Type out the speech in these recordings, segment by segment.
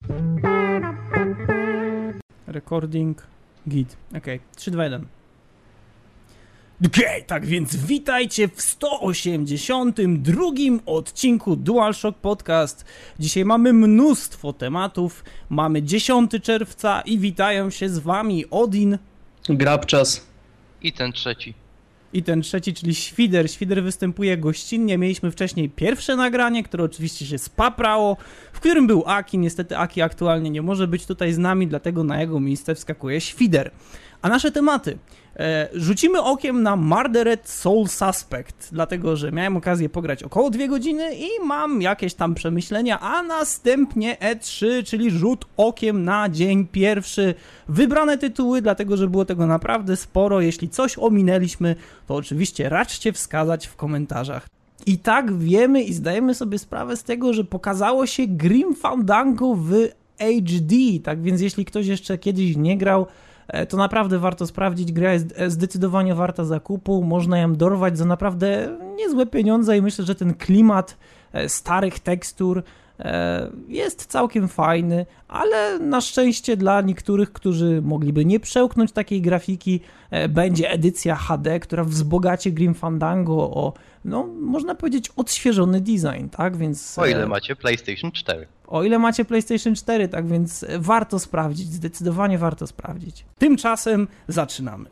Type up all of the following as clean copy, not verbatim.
Recording, git. Okej, 3, 2, 1. Okej, tak więc witajcie w 182 odcinku DualShock Podcast. Dzisiaj mamy mnóstwo tematów, mamy 10 czerwca i witają się z wami Odin, Grabczas i ten trzeci. I ten trzeci, czyli Świder. Świder występuje gościnnie. Mieliśmy wcześniej pierwsze nagranie, które oczywiście się spaprało, w którym był Aki. Niestety Aki aktualnie nie może być tutaj z nami, dlatego na jego miejsce wskakuje Świder. A nasze tematy. Rzucimy okiem na Murdered Soul Suspect, dlatego że miałem okazję pograć około 2 godziny i mam jakieś tam przemyślenia, a następnie E3, czyli rzut okiem na dzień pierwszy. Wybrane tytuły, dlatego że było tego naprawdę sporo. Jeśli coś ominęliśmy, to oczywiście raczcie wskazać w komentarzach. I tak wiemy i zdajemy sobie sprawę z tego, że pokazało się Grim Fandango w HD, tak więc jeśli ktoś jeszcze kiedyś nie grał, to naprawdę warto sprawdzić, gra jest zdecydowanie warta zakupu, można ją dorwać za naprawdę niezłe pieniądze i myślę, że ten klimat starych tekstur jest całkiem fajny, ale na szczęście dla niektórych, którzy mogliby nie przełknąć takiej grafiki, będzie edycja HD, która wzbogaci Grim Fandango o, no można powiedzieć, odświeżony design, tak, więc... O ile macie PlayStation 4. O ile macie PlayStation 4, tak więc warto sprawdzić, zdecydowanie warto sprawdzić. Tymczasem zaczynamy.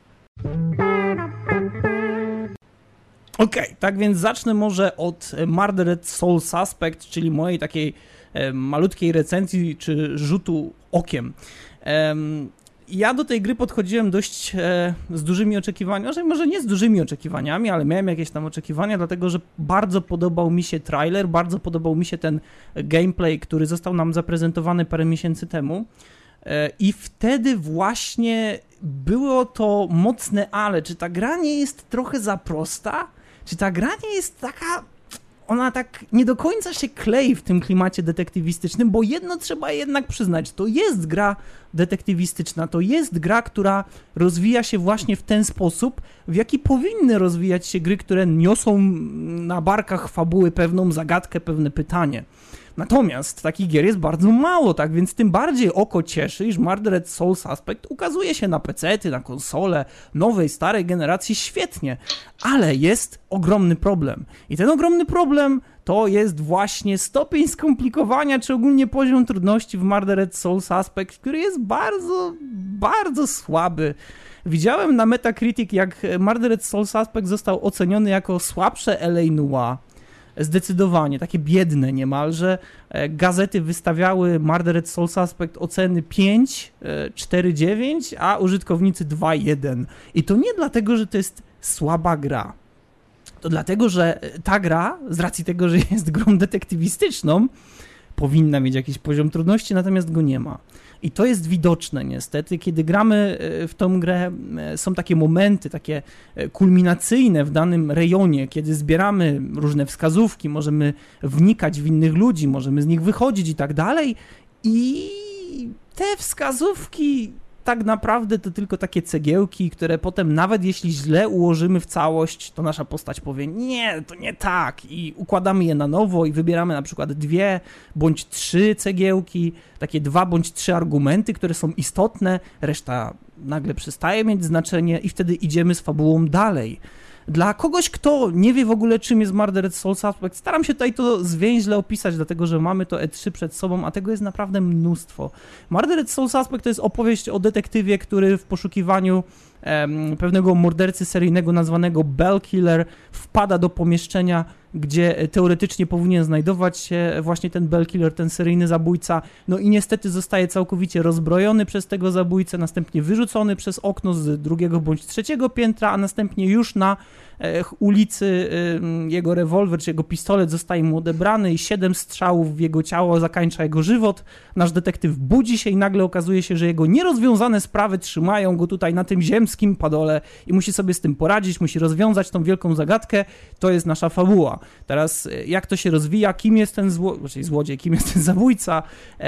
Okej, tak więc zacznę może od Murdered Soul Suspect, czyli mojej takiej malutkiej recenzji czy rzutu okiem. Ja do tej gry podchodziłem dość z dużymi oczekiwaniami, może nie z dużymi oczekiwaniami, ale miałem jakieś tam oczekiwania, dlatego że bardzo podobał mi się trailer, bardzo podobał mi się ten gameplay, który został nam zaprezentowany parę miesięcy temu. I wtedy właśnie było to mocne ale. Czy ta gra nie jest trochę za prosta? Czy ta gra nie jest taka... Ona tak nie do końca się klei w tym klimacie detektywistycznym, bo jedno trzeba jednak przyznać, to jest gra detektywistyczna, to jest gra, która rozwija się właśnie w ten sposób, w jaki powinny rozwijać się gry, które niosą na barkach fabuły pewną zagadkę, pewne pytanie. Natomiast takich gier jest bardzo mało, tak więc tym bardziej oko cieszy, iż Murdered Soul Suspect ukazuje się na PC-ty, na konsole nowej, starej generacji świetnie, ale jest ogromny problem. I ten ogromny problem to jest właśnie stopień skomplikowania, czy ogólnie poziom trudności w Murdered Soul Suspect, który jest bardzo, bardzo słaby. Widziałem na Metacritic, jak Murdered Soul Suspect został oceniony jako słabsze L.A. Noire. Zdecydowanie, takie biedne niemalże. Gazety wystawiały Murdered Soul Suspect oceny 5, 4,9, a użytkownicy 2,1. I to nie dlatego, że to jest słaba gra. To dlatego, że ta gra, z racji tego, że jest grą detektywistyczną, powinna mieć jakiś poziom trudności, natomiast go nie ma. I to jest widoczne niestety, kiedy gramy w tą grę, są takie momenty, takie kulminacyjne w danym rejonie, kiedy zbieramy różne wskazówki, możemy wnikać w innych ludzi, możemy z nich wychodzić i tak dalej. I te wskazówki tak naprawdę to tylko takie cegiełki, które potem nawet jeśli źle ułożymy w całość, to nasza postać powie nie, to nie tak i układamy je na nowo i wybieramy na przykład 2 bądź 3 cegiełki, takie 2 bądź 3 argumenty, które są istotne, reszta nagle przestaje mieć znaczenie i wtedy idziemy z fabułą dalej. Dla kogoś, kto nie wie w ogóle, czym jest Murdered Soul Suspect, staram się tutaj to zwięźle opisać, dlatego że mamy to E3 przed sobą, a tego jest naprawdę mnóstwo. Murdered Soul Suspect to jest opowieść o detektywie, który w poszukiwaniu pewnego mordercy seryjnego nazwanego Bell Killer wpada do pomieszczenia, gdzie teoretycznie powinien znajdować się właśnie ten Bell Killer, ten seryjny zabójca, no i niestety zostaje całkowicie rozbrojony przez tego zabójcę, następnie wyrzucony przez okno z 2. bądź 3. piętra, a następnie już na ulicy jego rewolwer czy jego pistolet zostaje mu odebrany i 7 strzałów w jego ciało zakańcza jego żywot. Nasz detektyw budzi się i nagle okazuje się, że jego nierozwiązane sprawy trzymają go tutaj na tym ziemskim padole i musi sobie z tym poradzić, musi rozwiązać tą wielką zagadkę. To jest nasza fabuła. Teraz jak to się rozwija, kim jest ten złodziej, kim jest ten zabójca,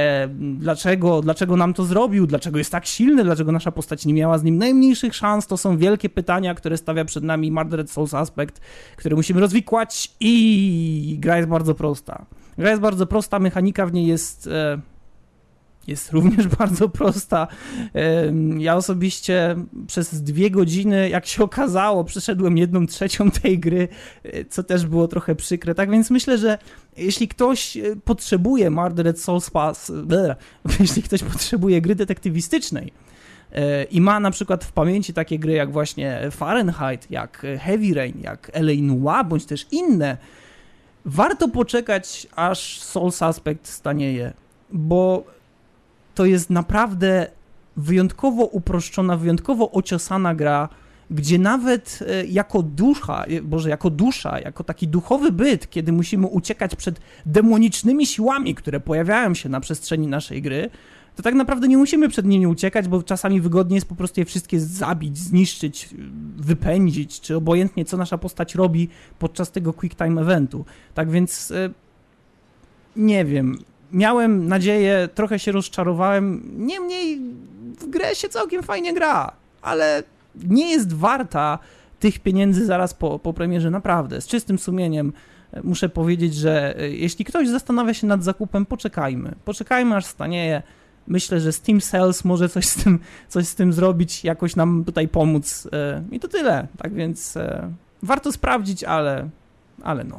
dlaczego nam to zrobił, dlaczego jest tak silny, dlaczego nasza postać nie miała z nim najmniejszych szans, to są wielkie pytania, które stawia przed nami Murdered Soul Suspect, które musimy rozwikłać i gra jest bardzo prosta. Gra jest bardzo prosta, mechanika w niej jest jest również bardzo prosta. Ja osobiście przez 2 godziny, jak się okazało, przeszedłem 1/3 tej gry, co też było trochę przykre. Tak więc myślę, że jeśli ktoś potrzebuje Murdered Souls Pass, jeśli ktoś potrzebuje gry detektywistycznej i ma na przykład w pamięci takie gry jak właśnie Fahrenheit, jak Heavy Rain, jak L.A. Noire, bądź też inne, warto poczekać, aż Soul Suspect stanieje, bo to jest naprawdę wyjątkowo uproszczona, wyjątkowo ociosana gra, gdzie nawet jako dusza, jako taki duchowy byt, kiedy musimy uciekać przed demonicznymi siłami, które pojawiają się na przestrzeni naszej gry, to tak naprawdę nie musimy przed nimi uciekać, bo czasami wygodnie jest po prostu je wszystkie zabić, zniszczyć, wypędzić, czy obojętnie co nasza postać robi podczas tego quick time eventu. Tak więc nie wiem, miałem nadzieję, trochę się rozczarowałem, niemniej w grę się całkiem fajnie gra, ale nie jest warta tych pieniędzy zaraz po premierze, naprawdę. Z czystym sumieniem muszę powiedzieć, że jeśli ktoś zastanawia się nad zakupem, poczekajmy aż stanieje. Myślę, że Steam Sales może coś z tym zrobić, jakoś nam tutaj pomóc i to tyle. Tak więc warto sprawdzić, ale no.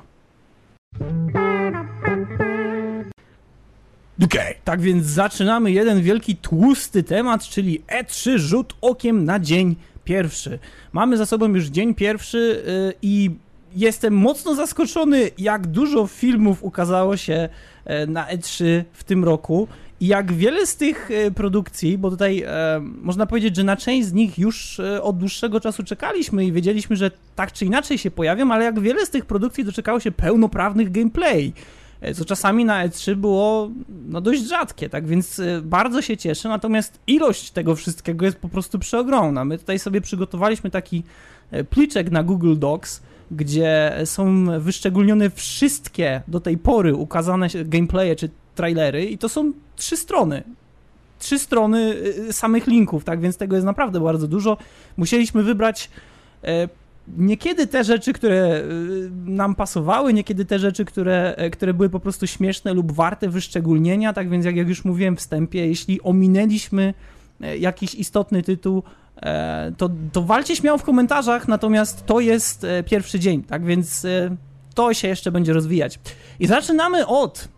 Okej. Tak więc zaczynamy jeden wielki tłusty temat, czyli E3 rzut okiem na dzień pierwszy. Mamy za sobą już dzień pierwszy i jestem mocno zaskoczony, jak dużo filmów ukazało się na E3 w tym roku i jak wiele z tych produkcji, bo tutaj można powiedzieć, że na część z nich już od dłuższego czasu czekaliśmy i wiedzieliśmy, że tak czy inaczej się pojawią, ale jak wiele z tych produkcji doczekało się pełnoprawnych gameplay, co czasami na E3 było dość rzadkie, tak więc bardzo się cieszę, natomiast ilość tego wszystkiego jest po prostu przeogromna. My tutaj sobie przygotowaliśmy taki pliczek na Google Docs, gdzie są wyszczególnione wszystkie do tej pory ukazane gameplaye czy trailery i to są 3 strony. 3 strony samych linków, tak więc tego jest naprawdę bardzo dużo. Musieliśmy wybrać niekiedy te rzeczy, które nam pasowały, niekiedy te rzeczy, które były po prostu śmieszne lub warte wyszczególnienia, tak więc jak już mówiłem w wstępie, jeśli ominęliśmy jakiś istotny tytuł, to walcie śmiało w komentarzach, natomiast to jest pierwszy dzień, tak więc to się jeszcze będzie rozwijać. I zaczynamy od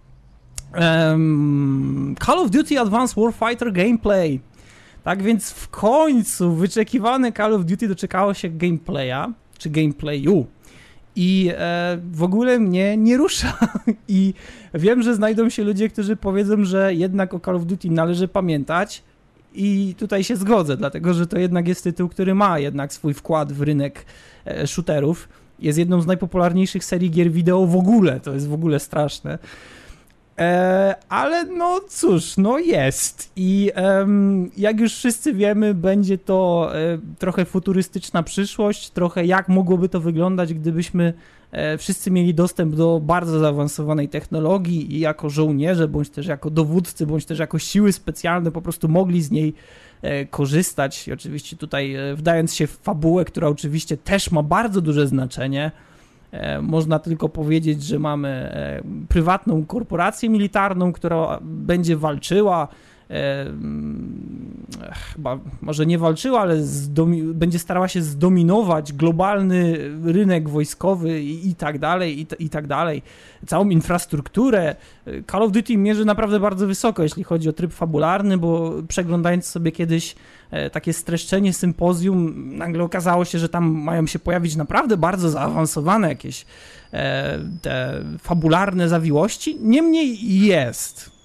Call of Duty Advanced Warfighter gameplay. Tak więc w końcu wyczekiwane Call of Duty doczekało się gameplaya, czy gameplayu. I w ogóle mnie nie rusza. I wiem, że znajdą się ludzie, którzy powiedzą, że jednak o Call of Duty należy pamiętać. I tutaj się zgodzę, dlatego że to jednak jest tytuł, który ma jednak swój wkład w rynek shooterów. Jest jedną z najpopularniejszych serii gier wideo w ogóle. To jest w ogóle straszne. Ale no cóż, no jest i jak już wszyscy wiemy, będzie to trochę futurystyczna przyszłość, trochę jak mogłoby to wyglądać, gdybyśmy wszyscy mieli dostęp do bardzo zaawansowanej technologii i jako żołnierze, bądź też jako dowódcy, bądź też jako siły specjalne po prostu mogli z niej korzystać. I oczywiście tutaj wdając się w fabułę, która oczywiście też ma bardzo duże znaczenie, można tylko powiedzieć, że mamy prywatną korporację militarną, która będzie walczyła, chyba może nie walczyła, ale będzie starała się zdominować globalny rynek wojskowy i tak dalej, i tak dalej. Całą infrastrukturę. Call of Duty mierzy naprawdę bardzo wysoko, jeśli chodzi o tryb fabularny, bo przeglądając sobie kiedyś takie streszczenie sympozjum, nagle okazało się, że tam mają się pojawić naprawdę bardzo zaawansowane jakieś te fabularne zawiłości. Niemniej jest.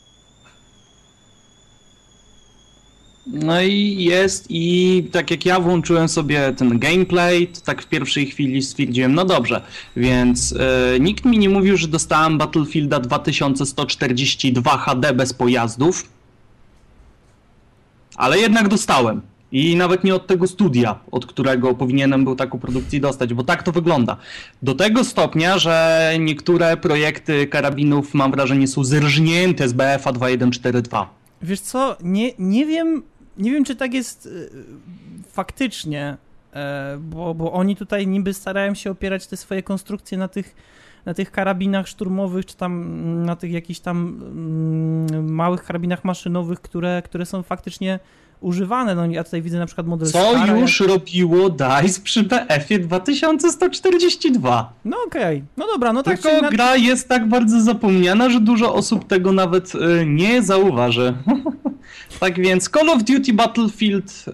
No i jest, i tak jak ja włączyłem sobie ten gameplay, to tak w pierwszej chwili stwierdziłem, no dobrze, więc nikt mi nie mówił, że dostałem Battlefielda 2142 HD bez pojazdów, ale jednak dostałem. I nawet nie od tego studia, od którego powinienem był taką produkcję dostać, bo tak to wygląda. Do tego stopnia, że niektóre projekty karabinów, mam wrażenie, są zerżnięte z BF-a 2142. Wiesz co, nie wiem, czy tak jest faktycznie, bo oni tutaj niby starają się opierać te swoje konstrukcje na tych karabinach szturmowych, czy tam na tych jakichś tam małych karabinach maszynowych, które są faktycznie używane. No ja tutaj widzę na przykład model Co Skara, już robiło DICE przy BF-ie 2142. No okej. No dobra, no tak. Tylko gra jest tak bardzo zapomniana, że dużo osób tego nawet nie zauważy. Tak więc Call of Duty Battlefield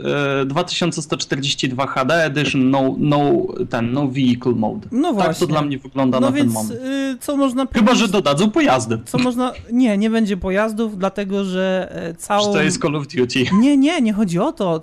2142 HD Edition, no vehicle mode. No właśnie. Tak to dla mnie wygląda na ten moment. Co można Chyba, że dodadzą pojazdy. Co można... Nie będzie pojazdów, dlatego że całą... Że to jest Call of Duty. Nie chodzi o to.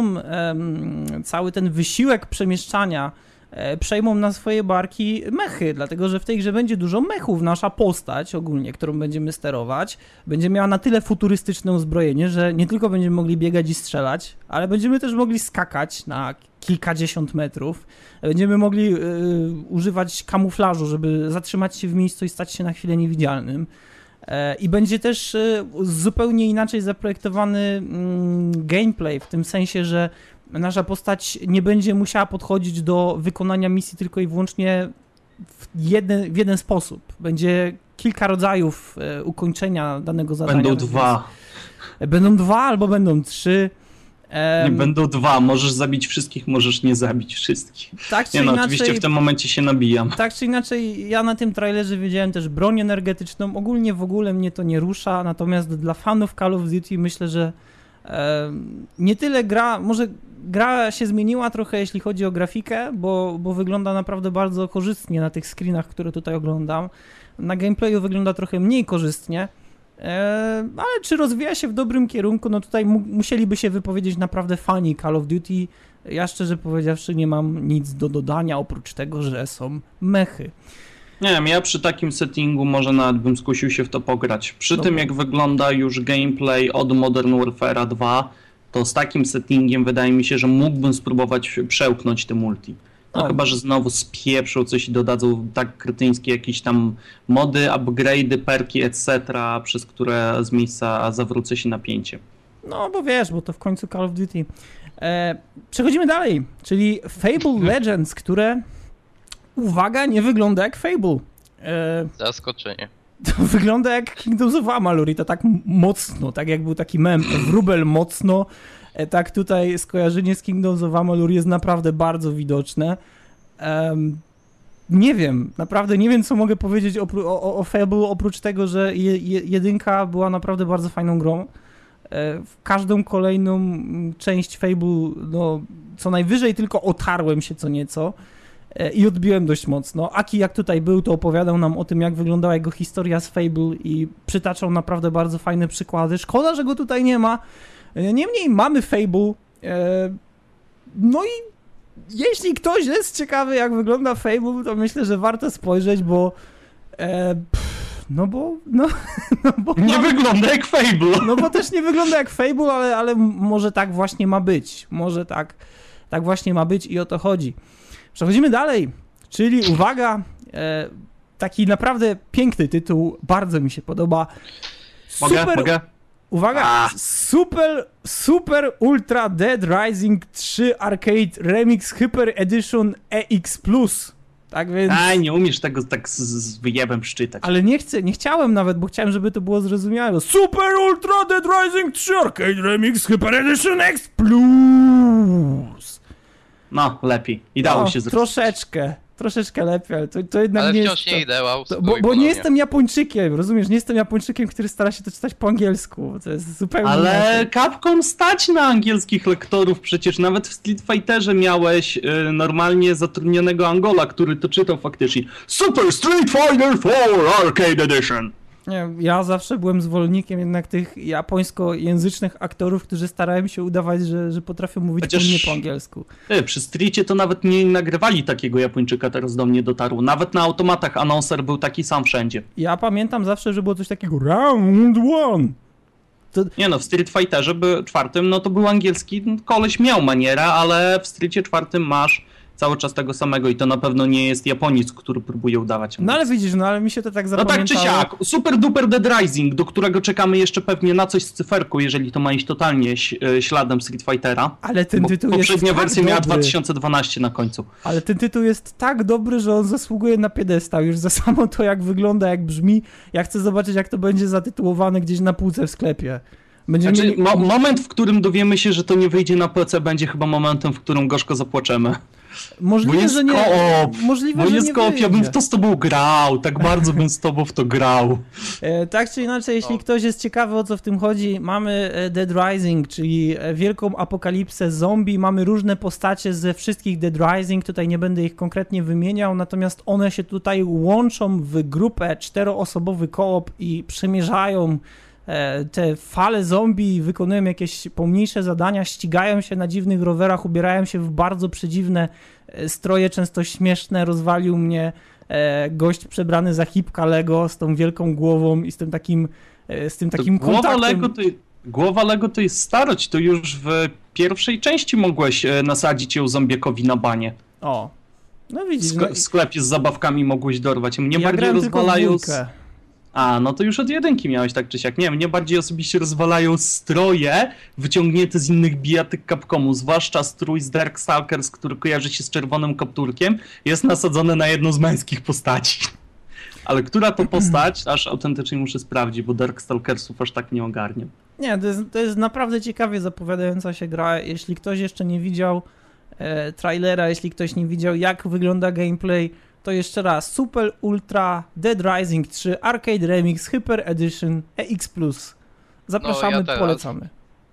Cały ten wysiłek przemieszczania przejmą na swoje barki mechy, dlatego że w tej grze będzie dużo mechów. Nasza postać ogólnie, którą będziemy sterować, będzie miała na tyle futurystyczne uzbrojenie, że nie tylko będziemy mogli biegać i strzelać, ale będziemy też mogli skakać na kilkadziesiąt metrów. Będziemy mogli używać kamuflażu, żeby zatrzymać się w miejscu i stać się na chwilę niewidzialnym. I będzie też zupełnie inaczej zaprojektowany gameplay, w tym sensie, że nasza postać nie będzie musiała podchodzić do wykonania misji tylko i wyłącznie w jeden sposób. Będzie kilka rodzajów ukończenia danego zadania. Będą dwa albo będą trzy. Nie będą dwa, możesz zabić wszystkich, możesz nie zabić wszystkich. Tak czy inaczej, oczywiście w tym momencie się nabijam. Tak czy inaczej, ja na tym trailerze widziałem też broń energetyczną. Ogólnie w ogóle mnie to nie rusza, natomiast dla fanów Call of Duty myślę, że nie tyle może gra się zmieniła trochę, jeśli chodzi o grafikę, bo wygląda naprawdę bardzo korzystnie na tych screenach, które tutaj oglądam. Na gameplayu wygląda trochę mniej korzystnie, ale czy rozwija się w dobrym kierunku, no tutaj musieliby się wypowiedzieć naprawdę fani Call of Duty. Ja szczerze powiedziawszy nie mam nic do dodania, oprócz tego, że są mechy. Nie wiem, ja przy takim settingu może nawet bym skusił się w to pograć. Przy tym jak wygląda już gameplay od Modern Warfare'a 2, to z takim settingiem wydaje mi się, że mógłbym spróbować przełknąć te multi. Chyba, że znowu spieprzą coś i dodadzą tak kretyńskie jakieś tam mody, upgrade'y, perki, etc., przez które z miejsca zawrócę się napięcie. No bo wiesz, bo to w końcu Call of Duty. Przechodzimy dalej, czyli Fable Legends, które, uwaga, nie wygląda jak Fable. Zaskoczenie. To wygląda jak Kingdoms of Amalur i to tak mocno, tak jak był taki mem, wróbel mocno, tak tutaj skojarzenie z Kingdoms of Amalur jest naprawdę bardzo widoczne. Nie wiem, naprawdę nie wiem, co mogę powiedzieć o Fable, oprócz tego, że jedynka była naprawdę bardzo fajną grą. W każdą kolejną część Fable, no, co najwyżej tylko otarłem się co nieco i odbiłem dość mocno. Aki jak tutaj był, to opowiadał nam o tym, jak wyglądała jego historia z Fable i przytaczał naprawdę bardzo fajne przykłady. Szkoda, że go tutaj nie ma. Niemniej mamy Fable. No i jeśli ktoś jest ciekawy, jak wygląda Fable, to myślę, że warto spojrzeć, bo nie wygląda jak Fable. No bo też nie wygląda jak Fable, ale może tak właśnie ma być. Może tak właśnie ma być i o to chodzi. Przechodzimy dalej, czyli uwaga, taki naprawdę piękny tytuł, bardzo mi się podoba. Mogę? Uwaga, Super Ultra Dead Rising 3 Arcade Remix Hyper Edition EX+. Tak więc... nie umiesz tego tak z wyjebem szczytać. Ale nie chciałem nawet, bo chciałem, żeby to było zrozumiałe. Super Ultra Dead Rising 3 Arcade Remix Hyper Edition EX+. No, lepiej. I dało się zrobić. Troszeczkę lepiej, ale to jednak ale nie wciąż jest... nie ideał. Bo nie jestem Japończykiem, rozumiesz? Nie jestem Japończykiem, który stara się to czytać po angielsku. To jest zupełnie... Ale Capcom stać na angielskich lektorów. Przecież nawet w Street Fighterze miałeś normalnie zatrudnionego Angola, który to czytał faktycznie. Super Street Fighter 4 Arcade Edition. Nie, ja zawsze byłem zwolennikiem jednak tych japońskojęzycznych aktorów, którzy starałem się udawać, że potrafią mówić płynnie po angielsku. Przy Streetie to nawet nie nagrywali takiego Japończyka, teraz do mnie dotarło. Nawet na automatach anonser był taki sam wszędzie. Ja pamiętam zawsze, że było coś takiego round one. Nie no, w Street Fighterze 4 no to był angielski, koleś miał manierę, ale w Streetie 4 masz cały czas tego samego i to na pewno nie jest Japonic, który próbuje udawać. No ale widzisz, ale mi się to tak zapamiętało. No tak czy siak, Super Duper Dead Rising, do którego czekamy jeszcze pewnie na coś z cyferką, jeżeli to ma iść totalnie śladem Street Fightera. Ale ten tytuł jest poprzednia tak wersja dobry. miała 2012 na końcu. Ale ten tytuł jest tak dobry, że on zasługuje na piedestał. Już za samo to, jak wygląda, jak brzmi. Ja chcę zobaczyć, jak to będzie zatytułowane gdzieś na półce w sklepie. Znaczy, moment, w którym dowiemy się, że to nie wyjdzie na PC, będzie chyba momentem, w którym gorzko zapłaczemy. Możliwe, że nie. Możliwe, że nie koop, ja bym w to z tobą grał, tak bardzo bym z tobą w to grał. Tak czy inaczej, jeśli ktoś jest ciekawy, o co w tym chodzi, mamy Dead Rising, czyli wielką apokalipsę zombie, mamy różne postacie ze wszystkich Dead Rising, tutaj nie będę ich konkretnie wymieniał, natomiast one się tutaj łączą w grupę 4-osobowy koop i przemierzają te fale zombie, wykonują jakieś pomniejsze zadania, ścigają się na dziwnych rowerach, ubierają się w bardzo przedziwne stroje, często śmieszne. Rozwalił mnie gość przebrany za hipka Lego z tą wielką głową i z tym takim kontaktem. Głowa Lego to jest starość, to już w pierwszej części mogłeś nasadzić ją zombiekowi na banie. O, no widzisz. W sklepie z zabawkami mogłeś dorwać. Mnie ja bardziej rozwalają... A, no to już od jedynki miałeś tak czy siak. Nie, mnie bardziej osobiście rozwalają stroje wyciągnięte z innych bijatyk Capcomu, zwłaszcza strój z Darkstalkers, który kojarzy się z czerwonym kapturkiem, jest nasadzony na jedną z męskich postaci. Ale która to postać, aż autentycznie muszę sprawdzić, bo Darkstalkersów aż tak nie ogarniam. Nie, to jest naprawdę ciekawie zapowiadająca się gra. Jeśli ktoś jeszcze nie widział trailera, jeśli ktoś nie widział, jak wygląda gameplay, to jeszcze raz, Super Ultra Dead Rising 3 Arcade Remix Hyper Edition EX+. Zapraszamy, polecamy.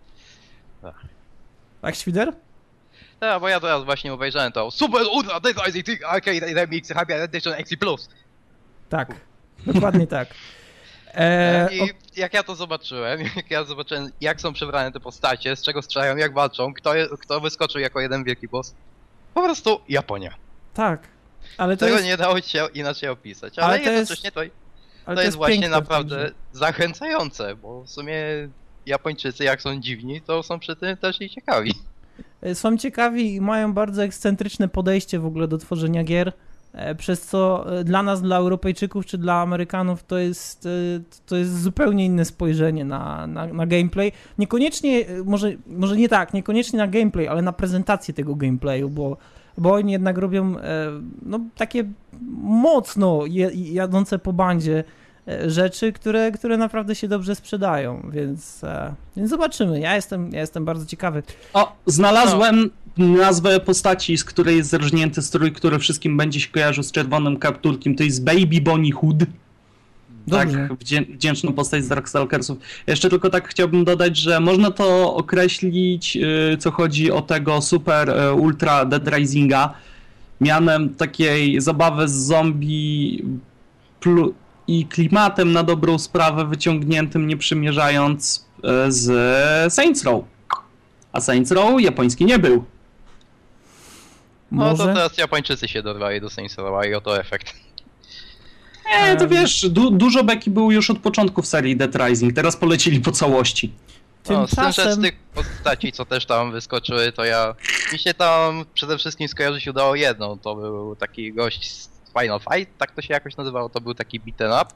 Tak, Świder? Tak, bo ja teraz właśnie obejrzałem to Super Ultra Dead Rising 3 Arcade Remix Hyper Edition EX+. Tak, dokładnie tak. I jak ja to zobaczyłem, jak są przebrane te postacie, z czego strzelają, jak walczą, kto wyskoczył jako jeden wielki boss, po prostu Japonia. Tak. Ale to tego jest... nie dało się inaczej opisać, ale jednocześnie to jest właśnie naprawdę zachęcające, bo w sumie Japończycy, jak są dziwni, to są przy tym też i ciekawi. Są ciekawi i mają bardzo ekscentryczne podejście w ogóle do tworzenia gier, przez co dla nas, dla Europejczyków czy dla Amerykanów to jest zupełnie inne spojrzenie na gameplay. Niekoniecznie, może nie tak, niekoniecznie na gameplay, ale na prezentację tego gameplayu, bo oni jednak robią no, takie mocno jadące po bandzie rzeczy, które naprawdę się dobrze sprzedają, więc zobaczymy. Ja jestem bardzo ciekawy. O, znalazłem nazwę postaci, z której jest zerżnięty strój, który wszystkim będzie się kojarzył z czerwonym kapturkiem. To jest Baby Bonnie Hood. Dobrze. Tak, wdzięczną postać z Darkstalkersów. Jeszcze tylko tak chciałbym dodać, że można to określić, co chodzi o tego Super Ultra Dead Risinga, mianem takiej zabawy z zombie i klimatem na dobrą sprawę wyciągniętym, nie przymierzając z Saints Row. A Saints Row japoński nie był. No to teraz Japończycy się dorwali do Saints Row i oto efekt. Nie, to wiesz, dużo beki było już od początku w serii Dead Rising, teraz polecili po całości. Tymczasem... Z tych postaci, co też tam wyskoczyły, to mi się tam przede wszystkim skojarzyć udało jedną, to był taki gość z Final Fight, tak to się jakoś nazywało, to był taki beat'em up.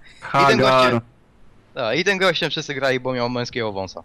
I tym gościem wszyscy grali, bo miał męskiego wąsa.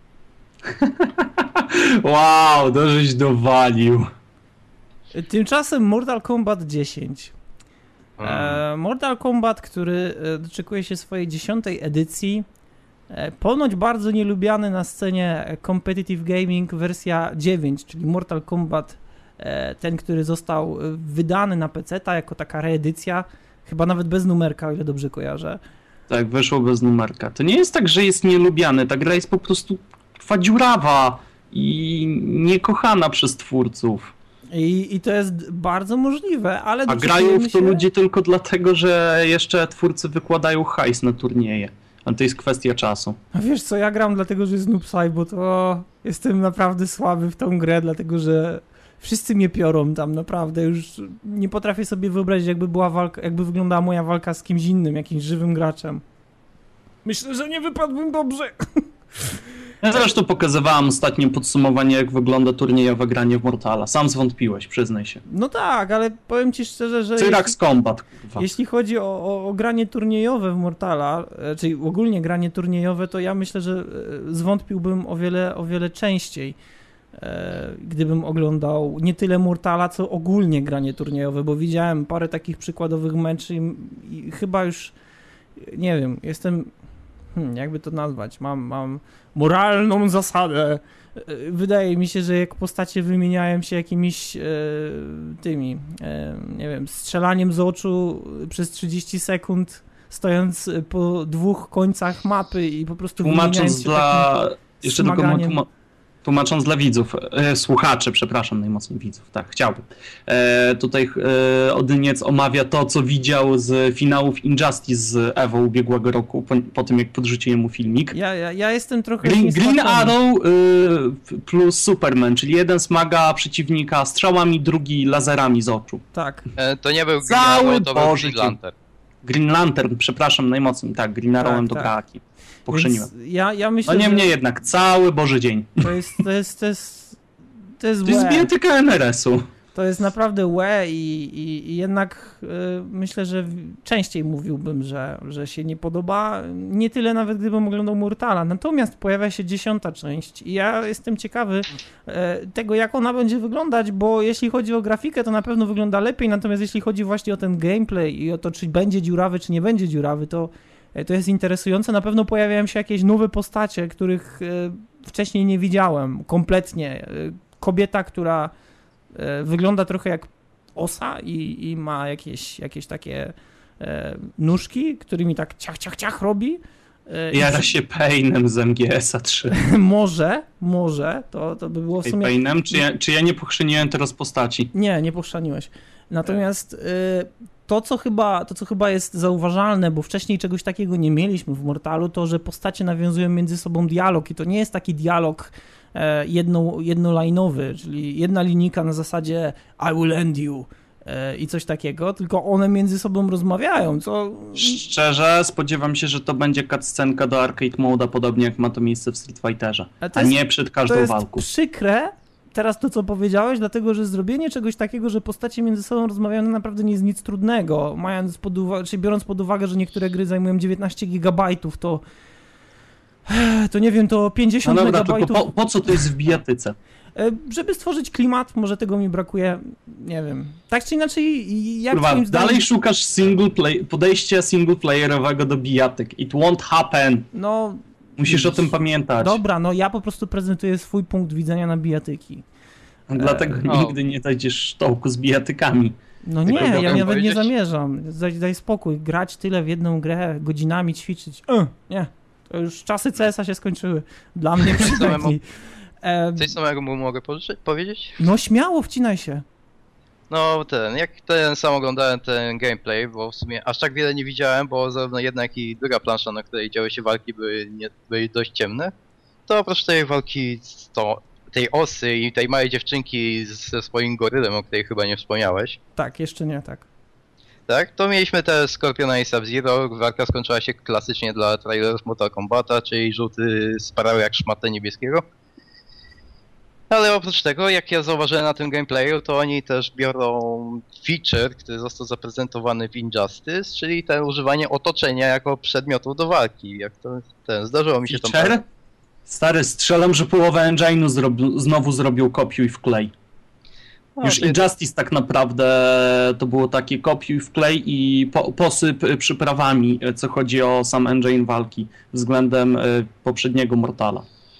Wow, to żeś dowalił. Tymczasem Mortal Kombat 10. Mortal Kombat, który doczekuje się swojej 10. edycji. Ponoć bardzo nielubiany na scenie Competitive Gaming wersja 9, czyli Mortal Kombat, ten, który został wydany na PC-ta jako taka reedycja, chyba nawet bez numerka, o ile dobrze kojarzę. Tak, wyszło bez numerka. To nie jest tak, że jest nielubiany, ta gra jest po prostu dziurawa i niekochana przez twórców. I to jest bardzo możliwe, ale... A grają w to ludzie tylko dlatego, że jeszcze twórcy wykładają hajs na turnieje. Ale to jest kwestia czasu. A wiesz co, ja gram dlatego, że jest Noobside, bo to jestem naprawdę słaby w tą grę, dlatego że wszyscy mnie piorą tam, naprawdę. Już nie potrafię sobie wyobrazić, jakby wyglądała moja walka z kimś innym, jakimś żywym graczem. Myślę, że nie wypadłbym dobrze. Ja zresztą pokazywałem ostatnie podsumowanie, jak wygląda turniejowe granie w Mortala. Sam zwątpiłeś, przyznaj się. No tak, ale powiem ci szczerze, że Cyrax Combat, kurwa. jeśli chodzi o granie turniejowe w Mortala, czyli ogólnie granie turniejowe, to ja myślę, że zwątpiłbym o wiele częściej, gdybym oglądał nie tyle Mortala, co ogólnie granie turniejowe, bo widziałem parę takich przykładowych meczy i chyba już, nie wiem, jestem, jakby to nazwać, mam moralną zasadę. Wydaje mi się, że jak postacie wymieniają się jakimiś tymi, nie wiem, strzelaniem z oczu przez 30 sekund, stojąc po dwóch końcach mapy i po prostu Tłumacząc się dla... Jeszcze smaganiem. tylko tłumacząc dla widzów, słuchaczy, przepraszam, najmocniej widzów, tak, chciałbym. Tutaj Odyniec omawia to, co widział z finałów Injustice z Evo ubiegłego roku, po tym jak podrzuciłem mu filmik. Ja jestem trochę... Green Arrow plus Superman, czyli jeden smaga przeciwnika strzałami, drugi laserami z oczu. Tak. To nie był Green Arrow, to był Green Lantern. Green Lantern, przepraszam najmocniej, tak, Green Arrowem do graki. Pochrzeniłem. Ja myślę, no niemniej jednak, cały Boży dzień. To jest bijatyka NRS-u. To jest naprawdę łe i jednak myślę, że częściej mówiłbym, że się nie podoba. Nie tyle nawet, gdybym oglądał Mortala. Natomiast pojawia się 10. część i ja jestem ciekawy tego, jak ona będzie wyglądać, bo jeśli chodzi o grafikę, to na pewno wygląda lepiej, natomiast jeśli chodzi właśnie o ten gameplay i o to, czy będzie dziurawy, czy nie będzie dziurawy, to jest interesujące. Na pewno pojawiają się jakieś nowe postacie, których wcześniej nie widziałem kompletnie. Kobieta, która wygląda trochę jak osa i ma jakieś takie nóżki, którymi tak ciach, ciach, ciach robi. Jara się Painem z MGS-a 3. Może, to by było w sumie... Painem? Czy ja nie pochrzeniłem teraz postaci? Nie pochrzaniłeś. Natomiast to, co chyba jest zauważalne, bo wcześniej czegoś takiego nie mieliśmy w Mortalu, to, że postacie nawiązują między sobą dialog i to nie jest taki dialog jednolajnowy, czyli jedna linijka na zasadzie I will end you i coś takiego, tylko one między sobą rozmawiają, co... Szczerze, spodziewam się, że to będzie cutscenka do arcade mode'a, podobnie jak ma to miejsce w Street Fighterze, a nie przed każdą walką. To jest przykre, teraz to, co powiedziałeś, dlatego, że zrobienie czegoś takiego, że postacie między sobą rozmawiają, naprawdę nie jest nic trudnego, biorąc pod uwagę, że niektóre gry zajmują 19 gigabajtów, to nie wiem, to 50 no dobra, megabajtów... Tylko po co to jest w bijatyce? Żeby stworzyć klimat, może tego mi brakuje, nie wiem. Tak czy inaczej, jak Kurwa, twoim zdaniem... dalej szukasz podejścia singleplayerowego do bijatyk. It won't happen. No... Musisz o tym pamiętać. Dobra, no ja po prostu prezentuję swój punkt widzenia na bijatyki. Dlatego nigdy nie dojdziesz tołku z bijatykami. No nie, ja nawet nie zamierzam. Daj spokój, grać tyle w jedną grę, godzinami ćwiczyć. Nie, to już czasy CS-a się skończyły. Dla mnie przynajmniej. Coś samego mu mogę powiedzieć? No śmiało, wcinaj się. No jak sam oglądałem ten gameplay, bo w sumie aż tak wiele nie widziałem, bo zarówno jedna jak i druga plansza, na której działy się walki były dość ciemne, to oprócz tej walki tej osy i tej małej dziewczynki ze swoim gorylem, o której chyba nie wspomniałeś. Tak, jeszcze nie, tak. Tak, to mieliśmy też Scorpiona i Sub-Zero, walka skończyła się klasycznie dla trailerów Mortal Kombata, czyli żółty sparał jak szmatę niebieskiego. Ale oprócz tego, jak ja zauważyłem na tym gameplayu, to oni też biorą feature, który został zaprezentowany w Injustice, czyli to używanie otoczenia jako przedmiotu do walki. Jak to zdarzyło mi się to. Stary, strzelam, że połowę engine'u znowu zrobił kopiuj w klej. Już Injustice tak naprawdę to było takie kopiuj w klej i posyp przyprawami, co chodzi o sam engine walki względem poprzedniego Mortala.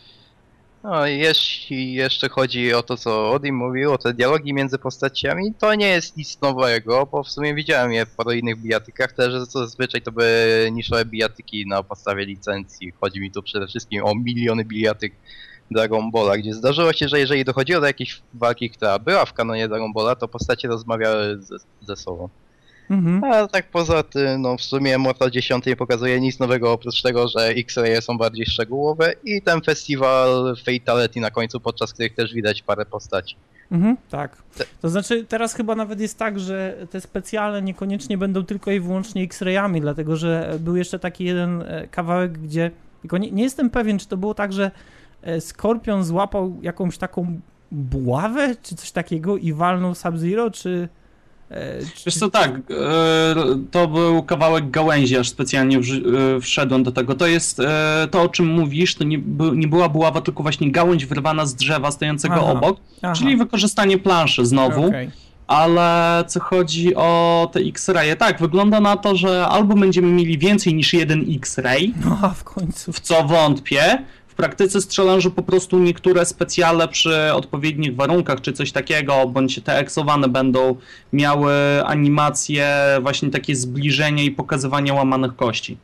No i jeśli jeszcze chodzi o to, co Odim mówił, o te dialogi między postaciami, to nie jest nic nowego, bo w sumie widziałem je w paru innych bijatykach też, że zazwyczaj to były niszowe bijatyki na podstawie licencji. Chodzi mi tu przede wszystkim o miliony bijatyk Dragon Balla, gdzie zdarzyło się, że jeżeli dochodziło do jakiejś walki, która była w kanonie Dragon Balla, to postacie rozmawiały ze sobą. A tak poza tym, no w sumie Mortal 10 nie pokazuje nic nowego oprócz tego, że X-raye są bardziej szczegółowe i ten festiwal Fatality na końcu, podczas których też widać parę postaci. Tak. To znaczy teraz chyba nawet jest tak, że te specjalne niekoniecznie będą tylko i wyłącznie X-rayami, dlatego że był jeszcze taki jeden kawałek, gdzie tylko nie jestem pewien, czy to było tak, że Skorpion złapał jakąś taką buławę, czy coś takiego i walnął Sub-Zero, czy... Wiesz co, tak, to był kawałek gałęzi, aż specjalnie wszedłem do tego. To jest to, o czym mówisz, to nie była buława, tylko właśnie gałąź wyrwana z drzewa stojącego obok, czyli wykorzystanie planszy znowu. Okay. Ale co chodzi o te X-raye, tak, wygląda na to, że albo będziemy mieli więcej niż jeden X-ray, w końcu. W co wątpię. W praktyce strzelam, że po prostu niektóre specjale przy odpowiednich warunkach, czy coś takiego, bądź te eksowane będą miały animacje, właśnie takie zbliżenia i pokazywania łamanych kości.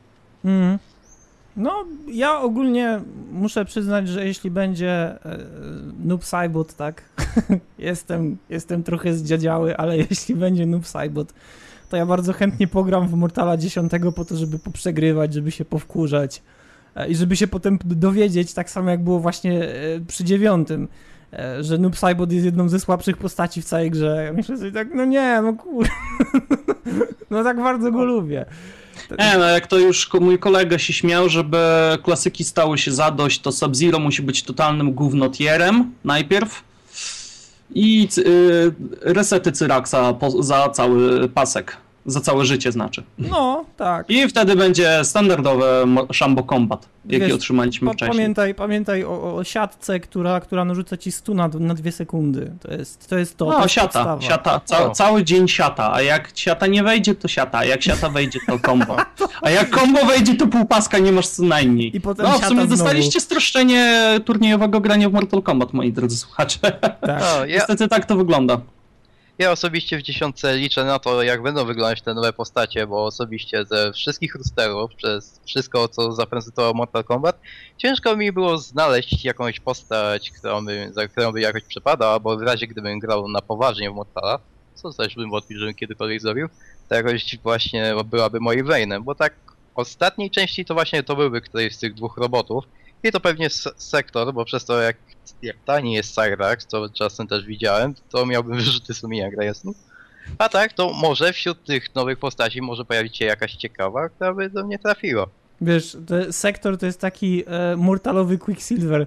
No, ja ogólnie muszę przyznać, że jeśli będzie Noob Saibot, tak, jestem trochę zdziadziały, ale jeśli będzie Noob Saibot, to ja bardzo chętnie pogram w Mortala 10 po to, żeby poprzegrywać, żeby się powkurzać i żeby się potem dowiedzieć, tak samo jak było właśnie przy 9, że Noob Saibot jest jedną ze słabszych postaci w całej grze. Ja myślę sobie tak, no nie, no kurde, no tak bardzo go lubię. No jak to już mój kolega się śmiał, żeby klasyki stały się zadość, to Sub-Zero musi być totalnym gównotierem najpierw i resety Cyraxa za cały pasek, za całe życie znaczy. No, tak. I wtedy będzie standardowy Shambo Combat, jaki otrzymaliśmy wcześniej. Pamiętaj o siatce, która narzuca ci stuna na 2 sekundy. To jest to. No, siata. Cały dzień siata, a jak siata nie wejdzie, to siata, a jak siata wejdzie, to combo. A jak combo wejdzie, to pół paska nie masz co najmniej. I potem w sumie dostaliście streszczenie turniejowego grania w Mortal Kombat, moi drodzy słuchacze. Tak. Niestety tak to wygląda. Ja osobiście w 10 liczę na to, jak będą wyglądać te nowe postacie, bo osobiście ze wszystkich rosterów, przez wszystko, co zaprezentował Mortal Kombat, ciężko mi było znaleźć jakąś postać, za którą by jakoś przypadała, bo w razie gdybym grał na poważnie w Mortala, co też bym wątpił, żebym kiedykolwiek zrobił, to jakoś właśnie byłaby moim Vayne'em, bo tak ostatniej części to właśnie to byłby któryś z tych 2 robotów i to pewnie Sektor, bo przez to jak tani jest Cyrax, co czasem też widziałem, to miałbym wyrzuty sumienia grających. A tak, to może wśród tych nowych postaci może pojawić się jakaś ciekawa, która by do mnie trafiła. Wiesz, Sektor to jest taki mortalowy Quicksilver.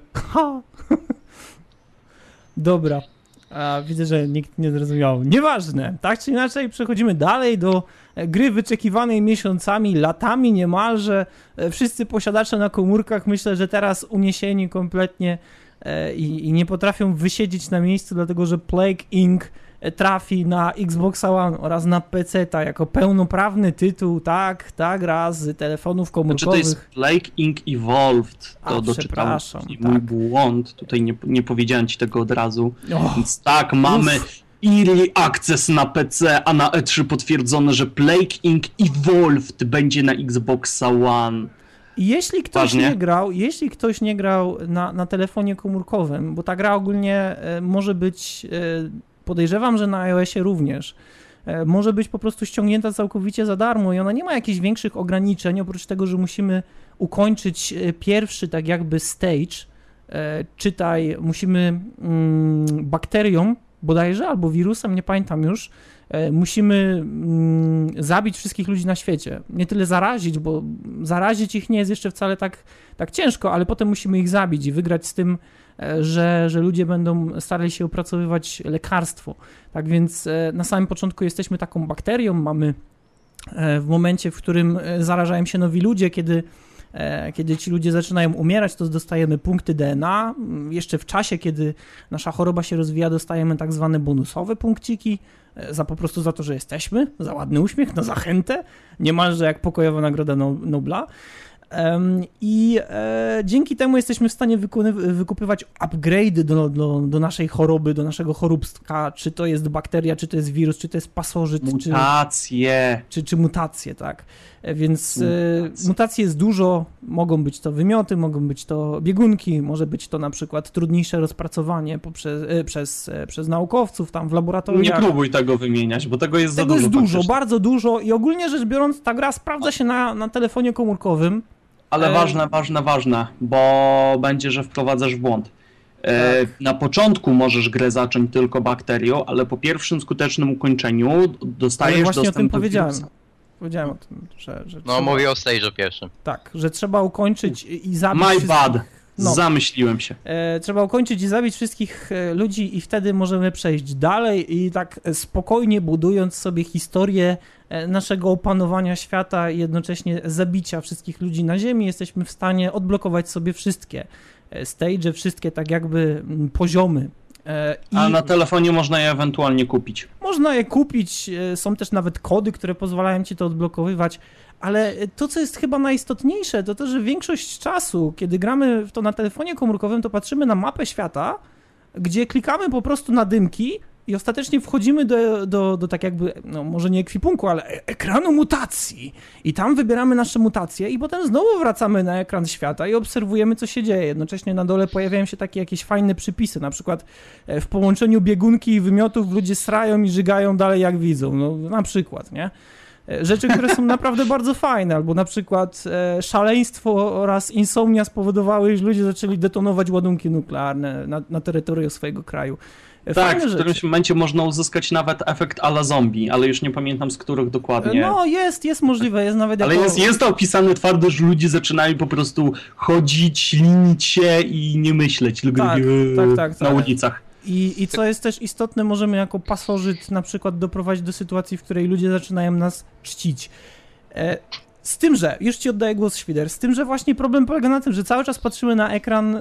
Dobra. Widzę, że nikt nie zrozumiał. Nieważne. Tak czy inaczej przechodzimy dalej do gry wyczekiwanej miesiącami, latami niemalże. Wszyscy posiadacze na komórkach myślę, że teraz uniesieni kompletnie i nie potrafią wysiedzieć na miejscu, dlatego że Plague Inc. trafi na Xboxa One oraz na PC-ta jako pełnoprawny tytuł, tak, raz z telefonów komórkowych. Znaczy to jest Plague Inc. Evolved, to doczytałem. Mój błąd, tutaj nie powiedziałem ci tego od razu. Więc tak, mamy Early Access na PC, a na E3 potwierdzone, że Plague Inc. Evolved będzie na Xboxa One. Jeśli ktoś nie grał na telefonie komórkowym, bo ta gra ogólnie może być, podejrzewam, że na iOSie również, może być po prostu ściągnięta całkowicie za darmo i ona nie ma jakichś większych ograniczeń, oprócz tego, że musimy ukończyć pierwszy tak jakby stage, czytaj, musimy bakterią bodajże, albo wirusem, nie pamiętam już, musimy zabić wszystkich ludzi na świecie. Nie tyle zarazić, bo zarazić ich nie jest jeszcze wcale tak ciężko, ale potem musimy ich zabić i wygrać z tym, że ludzie będą starali się opracowywać lekarstwo. Tak więc na samym początku jesteśmy taką bakterią, mamy w momencie, w którym zarażają się nowi ludzie, kiedy ci ludzie zaczynają umierać, to dostajemy punkty DNA. Jeszcze w czasie, kiedy nasza choroba się rozwija, dostajemy tak zwane bonusowe punkciki, po prostu za to, że jesteśmy, za ładny uśmiech, na zachętę, niemalże jak pokojowa nagroda Nobla. I dzięki temu jesteśmy w stanie wykupywać upgrade'y do naszej choroby, do naszego choróbska, czy to jest bakteria, czy to jest wirus, czy to jest pasożyt, czy mutacje, tak. Więc mutacji jest dużo, mogą być to wymioty, mogą być to biegunki, może być to na przykład trudniejsze rozpracowanie przez naukowców tam w laboratoriach. Nie próbuj tego wymieniać, bo tego jest za dużo. Tego jest dużo, bardzo dużo i ogólnie rzecz biorąc ta gra sprawdza się na telefonie komórkowym. Ale ważne, bo będzie, że wprowadzasz w błąd. Na początku możesz grę zacząć tylko bakterią, ale po pierwszym skutecznym ukończeniu dostajesz właśnie dostęp o tym do powiedziałem. wirusa. Powiedziałem o tym, że no, mówię o stage'u pierwszym. Tak, że trzeba ukończyć i zabić My bad. No. Zamyśliłem się. Trzeba ukończyć i zabić wszystkich ludzi i wtedy możemy przejść dalej i tak spokojnie budując sobie historię naszego opanowania świata i jednocześnie zabicia wszystkich ludzi na ziemi, jesteśmy w stanie odblokować sobie wszystkie stage, wszystkie tak jakby poziomy. A na telefonie można je ewentualnie kupić. Można je kupić, są też nawet kody, które pozwalają ci to odblokowywać, ale to, co jest chyba najistotniejsze, to to, że większość czasu, kiedy gramy w to na telefonie komórkowym, to patrzymy na mapę świata, gdzie klikamy po prostu na dymki i ostatecznie wchodzimy do tak jakby, no może nie ekwipunku, ale ekranu mutacji. I tam wybieramy nasze mutacje i potem znowu wracamy na ekran świata i obserwujemy, co się dzieje. Jednocześnie na dole pojawiają się takie jakieś fajne przypisy, na przykład w połączeniu biegunki i wymiotów ludzie srają i żygają dalej jak widzą. No na przykład, nie? Rzeczy, które są naprawdę bardzo fajne, albo na przykład szaleństwo oraz insomnia spowodowały, że ludzie zaczęli detonować ładunki nuklearne na terytorium swojego kraju. Tak, w którymś momencie można uzyskać nawet efekt a la zombie, ale już nie pamiętam z których dokładnie. No jest możliwe, jest nawet ale jest to opisane twardo, że ludzie zaczynają po prostu chodzić, linić się i nie myśleć, tylko tak, na ulicach. I co jest też istotne, możemy jako pasożyt na przykład doprowadzić do sytuacji, w której ludzie zaczynają nas czcić. Z tym, że, już ci oddaję głos, Świder, z tym, że właśnie problem polega na tym, że cały czas patrzymy na ekran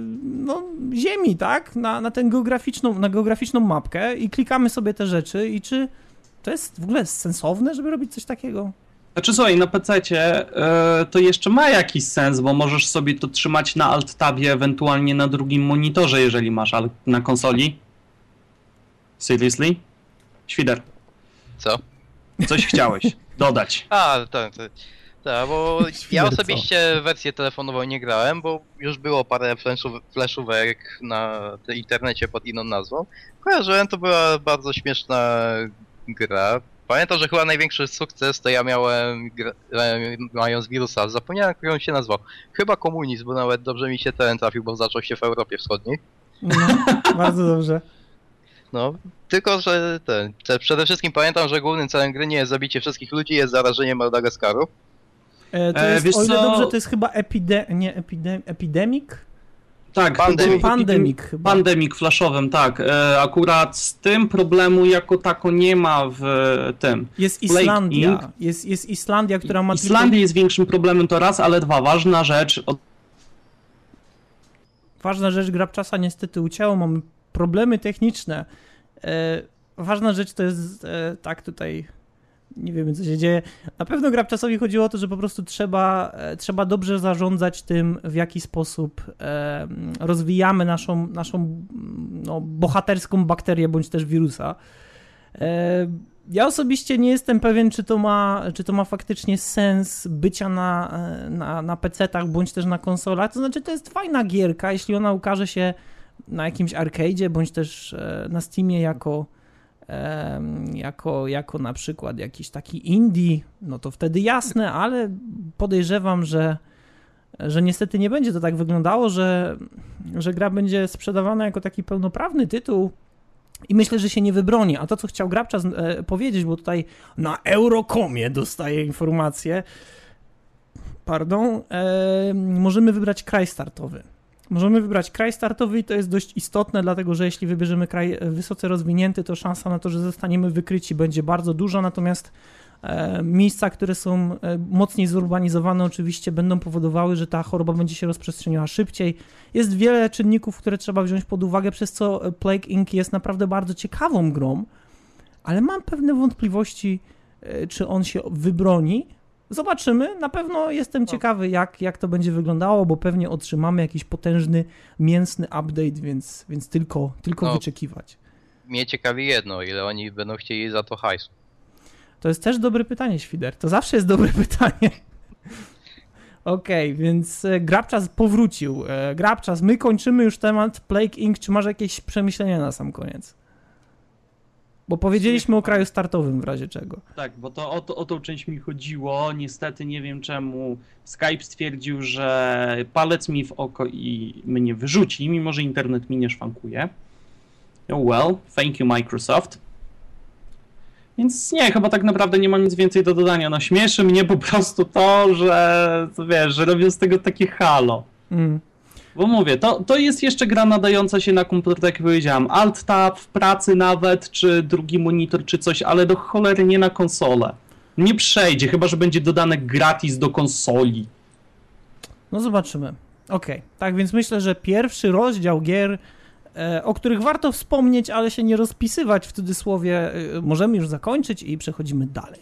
Ziemi, tak? Na tę geograficzną mapkę i klikamy sobie te rzeczy i czy to jest w ogóle sensowne, żeby robić coś takiego? Znaczy słuchaj, na PC-cie to jeszcze ma jakiś sens, bo możesz sobie to trzymać na Alt-Tabie, ewentualnie na drugim monitorze, jeżeli masz, ale na konsoli? Seriously? Świder. Co? Coś chciałeś dodać. Tak, bo ja osobiście wersję telefonową nie grałem, bo już było parę flashówek na internecie pod inną nazwą. Kojarzyłem, to była bardzo śmieszna gra. Pamiętam, że chyba największy sukces to ja miałem mając wirusa, zapomniałem jak on się nazywał. Chyba komunizm, bo nawet dobrze mi się ten trafił, bo zaczął się w Europie Wschodniej. No, bardzo dobrze. No, tylko że przede wszystkim pamiętam, że głównym celem gry nie jest zabicie wszystkich ludzi, jest zarażenie Madagaskaru. To jest, o ile dobrze, to jest chyba Epidemic? Tak, Pandemic chyba. Pandemic flashowym, tak. Akurat z tym problemu jako tako nie ma w tym. Jest Islandia. Jest Islandia, która ma... Islandia jest większym problemem to raz, ale dwa, ważna rzecz, Grabczasa niestety ucięło, mamy problemy techniczne. Ważna rzecz to jest, tak tutaj nie wiemy co się dzieje. Na pewno Grabczasowi chodziło o to, że po prostu trzeba dobrze zarządzać tym, w jaki sposób rozwijamy naszą bohaterską bakterię bądź też wirusa. Ja osobiście nie jestem pewien, czy to ma faktycznie sens bycia na PC-tach bądź też na konsolach. To znaczy, to jest fajna gierka, jeśli ona ukaże się na jakimś arcade'zie bądź też na Steamie jako na przykład jakiś taki indie, no to wtedy jasne, ale podejrzewam, że niestety nie będzie to tak wyglądało, że gra będzie sprzedawana jako taki pełnoprawny tytuł i myślę, że się nie wybroni. A to, co chciał Grabczas powiedzieć, bo tutaj na Eurocomie dostaję informację, możemy wybrać kraj startowy. I to jest dość istotne, dlatego że jeśli wybierzemy kraj wysoce rozwinięty, to szansa na to, że zostaniemy wykryci, będzie bardzo duża, natomiast miejsca, które są mocniej zurbanizowane, oczywiście będą powodowały, że ta choroba będzie się rozprzestrzeniała szybciej. Jest wiele czynników, które trzeba wziąć pod uwagę, przez co Plague Inc. jest naprawdę bardzo ciekawą grą, ale mam pewne wątpliwości, czy on się wybroni. Zobaczymy, na pewno jestem ciekawy, jak to będzie wyglądało, bo pewnie otrzymamy jakiś potężny, mięsny update, więc tylko wyczekiwać. Mnie ciekawi jedno, ile oni będą chcieli za to hajsu. To jest też dobre pytanie, Świder, to zawsze jest dobre pytanie. Okej, więc Grabczas powrócił. Grabczas, my kończymy już temat Plague Inc. Czy masz jakieś przemyślenia na sam koniec? Bo powiedzieliśmy o kraju startowym w razie czego. Tak, bo to o tą część mi chodziło. Niestety nie wiem czemu Skype stwierdził, że palec mi w oko i mnie wyrzuci, mimo że internet mi nie szwankuje. Oh well, thank you Microsoft. Więc nie, chyba tak naprawdę nie mam nic więcej do dodania. No śmieszy mnie po prostu to, że wiesz, że robią z tego takie halo. Bo mówię, to jest jeszcze gra nadająca się na komputer, tak jak powiedziałem, Alt-Tab, w pracy nawet, czy drugi monitor, czy coś, ale do cholery nie na konsolę. Nie przejdzie, chyba że będzie dodane gratis do konsoli. No zobaczymy. Okej, tak więc myślę, że pierwszy rozdział gier, o których warto wspomnieć, ale się nie rozpisywać w cudzysłowie, możemy już zakończyć i przechodzimy dalej.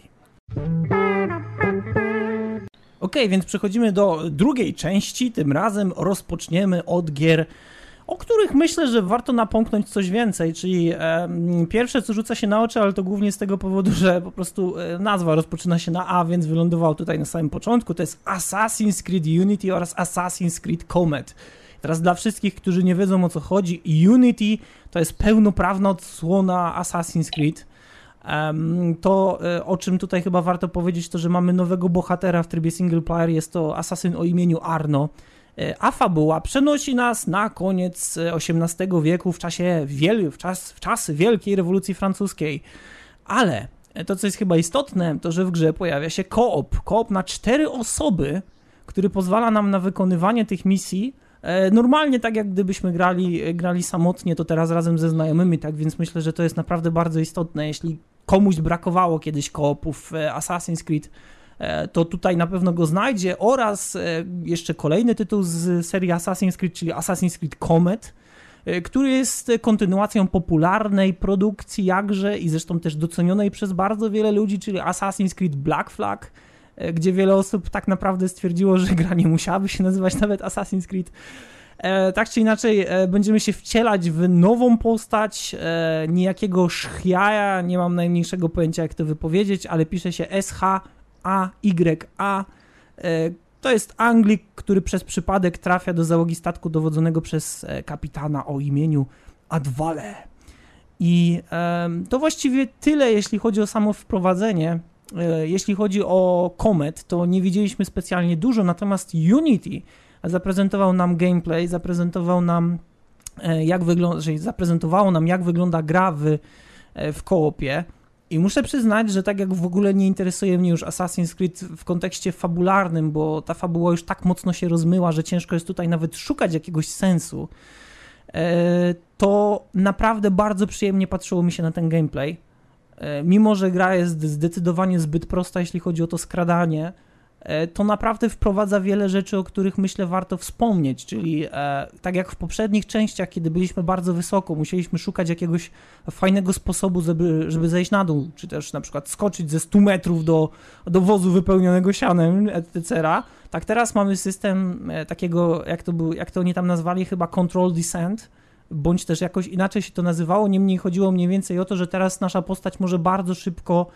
Okej, więc przechodzimy do drugiej części, tym razem rozpoczniemy od gier, o których myślę, że warto napomknąć coś więcej, czyli pierwsze, co rzuca się na oczy, ale to głównie z tego powodu, że po prostu nazwa rozpoczyna się na A, więc wylądował tutaj na samym początku, to jest Assassin's Creed Unity oraz Assassin's Creed Comet. Teraz dla wszystkich, którzy nie wiedzą, o co chodzi, Unity to jest pełnoprawna odsłona Assassin's Creed. To, o czym tutaj chyba warto powiedzieć, to, że mamy nowego bohatera w trybie single player, jest to asasyn o imieniu Arno, a fabuła przenosi nas na koniec XVIII wieku, w czasy Wielkiej Rewolucji Francuskiej. Ale to, co jest chyba istotne, to, że w grze pojawia się koop na 4 osoby, który pozwala nam na wykonywanie tych misji normalnie, tak jak gdybyśmy grali samotnie, to teraz razem ze znajomymi, tak więc myślę, że to jest naprawdę bardzo istotne. Jeśli komuś brakowało kiedyś koopów w Assassin's Creed, to tutaj na pewno go znajdzie, oraz jeszcze kolejny tytuł z serii Assassin's Creed, czyli Assassin's Creed Comet, który jest kontynuacją popularnej produkcji jakże i zresztą też docenionej przez bardzo wiele ludzi, czyli Assassin's Creed Black Flag, gdzie wiele osób tak naprawdę stwierdziło, że gra nie musiałaby się nazywać nawet Assassin's Creed. Tak czy inaczej, będziemy się wcielać w nową postać, niejakiego Shhya'a, nie mam najmniejszego pojęcia, jak to wypowiedzieć, ale pisze się S-H-A-Y-A. To jest Anglik, który przez przypadek trafia do załogi statku dowodzonego przez kapitana o imieniu Adwale. I to właściwie tyle, jeśli chodzi o samo wprowadzenie. Jeśli chodzi o Comet, to nie widzieliśmy specjalnie dużo, natomiast Unity zaprezentował nam gameplay, zaprezentowało nam jak wygląda gra w koopie. I muszę przyznać, że tak jak w ogóle nie interesuje mnie już Assassin's Creed w kontekście fabularnym, bo ta fabuła już tak mocno się rozmyła, że ciężko jest tutaj nawet szukać jakiegoś sensu, to naprawdę bardzo przyjemnie patrzyło mi się na ten gameplay. Mimo że gra jest zdecydowanie zbyt prosta, jeśli chodzi o to skradanie, to naprawdę wprowadza wiele rzeczy, o których myślę warto wspomnieć, czyli tak jak w poprzednich częściach, kiedy byliśmy bardzo wysoko, musieliśmy szukać jakiegoś fajnego sposobu, żeby zejść na dół, czy też na przykład skoczyć ze 100 metrów do wozu wypełnionego sianem, etc. Tak teraz mamy system takiego, jak to oni tam nazwali, chyba Control Descent, bądź też jakoś inaczej się to nazywało, niemniej chodziło mniej więcej o to, że teraz nasza postać może bardzo szybko,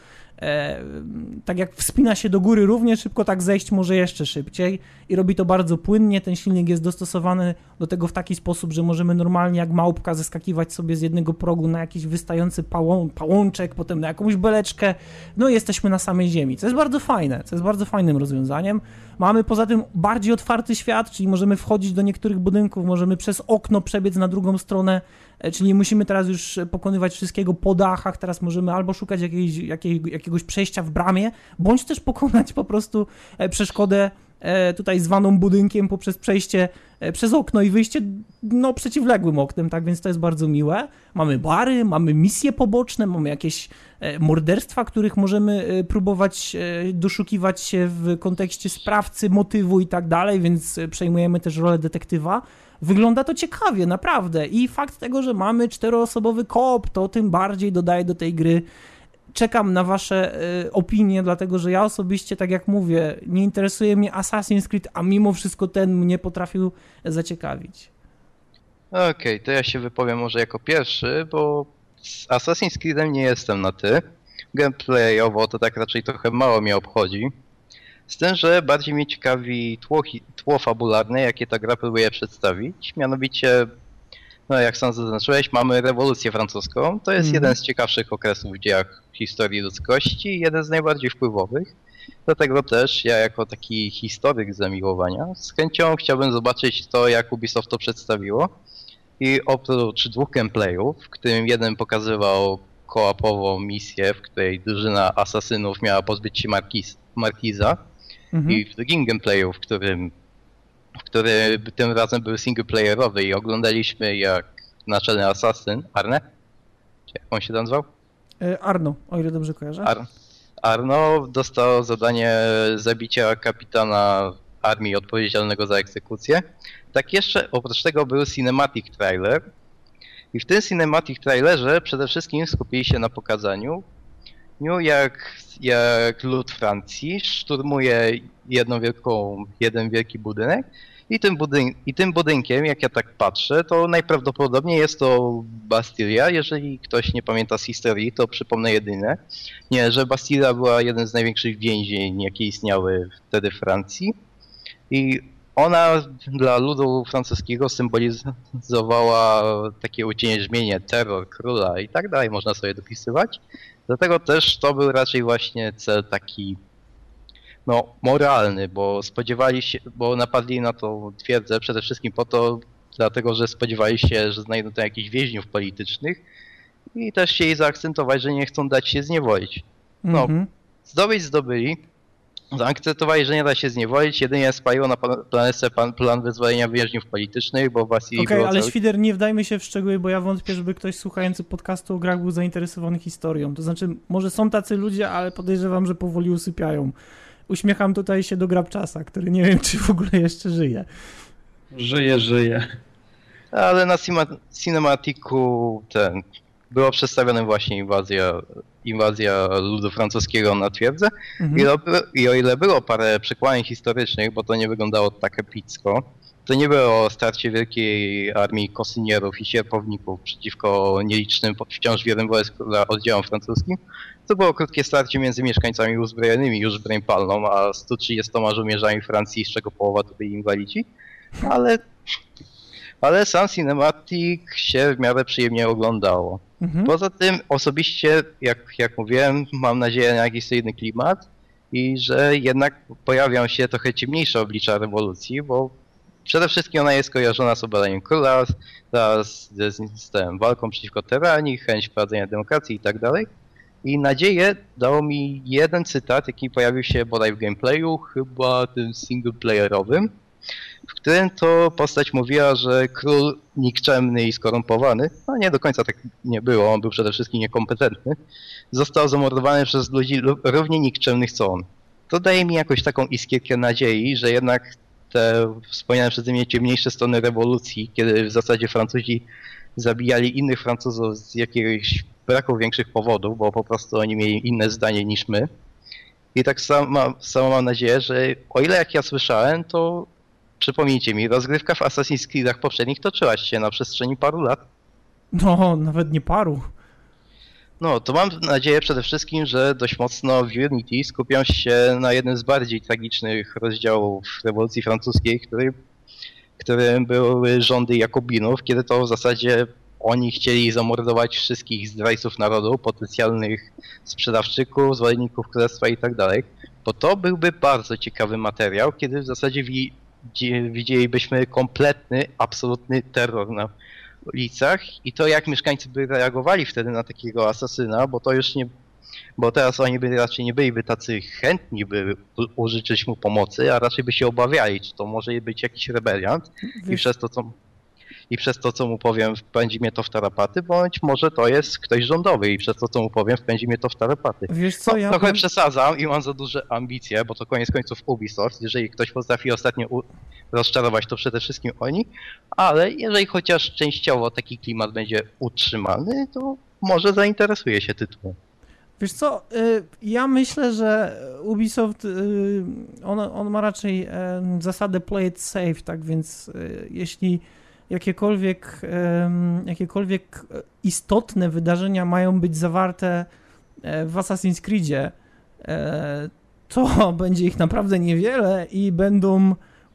tak jak wspina się do góry, równie szybko tak zejść może jeszcze szybciej i robi to bardzo płynnie. Ten silnik jest dostosowany do tego w taki sposób, że możemy normalnie jak małpka zeskakiwać sobie z jednego progu na jakiś wystający pałączek, potem na jakąś beleczkę, no i jesteśmy na samej ziemi, co jest bardzo fajne, co jest bardzo fajnym rozwiązaniem. Mamy poza tym bardziej otwarty świat, czyli możemy wchodzić do niektórych budynków, możemy przez okno przebiec na drugą stronę, czyli musimy teraz już pokonywać wszystkiego po dachach, teraz możemy albo szukać jakiegoś przejścia w bramie, bądź też pokonać po prostu przeszkodę tutaj zwaną budynkiem poprzez przejście przez okno i wyjście przeciwległym oknem, tak więc to jest bardzo miłe. Mamy bary, mamy misje poboczne, mamy jakieś morderstwa, których możemy próbować doszukiwać się w kontekście sprawcy, motywu i tak dalej, więc przejmujemy też rolę detektywa. Wygląda to ciekawie, naprawdę, i fakt tego, że mamy 4-osobowy koop, to tym bardziej dodaje do tej gry. Czekam na wasze opinie, dlatego że ja osobiście, tak jak mówię, nie interesuje mnie Assassin's Creed, a mimo wszystko ten mnie potrafił zaciekawić. Okej, to ja się wypowiem może jako pierwszy, bo z Assassin's Creedem nie jestem na ty. Gameplayowo to tak raczej trochę mało mnie obchodzi. Z tym, że bardziej mnie ciekawi tło fabularne, jakie ta gra próbuje przedstawić. Mianowicie, no jak sam zaznaczyłeś, mamy rewolucję francuską. To jest jeden z ciekawszych okresów w dziejach historii ludzkości i jeden z najbardziej wpływowych. Dlatego też ja jako taki historyk zamiłowania z chęcią chciałbym zobaczyć to, jak Ubisoft to przedstawiło. I oprócz 2 gameplayów, w którym jeden pokazywał koopową misję, w której drużyna asasynów miała pozbyć się Markiza, i w drugim gameplayu, w którym który tym razem był singleplayerowy i oglądaliśmy jak naczelny asasyn, Arne? Czy jak on się nazywał? Arno, o ile dobrze kojarzę. Arno dostał zadanie zabicia kapitana armii odpowiedzialnego za egzekucję. Tak jeszcze oprócz tego był cinematic trailer. I w tym cinematic trailerze przede wszystkim skupili się na pokazaniu, jak lud Francji szturmuje jeden wielki budynek i tym budynkiem, jak ja tak patrzę, to najprawdopodobniej jest to Bastylia. Jeżeli ktoś nie pamięta z historii, to przypomnę jedynie, że Bastylia była jeden z największych więzień, jakie istniały wtedy w Francji. I ona dla ludu francuskiego symbolizowała takie ucieleśnienie, terror króla i tak dalej, można sobie dopisywać. Dlatego też to był raczej właśnie cel taki moralny, bo napadli na tą twierdzę przede wszystkim dlatego, że spodziewali się, że znajdą tam jakichś więźniów politycznych i też chcieli zaakcentować, że nie chcą dać się zniewolić. Zdobyli, zaakceptowali, że nie da się zniewolić, jedynie spaliło na planecie plan wyzwolenia więźniów politycznych, bo Wasili Okej, ale Świder, nie wdajmy się w szczegóły, bo ja wątpię, żeby ktoś słuchający podcastu o grach był zainteresowany historią. To znaczy, może są tacy ludzie, ale podejrzewam, że powoli usypiają. Uśmiecham tutaj się do Grabczasa, który nie wiem, czy w ogóle jeszcze żyje. Żyje. Ale na cinematiku była przedstawiona właśnie inwazja ludu francuskiego na twierdzę. I o ile było parę przekłamań historycznych, bo to nie wyglądało tak epicko, to nie było starcie wielkiej armii kosynierów i sierpowników przeciwko nielicznym, wciąż wiernym oddziałom francuskim. To było krótkie starcie między mieszkańcami uzbrojonymi już broń palną, a 130 żołnierzami Francji, z czego połowa to byli inwalidzi. Ale sam cinematic się w miarę przyjemnie oglądało. Poza tym osobiście, jak mówiłem, mam nadzieję na jakiś solidny klimat i że jednak pojawią się trochę ciemniejsze oblicza rewolucji, bo przede wszystkim ona jest kojarzona z obalaniem króla, z walką przeciwko tyranii, chęć wprowadzenia demokracji i tak dalej. I nadzieję dał mi jeden cytat, jaki pojawił się bodaj w gameplayu, chyba tym singleplayerowym, w którym to postać mówiła, że król nikczemny i skorumpowany, nie do końca tak nie było, on był przede wszystkim niekompetentny, został zamordowany przez ludzi równie nikczemnych co on. To daje mi jakąś taką iskierkę nadziei, że jednak te wspomniane przeze mnie ciemniejsze strony rewolucji, kiedy w zasadzie Francuzi zabijali innych Francuzów z jakiegoś braku większych powodów, bo po prostu oni mieli inne zdanie niż my. I tak samo mam nadzieję, że o ile jak ja słyszałem, to przypomnijcie mi, rozgrywka w Assassin's Creed'ach poprzednich toczyła się na przestrzeni paru lat. No, nawet nie paru. No, to mam nadzieję przede wszystkim, że dość mocno w Unity skupią się na jednym z bardziej tragicznych rozdziałów rewolucji francuskiej, którym były rządy Jakobinów, kiedy to w zasadzie oni chcieli zamordować wszystkich zdrajców narodu, potencjalnych sprzedawczyków, zwolenników królestwa i tak dalej. Bo to byłby bardzo ciekawy materiał, kiedy w zasadzie widzielibyśmy kompletny, absolutny terror na ulicach i to jak mieszkańcy by reagowali wtedy na takiego asasyna, bo teraz oni by raczej nie byliby tacy chętni, by użyczyć mu pomocy, a raczej by się obawiali, czy to może być jakiś rebeliant i przez to, co mu powiem, wpędzi mnie to w tarapaty, bądź może to jest ktoś rządowy i przez to, co mu powiem, wpędzi mnie to w tarapaty. Wiesz co, trochę przesadzam i mam za duże ambicje, bo to koniec końców Ubisoft. Jeżeli ktoś potrafi ostatnio rozczarować, to przede wszystkim oni, ale jeżeli chociaż częściowo taki klimat będzie utrzymany, to może zainteresuje się tytułem. Wiesz co, ja myślę, że Ubisoft, on ma raczej zasadę play it safe, tak więc jeśli jakiekolwiek istotne wydarzenia mają być zawarte w Assassin's Creedzie, to będzie ich naprawdę niewiele i będą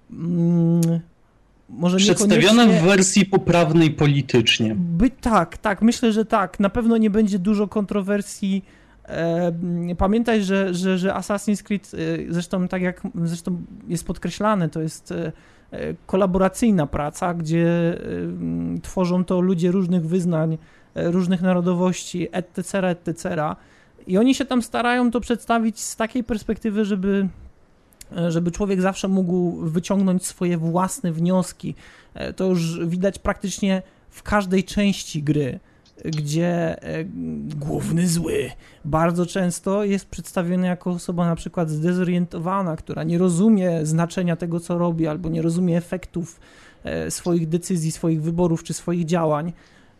może przedstawione w wersji poprawnej politycznie. Tak, myślę, że tak. Na pewno nie będzie dużo kontrowersji. Pamiętaj, że Assassin's Creed, zresztą tak jak jest podkreślane, to jest kolaboracyjna praca, gdzie tworzą to ludzie różnych wyznań, różnych narodowości, etc. I oni się tam starają to przedstawić z takiej perspektywy, żeby żeby człowiek zawsze mógł wyciągnąć swoje własne wnioski. To już widać praktycznie w każdej części gry, gdzie główny zły bardzo często jest przedstawiony jako osoba na przykład zdezorientowana, która nie rozumie znaczenia tego, co robi, albo nie rozumie efektów swoich decyzji, swoich wyborów czy swoich działań.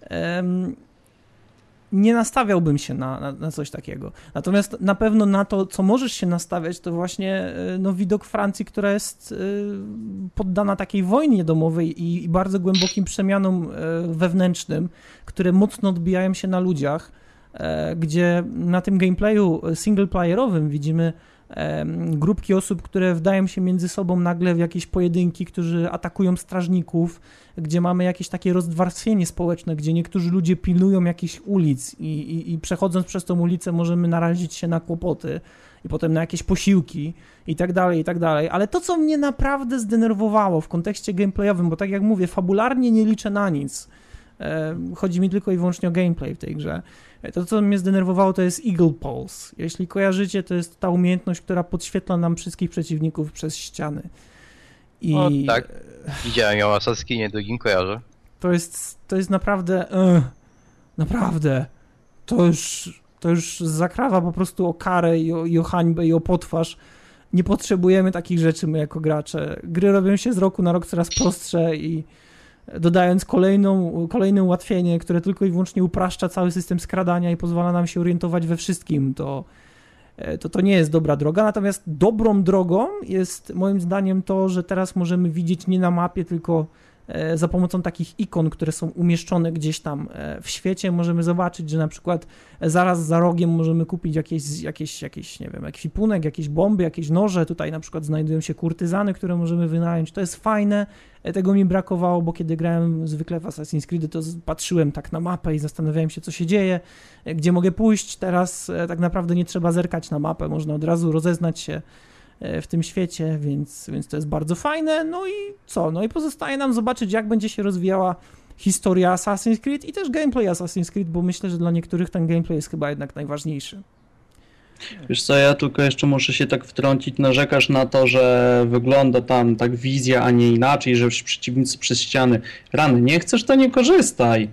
Nie nastawiałbym się na coś takiego. Natomiast na pewno na to, co możesz się nastawiać, to właśnie widok Francji, która jest poddana takiej wojnie domowej i bardzo głębokim przemianom wewnętrznym, które mocno odbijają się na ludziach, gdzie na tym gameplayu singleplayerowym widzimy grupki osób, które wdają się między sobą nagle w jakieś pojedynki, którzy atakują strażników, gdzie mamy jakieś takie rozwarstwienie społeczne, gdzie niektórzy ludzie pilnują jakichś ulic i przechodząc przez tą ulicę możemy narazić się na kłopoty i potem na jakieś posiłki i tak dalej, ale to, co mnie naprawdę zdenerwowało w kontekście gameplayowym, bo tak jak mówię, fabularnie nie liczę na nic, chodzi mi tylko i wyłącznie o gameplay w tej grze. To, co mnie zdenerwowało, to jest Eagle Pulse. Jeśli kojarzycie, to jest ta umiejętność, która podświetla nam wszystkich przeciwników przez ściany. O tak, widziałem ją, Asaskinie drugim kojarzę. To jest naprawdę, naprawdę, to już zakrawa po prostu o karę i o hańbę i o potwarz. Nie potrzebujemy takich rzeczy my jako gracze. Gry robią się z roku na rok coraz prostsze i dodając kolejne ułatwienie, które tylko i wyłącznie upraszcza cały system skradania i pozwala nam się orientować we wszystkim, to nie jest dobra droga. Natomiast dobrą drogą jest moim zdaniem to, że teraz możemy widzieć nie na mapie, tylko za pomocą takich ikon, które są umieszczone gdzieś tam w świecie, możemy zobaczyć, że na przykład zaraz za rogiem możemy kupić jakieś nie wiem, ekwipunek, jakieś bomby, jakieś noże. Tutaj na przykład znajdują się kurtyzany, które możemy wynająć. To jest fajne. Tego mi brakowało, bo kiedy grałem zwykle w Assassin's Creed, to patrzyłem tak na mapę i zastanawiałem się, co się dzieje, gdzie mogę pójść. Teraz tak naprawdę nie trzeba zerkać na mapę, można od razu rozeznać się w tym świecie, więc to jest bardzo fajne. No i co? No i pozostaje nam zobaczyć, jak będzie się rozwijała historia Assassin's Creed i też gameplay Assassin's Creed, bo myślę, że dla niektórych ten gameplay jest chyba jednak najważniejszy. Wiesz co, ja tylko jeszcze muszę się tak wtrącić, narzekasz na to, że wygląda tam tak wizja, a nie inaczej, że przeciwnicy przez ściany. Rany, nie chcesz, to nie korzystaj.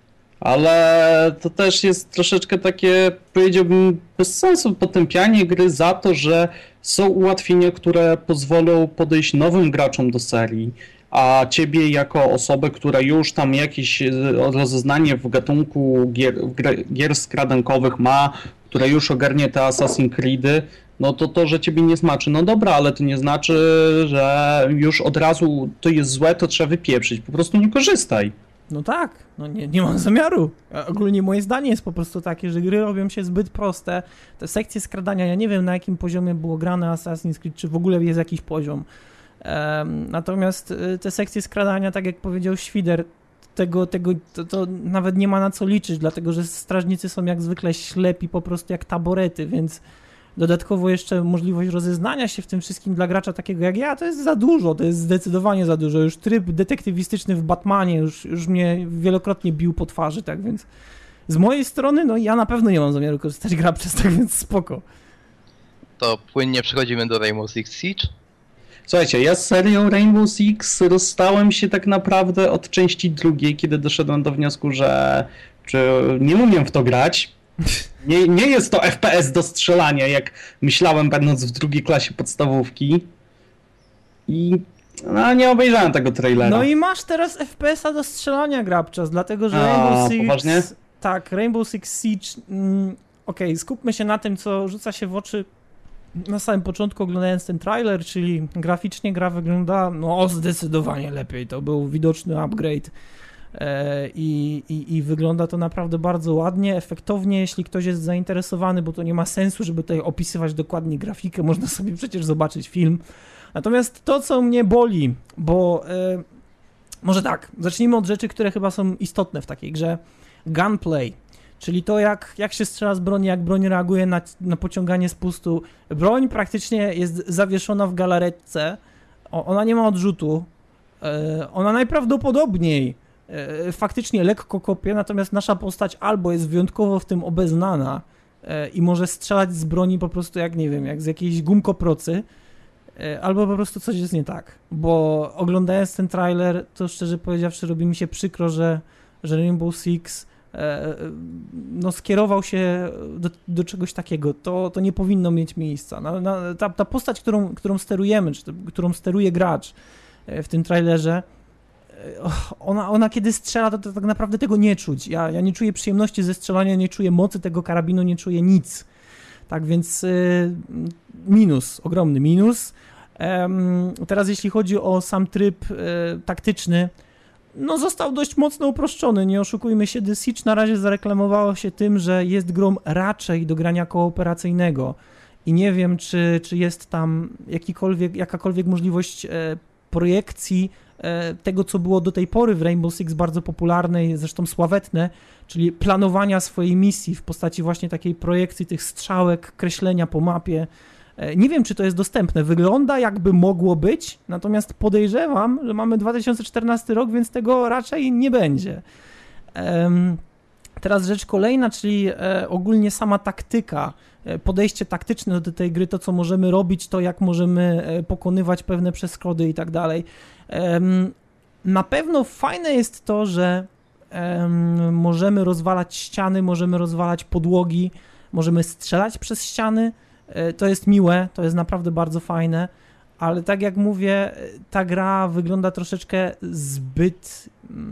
Ale to też jest troszeczkę takie, powiedziałbym, bez sensu potępianie gry za to, że są ułatwienia, które pozwolą podejść nowym graczom do serii, a ciebie jako osobę, która już tam jakieś rozeznanie w gatunku gier skradankowych ma, która już ogarnie te Assassin's Creedy, no to, że ciebie nie smaczy. No dobra, ale to nie znaczy, że już od razu to jest złe, to trzeba wypieprzyć. Po prostu nie korzystaj. No tak, no nie mam zamiaru. Ogólnie moje zdanie jest po prostu takie, że gry robią się zbyt proste. Te sekcje skradania, ja nie wiem, na jakim poziomie było grane Assassin's Creed, czy w ogóle jest jakiś poziom. Natomiast te sekcje skradania, tak jak powiedział Świder, to nawet nie ma na co liczyć, dlatego że strażnicy są jak zwykle ślepi, po prostu jak taborety, więc dodatkowo jeszcze możliwość rozeznania się w tym wszystkim dla gracza takiego jak ja, to jest za dużo, to jest zdecydowanie za dużo. Już tryb detektywistyczny w Batmanie już mnie wielokrotnie bił po twarzy, tak więc z mojej strony, no ja na pewno nie mam zamiaru korzystać gra przez tak, więc spoko. To płynnie przechodzimy do Rainbow Six Siege. Słuchajcie, ja z serią Rainbow Six rozstałem się tak naprawdę od części drugiej, kiedy doszedłem do wniosku, że nie umiem w to grać. Nie jest to FPS do strzelania, jak myślałem, będąc w drugiej klasie podstawówki. I nie obejrzałem tego trailera. No i masz teraz FPS-a do strzelania, Grabczas, dlatego że Rainbow Six... Poważnie? Tak, Rainbow Six Siege... Okej, skupmy się na tym, co rzuca się w oczy na samym początku, oglądając ten trailer, czyli graficznie gra wygląda zdecydowanie lepiej. To był widoczny upgrade i wygląda to naprawdę bardzo ładnie, efektownie, jeśli ktoś jest zainteresowany, bo to nie ma sensu, żeby tutaj opisywać dokładnie grafikę, można sobie przecież zobaczyć film. Natomiast to, co mnie boli, bo może tak, zacznijmy od rzeczy, które chyba są istotne w takiej grze. Gunplay. Czyli to, jak się strzela z broni, jak broń reaguje na pociąganie spustu. Broń praktycznie jest zawieszona w galaretce, ona nie ma odrzutu, ona najprawdopodobniej faktycznie lekko kopie, natomiast nasza postać albo jest wyjątkowo w tym obeznana i może strzelać z broni po prostu jak, nie wiem, jak z jakiejś gumkoprocy, albo po prostu coś jest nie tak, bo oglądając ten trailer, to szczerze powiedziawszy robi mi się przykro, że Rainbow Six no, skierował się do czegoś takiego. To nie powinno mieć miejsca. Ta postać, którą sterujemy, czy którą steruje gracz w tym trailerze, ona kiedy strzela, to tak naprawdę tego nie czuć. Ja nie czuję przyjemności ze strzelania, nie czuję mocy tego karabinu, nie czuję nic. Tak więc minus, ogromny minus. Teraz jeśli chodzi o sam tryb taktyczny, no został dość mocno uproszczony, nie oszukujmy się, The Siege na razie zareklamowało się tym, że jest grą raczej do grania kooperacyjnego i nie wiem, czy jest tam jakakolwiek możliwość projekcji tego, co było do tej pory w Rainbow Six bardzo popularne, zresztą sławetne, czyli planowania swojej misji w postaci właśnie takiej projekcji tych strzałek, kreślenia po mapie. Nie wiem, czy to jest dostępne. Wygląda, jakby mogło być, natomiast podejrzewam, że mamy 2014 rok, więc tego raczej nie będzie. Teraz rzecz kolejna, czyli ogólnie sama taktyka, podejście taktyczne do tej gry, to co możemy robić, to jak możemy pokonywać pewne przeszkody i tak dalej. Na pewno fajne jest to, że możemy rozwalać ściany, możemy rozwalać podłogi, możemy strzelać przez ściany. To jest miłe, to jest naprawdę bardzo fajne, ale tak jak mówię, ta gra wygląda troszeczkę zbyt...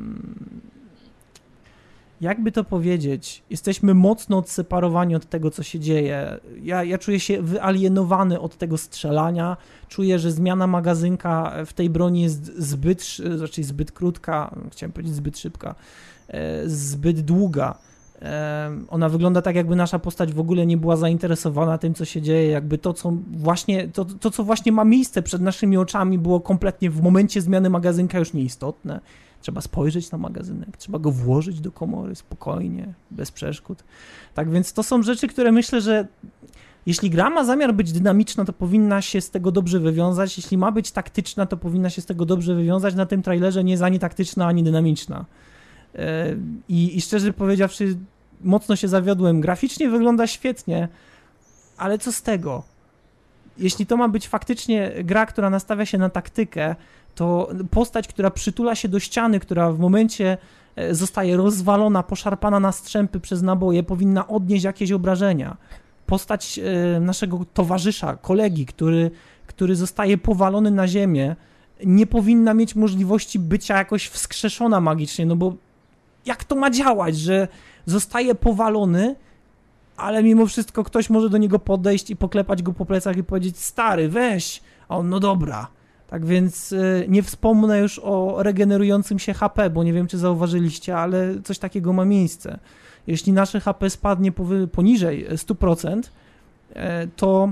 Jakby to powiedzieć, jesteśmy mocno odseparowani od tego, co się dzieje. Ja czuję się wyalienowany od tego strzelania, czuję, że zmiana magazynka w tej broni jest zbyt krótka, chciałem powiedzieć zbyt szybka, zbyt długa. Ona wygląda tak, jakby nasza postać w ogóle nie była zainteresowana tym, co się dzieje, jakby to, co właśnie ma miejsce przed naszymi oczami, było kompletnie w momencie zmiany magazynka już nieistotne. Trzeba spojrzeć na magazynek, trzeba go włożyć do komory spokojnie, bez przeszkód. Tak więc to są rzeczy, które myślę, że jeśli gra ma zamiar być dynamiczna, to powinna się z tego dobrze wywiązać. Jeśli ma być taktyczna, to powinna się z tego dobrze wywiązać. Na tym trailerze nie jest ani taktyczna, ani dynamiczna. I szczerze powiedziawszy, mocno się zawiodłem. Graficznie wygląda świetnie, ale co z tego? Jeśli to ma być faktycznie gra, która nastawia się na taktykę, to postać, która przytula się do ściany, która w momencie zostaje rozwalona, poszarpana na strzępy przez naboje, powinna odnieść jakieś obrażenia. Postać naszego towarzysza, kolegi, który zostaje powalony na ziemię, nie powinna mieć możliwości bycia jakoś wskrzeszona magicznie, no bo jak to ma działać, że zostaje powalony, ale mimo wszystko ktoś może do niego podejść i poklepać go po plecach i powiedzieć: stary, weź, a on: no dobra. Tak więc nie wspomnę już o regenerującym się HP, bo nie wiem, czy zauważyliście, ale coś takiego ma miejsce. Jeśli nasze HP spadnie poniżej 100%, to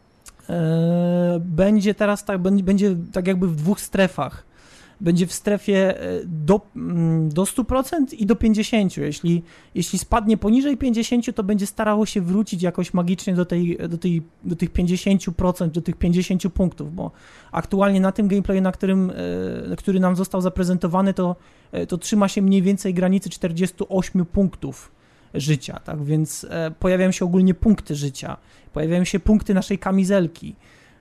będzie teraz tak, będzie tak jakby w dwóch strefach. Będzie w strefie do 100% i do 50%. Jeśli spadnie poniżej 50%, to będzie starało się wrócić jakoś magicznie do tych 50%, do tych 50 punktów, bo aktualnie na tym gameplayu, który nam został zaprezentowany, to trzyma się mniej więcej granicy 48 punktów życia, tak więc pojawiają się ogólnie punkty życia, pojawiają się punkty naszej kamizelki.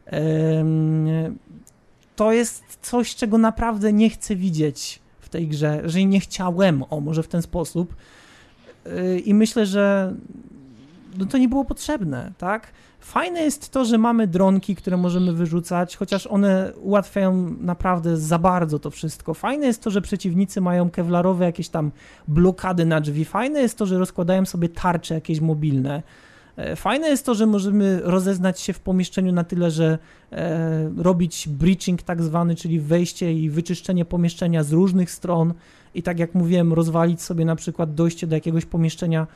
To jest coś, czego naprawdę nie chcę widzieć w tej grze, że nie chciałem, może w ten sposób. I myślę, że to nie było potrzebne, tak? Fajne jest to, że mamy dronki, które możemy wyrzucać, chociaż one ułatwiają naprawdę za bardzo to wszystko. Fajne jest to, że przeciwnicy mają kewlarowe jakieś tam blokady na drzwi. Fajne jest to, że rozkładają sobie tarcze jakieś mobilne. Fajne jest to, że możemy rozeznać się w pomieszczeniu na tyle, że robić breaching tak zwany, czyli wejście i wyczyszczenie pomieszczenia z różnych stron i tak jak mówiłem, rozwalić sobie na przykład dojście do jakiegoś pomieszczenia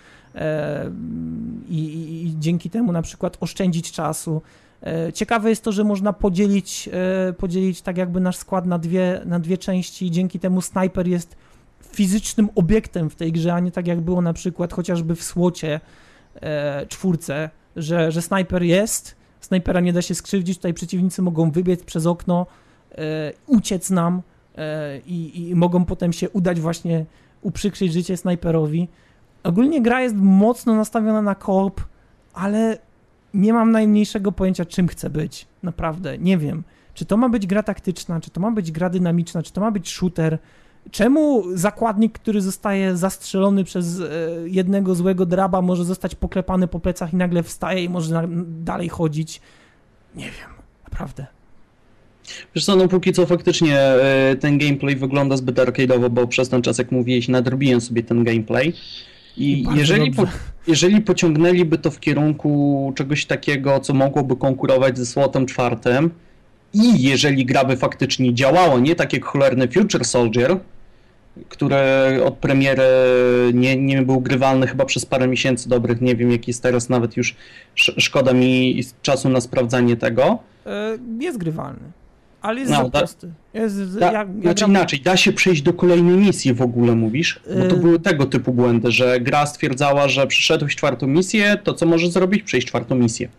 i dzięki temu na przykład oszczędzić czasu. Ciekawe jest to, że można podzielić tak jakby nasz skład na dwie części i dzięki temu snajper jest fizycznym obiektem w tej grze, a nie tak jak było na przykład chociażby w SWAT-cie 4, że snajper jest, snajpera nie da się skrzywdzić, tutaj przeciwnicy mogą wybiec przez okno, uciec nam i mogą potem się udać właśnie uprzykrzyć życie snajperowi. Ogólnie gra jest mocno nastawiona na koop, ale nie mam najmniejszego pojęcia, czym chce być. Naprawdę, nie wiem. Czy to ma być gra taktyczna, czy to ma być gra dynamiczna, czy to ma być shooter? Czemu zakładnik, który zostaje zastrzelony przez jednego złego draba, może zostać poklepany po plecach i nagle wstaje i może dalej chodzić? Nie wiem, naprawdę. Wiesz co, no póki co faktycznie ten gameplay wygląda zbyt arcade'owo, bo przez ten czas, jak mówiłeś, nadrobiłem sobie ten gameplay. I jeżeli pociągnęliby to w kierunku czegoś takiego, co mogłoby konkurować ze SWAT-em 4, i jeżeli gra by faktycznie działała, nie tak jak cholerny Future Soldier, który od premiery nie był grywalny chyba przez parę miesięcy dobrych, nie wiem jaki jest teraz, nawet już szkoda mi czasu na sprawdzanie tego. Jest grywalny, ale jest za prosty. Znaczy inaczej, da się przejść do kolejnej misji w ogóle, mówisz? Bo to były tego typu błędy, że gra stwierdzała, że przeszedłeś 4. misję, to co możesz zrobić? Przejść 4. misję.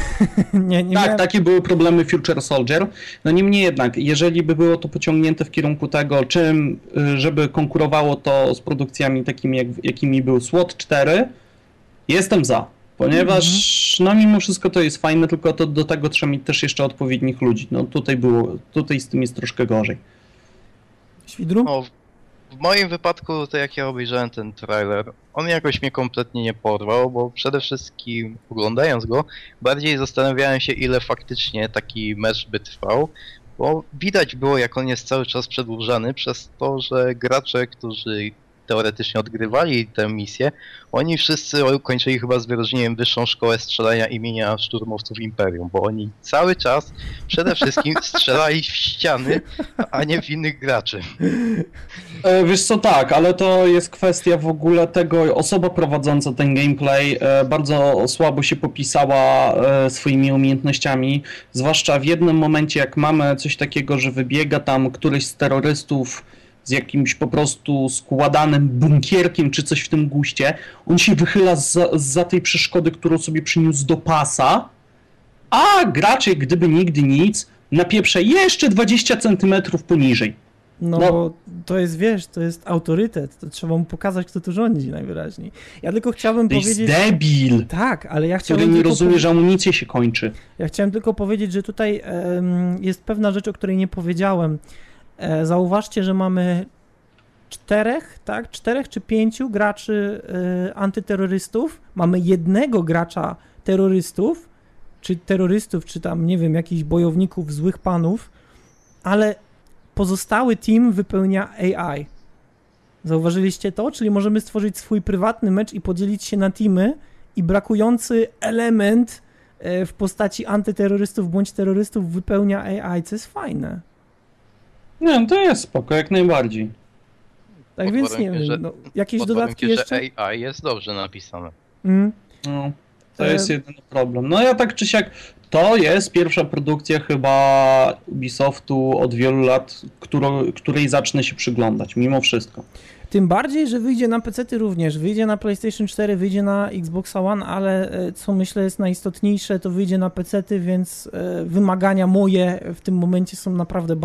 Takie były problemy Future Soldier. No niemniej jednak, jeżeli by było to pociągnięte w kierunku tego, żeby konkurowało to z produkcjami takimi, jakimi był SWAT 4, jestem za. Ponieważ no mimo wszystko to jest fajne, tylko to do tego trzeba mieć też jeszcze odpowiednich ludzi. No tutaj z tym jest troszkę gorzej. Świdru? No, w moim wypadku, to jak ja obejrzałem ten trailer, on jakoś mnie kompletnie nie porwał, bo przede wszystkim oglądając go, bardziej zastanawiałem się, ile faktycznie taki mecz by trwał, bo widać było, jak on jest cały czas przedłużany przez to, że gracze, którzy teoretycznie odgrywali tę misję, oni wszyscy kończyli chyba z wyróżnieniem Wyższą Szkołę Strzelania imienia Szturmowców Imperium, bo oni cały czas przede wszystkim strzelali w ściany, a nie w innych graczy. Wiesz co, tak, ale to jest kwestia w ogóle tego, osoba prowadząca ten gameplay bardzo słabo się popisała swoimi umiejętnościami, zwłaszcza w jednym momencie, jak mamy coś takiego, że wybiega tam któryś z terrorystów z jakimś po prostu składanym bunkierkiem czy coś w tym guście, on się wychyla za tej przeszkody, którą sobie przyniósł do pasa, a gracz, jak gdyby nigdy nic, napieprza jeszcze 20 centymetrów poniżej. No bo to jest, wiesz, to jest autorytet, to trzeba mu pokazać, kto tu rządzi najwyraźniej. Ja tylko chciałbym powiedzieć... To jest debil! Tak, ale ja chciałem... Który nie rozumie, że amunicja się kończy. Ja chciałem tylko powiedzieć, że tutaj jest pewna rzecz, o której nie powiedziałem. Zauważcie, że mamy 4 czy 5 graczy antyterrorystów, mamy jednego gracza terrorystów, czy tam, nie wiem, jakichś bojowników, złych panów, ale pozostały team wypełnia AI. Zauważyliście to? Czyli możemy stworzyć swój prywatny mecz i podzielić się na teamy i brakujący element w postaci antyterrorystów bądź terrorystów wypełnia AI, co jest fajne. Nie, to jest spoko, jak najbardziej. Tak pod więc nie wiem, jakieś dodatki jeszcze? Że AI jest dobrze napisane. No, to jest jedyny problem. No ja tak czy siak, to jest pierwsza produkcja chyba Ubisoftu od wielu lat, której zacznę się przyglądać, mimo wszystko. Tym bardziej, że wyjdzie na PC-ty również, wyjdzie na PlayStation 4, wyjdzie na Xbox One, ale co myślę jest najistotniejsze, to wyjdzie na PC-ty, więc wymagania moje w tym momencie są naprawdę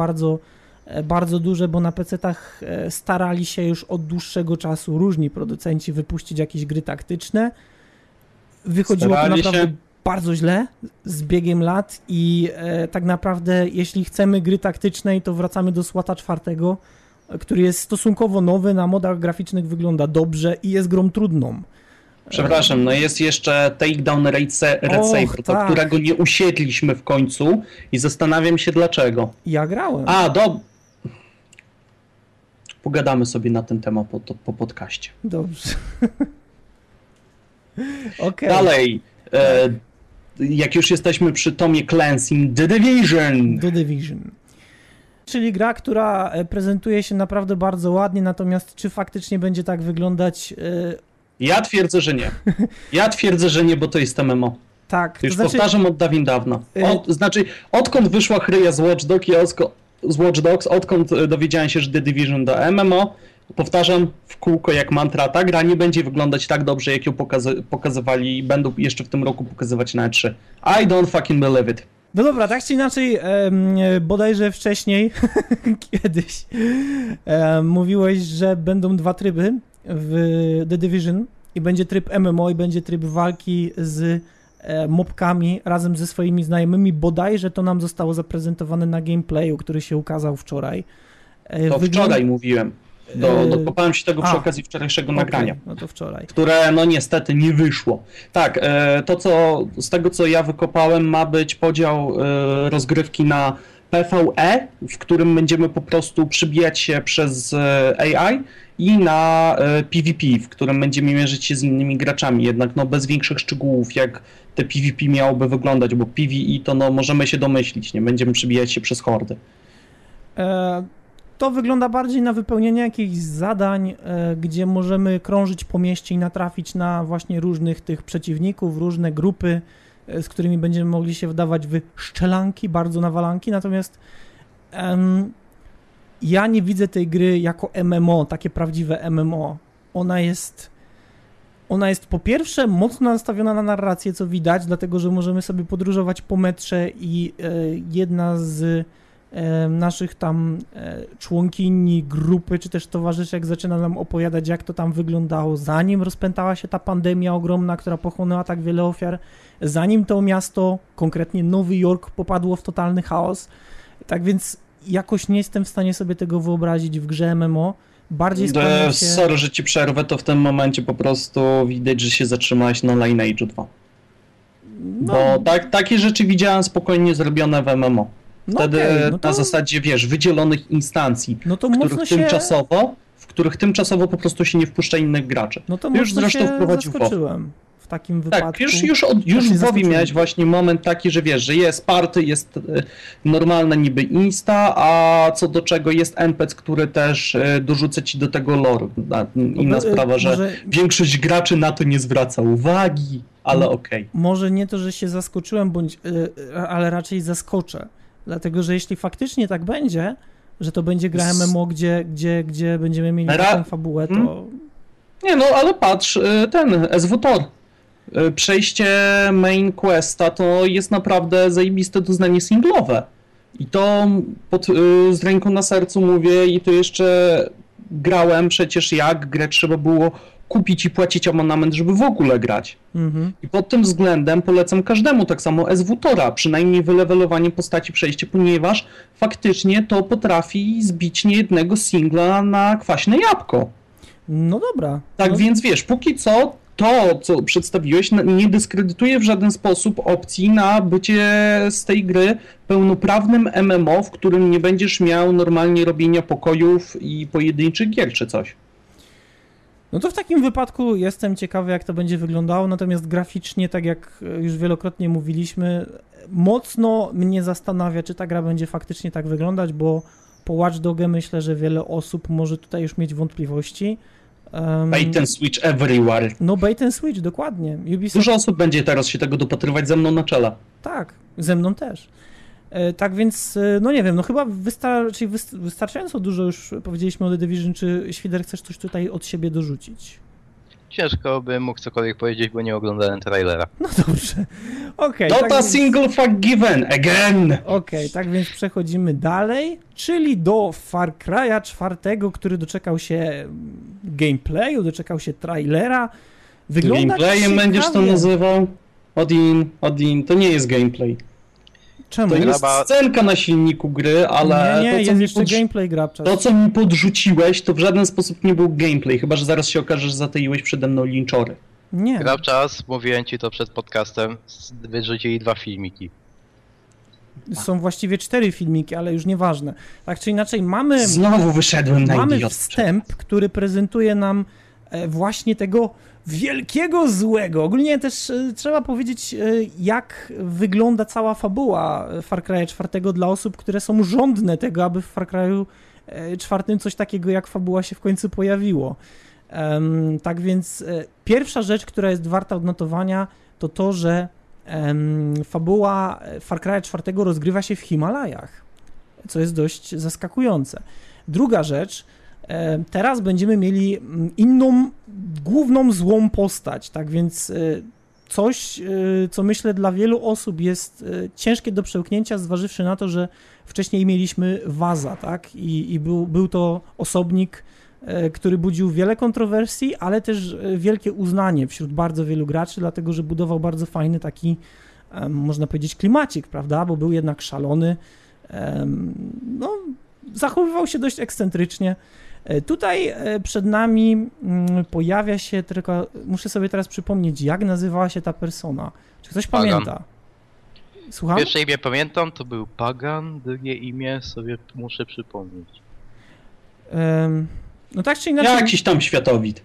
bardzo duże, bo na PC-tach starali się już od dłuższego czasu różni producenci wypuścić jakieś gry taktyczne. Wychodziło to naprawdę bardzo źle z biegiem lat i tak naprawdę jeśli chcemy gry taktycznej, to wracamy do SWAT-a 4, który jest stosunkowo nowy, na modach graficznych wygląda dobrze i jest grą trudną. Przepraszam, no jest jeszcze Takedown Raid Saber, do którego nie usiedliśmy w końcu i zastanawiam się dlaczego. Ja grałem. Pogadamy sobie na ten temat po podcaście. Dobrze. Okay. Dalej, jak już jesteśmy przy Tomie Clancy'm, The Division. Czyli gra, która prezentuje się naprawdę bardzo ładnie, natomiast czy faktycznie będzie tak wyglądać? Ja twierdzę, że nie. Bo to jest MMO. Tak. Już powtarzam od dawien dawna. Odkąd wyszła chryja z Watch Dogs, odkąd dowiedziałem się, że The Division to MMO, powtarzam w kółko jak mantra, ta gra nie będzie wyglądać tak dobrze, jak ją pokazywali i będą jeszcze w tym roku pokazywać na E3. I don't fucking believe it. No dobra, tak czy inaczej, bodajże wcześniej, kiedyś, mówiłeś, że będą 2 tryby w The Division i będzie tryb MMO i będzie tryb walki z mopkami razem ze swoimi znajomymi, bodajże to nam zostało zaprezentowane na gameplayu, który się ukazał wczoraj. To wczoraj mówiłem. Dokopałem się tego przy okazji wczorajszego nagrania. No to wczoraj. Które no niestety nie wyszło. Tak, z tego co ja wykopałem, ma być podział rozgrywki na PvE, w którym będziemy po prostu przybijać się przez AI, i na PvP, w którym będziemy mierzyć się z innymi graczami, jednak no bez większych szczegółów, jak te PvP miałoby wyglądać, bo PvE to no możemy się domyślić, nie będziemy przybijać się przez hordy. To wygląda bardziej na wypełnienie jakichś zadań, gdzie możemy krążyć po mieście i natrafić na właśnie różnych tych przeciwników, różne grupy, z którymi będziemy mogli się wdawać w szczelanki, bardzo nawalanki, natomiast ja nie widzę tej gry jako MMO, takie prawdziwe MMO. Ona jest po pierwsze mocno nastawiona na narrację, co widać, dlatego że możemy sobie podróżować po metrze i jedna z naszych tam członkini grupy, czy też towarzyszek zaczyna nam opowiadać, jak to tam wyglądało, zanim rozpętała się ta pandemia ogromna, która pochłonęła tak wiele ofiar, zanim to miasto, konkretnie Nowy Jork, popadło w totalny chaos. Tak więc jakoś nie jestem w stanie sobie tego wyobrazić w grze MMO. Bardziej skłaniam się... Sorry, że ci przerwę, to w tym momencie po prostu widać, że się zatrzymałeś na Lineage'u 2. No. Bo takie rzeczy widziałem spokojnie zrobione w MMO. Wtedy na zasadzie, wiesz, wydzielonych instancji, w których tymczasowo po prostu się nie wpuszcza innych graczy. No to już zresztą wprowadził w takim wypadku. Tak, już w WoWie miałeś właśnie moment taki, że wiesz, że jest party, jest normalne niby insta, a co do czego jest NPC, który też dorzuca ci do tego lore. Inna sprawa, że większość graczy na to nie zwraca uwagi, ale okej. Może nie to, że się zaskoczyłem, ale raczej zaskoczę. Dlatego, że jeśli faktycznie tak będzie, że to będzie gra MMO, gdzie będziemy mieli taką fabułę, to... Nie no, ale patrz, SWTOR. Przejście main questa to jest naprawdę zajebiste doznanie singlowe. I to z ręką na sercu mówię, i to jeszcze grałem przecież jak grę trzeba było kupić i płacić abonament, żeby w ogóle grać. I pod tym względem polecam każdemu, tak samo SWTOR-a, przynajmniej wylewelowanie postaci, przejście, ponieważ faktycznie to potrafi zbić niejednego singla na kwaśne jabłko. No dobra. Tak więc wiesz, póki co to, co przedstawiłeś, nie dyskredytuje w żaden sposób opcji na bycie z tej gry pełnoprawnym MMO, w którym nie będziesz miał normalnie robienia pokojów i pojedynczych gier czy coś. No to w takim wypadku jestem ciekawy, jak to będzie wyglądało, natomiast graficznie, tak jak już wielokrotnie mówiliśmy, mocno mnie zastanawia, czy ta gra będzie faktycznie tak wyglądać, bo po Watch Dog'ie myślę, że wiele osób może tutaj już mieć wątpliwości. Bait and switch everywhere. No bait and switch, dokładnie. Ubisoft... Dużo osób będzie teraz się tego dopatrywać, ze mną na czele. Tak, ze mną też. Tak więc, no nie wiem, no chyba wystarczająco dużo już powiedzieliśmy o The Division. Czy Świder, chcesz coś tutaj od siebie dorzucić? Ciężko bym mógł cokolwiek powiedzieć, bo nie oglądałem trailera. No dobrze, okej. Dota tak single fuck given, again! Okej, tak więc przechodzimy dalej, czyli do Far Cry'a 4, który doczekał się gameplayu, doczekał się trailera. Wygląda gameplayem ciekawie. Będziesz to nazywał? Odin, to nie jest gameplay. Czemu? To jest scenka na silniku gry, ale nie, jest jeszcze gameplay, Grabczas. To, co mi podrzuciłeś, to w żaden sposób nie był gameplay, chyba że zaraz się okaże, że zataiłeś przede mną linczory. Nie. Grabczas, mówiłem ci to przed podcastem, wyrzucili 2 filmiki. Są właściwie 4 filmiki, ale już nieważne. Tak czy inaczej, Znowu wyszedłem na Mamy wstęp, który prezentuje nam właśnie tego wielkiego złego. Ogólnie też trzeba powiedzieć, jak wygląda cała fabuła Far Cry'a 4 dla osób, które są żądne tego, aby w Far Cry'u 4 coś takiego jak fabuła się w końcu pojawiło. Tak więc pierwsza rzecz, która jest warta odnotowania, to to, że fabuła Far Cry'a 4 rozgrywa się w Himalajach, co jest dość zaskakujące. Druga rzecz, teraz będziemy mieli inną, główną złą postać, tak więc coś, co myślę dla wielu osób jest ciężkie do przełknięcia, zważywszy na to, że wcześniej mieliśmy Waza, tak, i był to osobnik który budził wiele kontrowersji, ale też wielkie uznanie wśród bardzo wielu graczy, dlatego że budował bardzo fajny taki, można powiedzieć, klimacik, prawda, bo był jednak szalony, no, zachowywał się dość ekscentrycznie. Tutaj przed nami pojawia się, tylko muszę sobie teraz przypomnieć, jak nazywała się ta persona. Czy ktoś Pagan. pamięta? Słucham? Pierwsze imię pamiętam, to był Pagan, drugie imię sobie muszę przypomnieć. No tak czy inaczej... Jakiś tam światowid.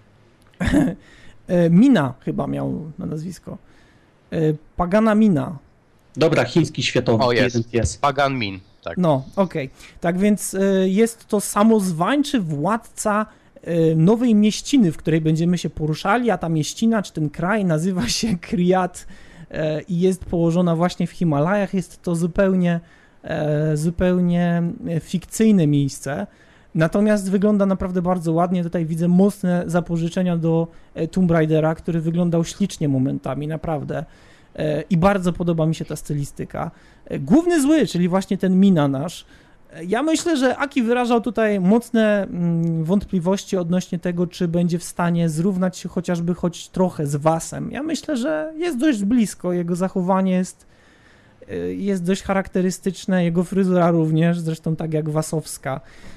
Mina chyba miał na nazwisko. Pagana Mina. Dobra, chiński światowid. O, jest. Jeden pies. Pagan Min, tak. No, okej. Tak więc jest to samozwańczy władca nowej mieściny, w której będziemy się poruszali, a ta mieścina, czy ten kraj nazywa się Kriat i jest położona właśnie w Himalajach. Jest to zupełnie fikcyjne miejsce. Natomiast wygląda naprawdę bardzo ładnie. Tutaj widzę mocne zapożyczenia do Tomb Raidera, który wyglądał ślicznie momentami, naprawdę. I bardzo podoba mi się ta stylistyka. Główny zły, czyli właśnie ten Mina nasz. Ja myślę, że Aki wyrażał tutaj mocne wątpliwości odnośnie tego, czy będzie w stanie zrównać się chociażby choć trochę z Wasem. Ja myślę, że jest dość blisko. Jego zachowanie jest dość charakterystyczne, jego fryzura również, zresztą tak jak wasowska.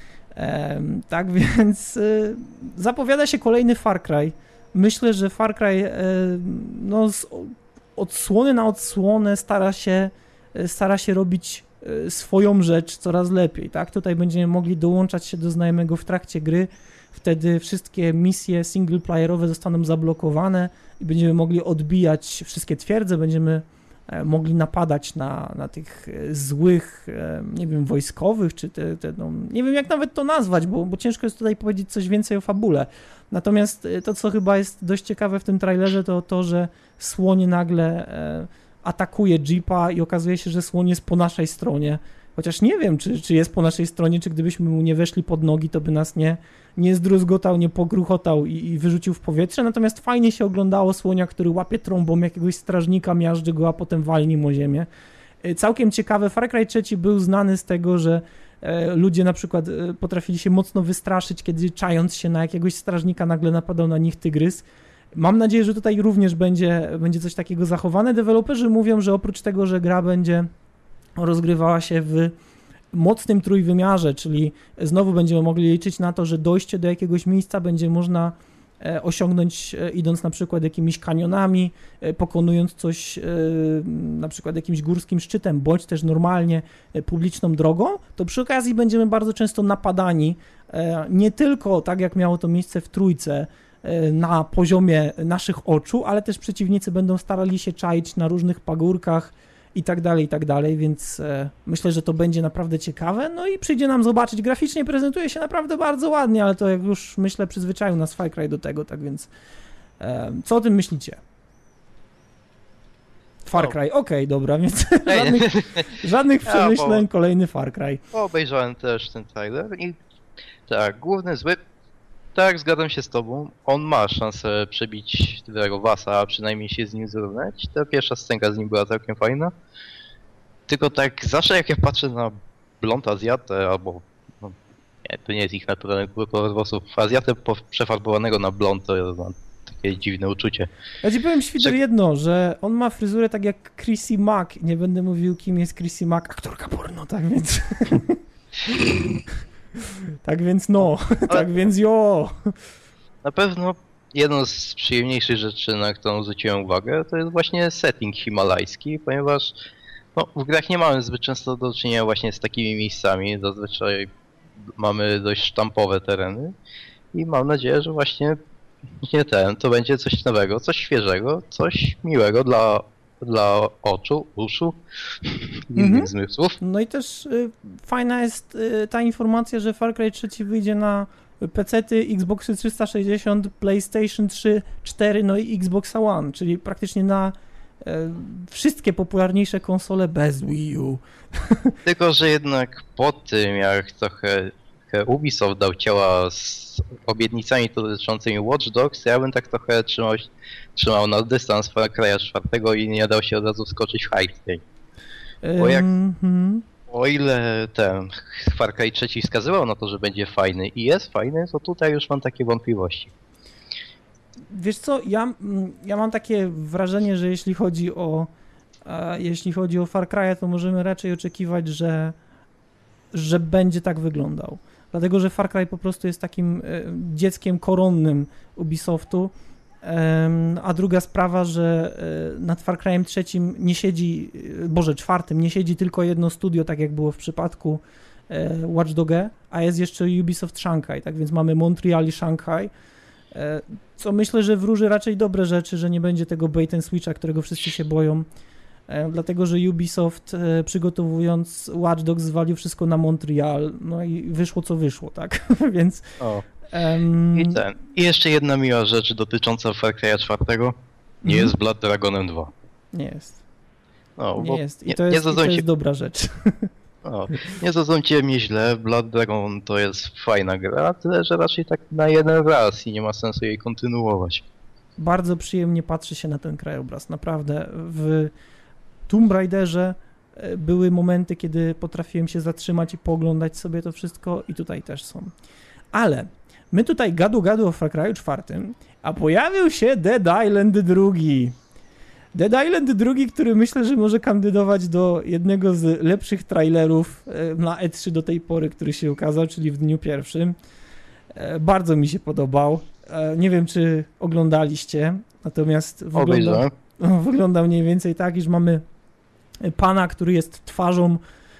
Tak więc zapowiada się kolejny Far Cry. Myślę, że Far Cry no, z odsłony na odsłonę stara się robić swoją rzecz coraz lepiej. Tak? Tutaj będziemy mogli dołączać się do znajomego w trakcie gry. Wtedy wszystkie misje singleplayerowe zostaną zablokowane i będziemy mogli odbijać wszystkie twierdze, będziemy mogli napadać na tych złych, nie wiem, wojskowych, czy no, nie wiem jak nawet to nazwać, bo ciężko jest tutaj powiedzieć coś więcej o fabule. Natomiast to, co chyba jest dość ciekawe w tym trailerze, to to, że słoń nagle atakuje Jeepa i okazuje się, że słoń jest po naszej stronie. Chociaż nie wiem, czy jest po naszej stronie, czy gdybyśmy mu nie weszli pod nogi, to by nas nie zdruzgotał, nie pogruchotał i wyrzucił w powietrze. Natomiast fajnie się oglądało słonia, który łapie trąbą jakiegoś strażnika, miażdży go, a potem wali nim o ziemię. Całkiem ciekawe. Far Cry 3 był znany z tego, że ludzie na przykład potrafili się mocno wystraszyć, kiedy czając się na jakiegoś strażnika nagle napadał na nich tygrys. Mam nadzieję, że tutaj również będzie coś takiego zachowane. Deweloperzy mówią, że oprócz tego, że gra będzie rozgrywała się w mocnym trójwymiarze, czyli znowu będziemy mogli liczyć na to, że dojście do jakiegoś miejsca będzie można osiągnąć idąc na przykład jakimiś kanionami, pokonując coś na przykład jakimś górskim szczytem, bądź też normalnie publiczną drogą, to przy okazji będziemy bardzo często napadani, nie tylko tak jak miało to miejsce w trójce, na poziomie naszych oczu, ale też przeciwnicy będą starali się czaić na różnych pagórkach i tak dalej, więc myślę, że to będzie naprawdę ciekawe, no i przyjdzie nam zobaczyć, graficznie prezentuje się naprawdę bardzo ładnie, ale to jak już myślę przyzwyczaił nas Far Cry do tego, tak więc co o tym myślicie? Far Cry, okej, dobra, więc żadnych przemyśleń, kolejny Far Cry. Obejrzałem też ten trailer i tak, główny zły, tak, zgadzam się z tobą, on ma szansę przebić tego Wasa, a przynajmniej się z nim zrównać. Ta pierwsza scenka z nim była całkiem fajna. Tylko tak zawsze jak ja patrzę na blond Azjatę, albo no, nie, to nie jest ich naturalny kolor włosów, Azjatę przefarbowanego na blond, to ja mam takie dziwne uczucie. Ja ci powiem, Świder, jedno, że on ma fryzurę tak jak Chrissy Mack. Nie będę mówił, kim jest Chrissy Mack, aktorka porno, tak więc... Tak więc no, tak więc jo. Na pewno jedną z przyjemniejszych rzeczy, na którą zwróciłem uwagę, to jest właśnie setting himalajski, ponieważ no, w grach nie mamy zbyt często do czynienia właśnie z takimi miejscami, zazwyczaj mamy dość sztampowe tereny i mam nadzieję, że właśnie to będzie coś nowego, coś świeżego, coś miłego dla oczu, uszu, innych zmysłów. No i też fajna jest ta informacja, że Far Cry 3 wyjdzie na PC-ty, Xboxy 360, PlayStation 3, 4, no i Xbox One, czyli praktycznie na wszystkie popularniejsze konsole bez Wii U. Tylko, że jednak po tym, jak trochę Ubisoft dał ciała z obietnicami dotyczącymi Watch Dogs, ja bym tak trochę trzymał na dystans Far Cry'a 4 i nie dał się od razu wskoczyć w hype tej. Bo jak O ile ten Far Cry 3 wskazywał na to, że będzie fajny i jest fajny, to tutaj już mam takie wątpliwości. Wiesz co, ja mam takie wrażenie, że jeśli chodzi o Far Cry, to możemy raczej oczekiwać, że będzie tak wyglądał. Dlatego, że Far Cry po prostu jest takim dzieckiem koronnym Ubisoftu, a druga sprawa, że nad Far Cry'em 3 nie siedzi, czwartym, nie siedzi tylko jedno studio, tak jak było w przypadku Watch Dogs'a, a jest jeszcze Ubisoft Shanghai, tak więc mamy Montreal i Szanghaj, co myślę, że wróży raczej dobre rzeczy, że nie będzie tego bait and switcha, którego wszyscy się boją, dlatego, że Ubisoft przygotowując Watch Dogs zwalił wszystko na Montreal, no i wyszło co wyszło, tak, więc... I jeszcze jedna miła rzecz dotycząca Far Cry'a 4. Nie jest Blood Dragonem 2. Nie jest. No, nie jest. I to jest dobra rzecz. Nie zrozumcie mnie źle, Blood Dragon to jest fajna gra, tyle że raczej tak na jeden raz i nie ma sensu jej kontynuować. Bardzo przyjemnie patrzy się na ten krajobraz, naprawdę. W Tomb Raiderze były momenty, kiedy potrafiłem się zatrzymać i pooglądać sobie to wszystko i tutaj też są. Ale my tutaj gadu o Far Cry'u 4, a pojawił się Dead Island 2. Dead Island 2, który myślę, że może kandydować do jednego z lepszych trailerów na E3 do tej pory, który się ukazał, czyli w dniu pierwszym. Bardzo mi się podobał. Nie wiem, czy oglądaliście, natomiast wygląda mniej więcej tak, iż mamy pana, który jest twarzą,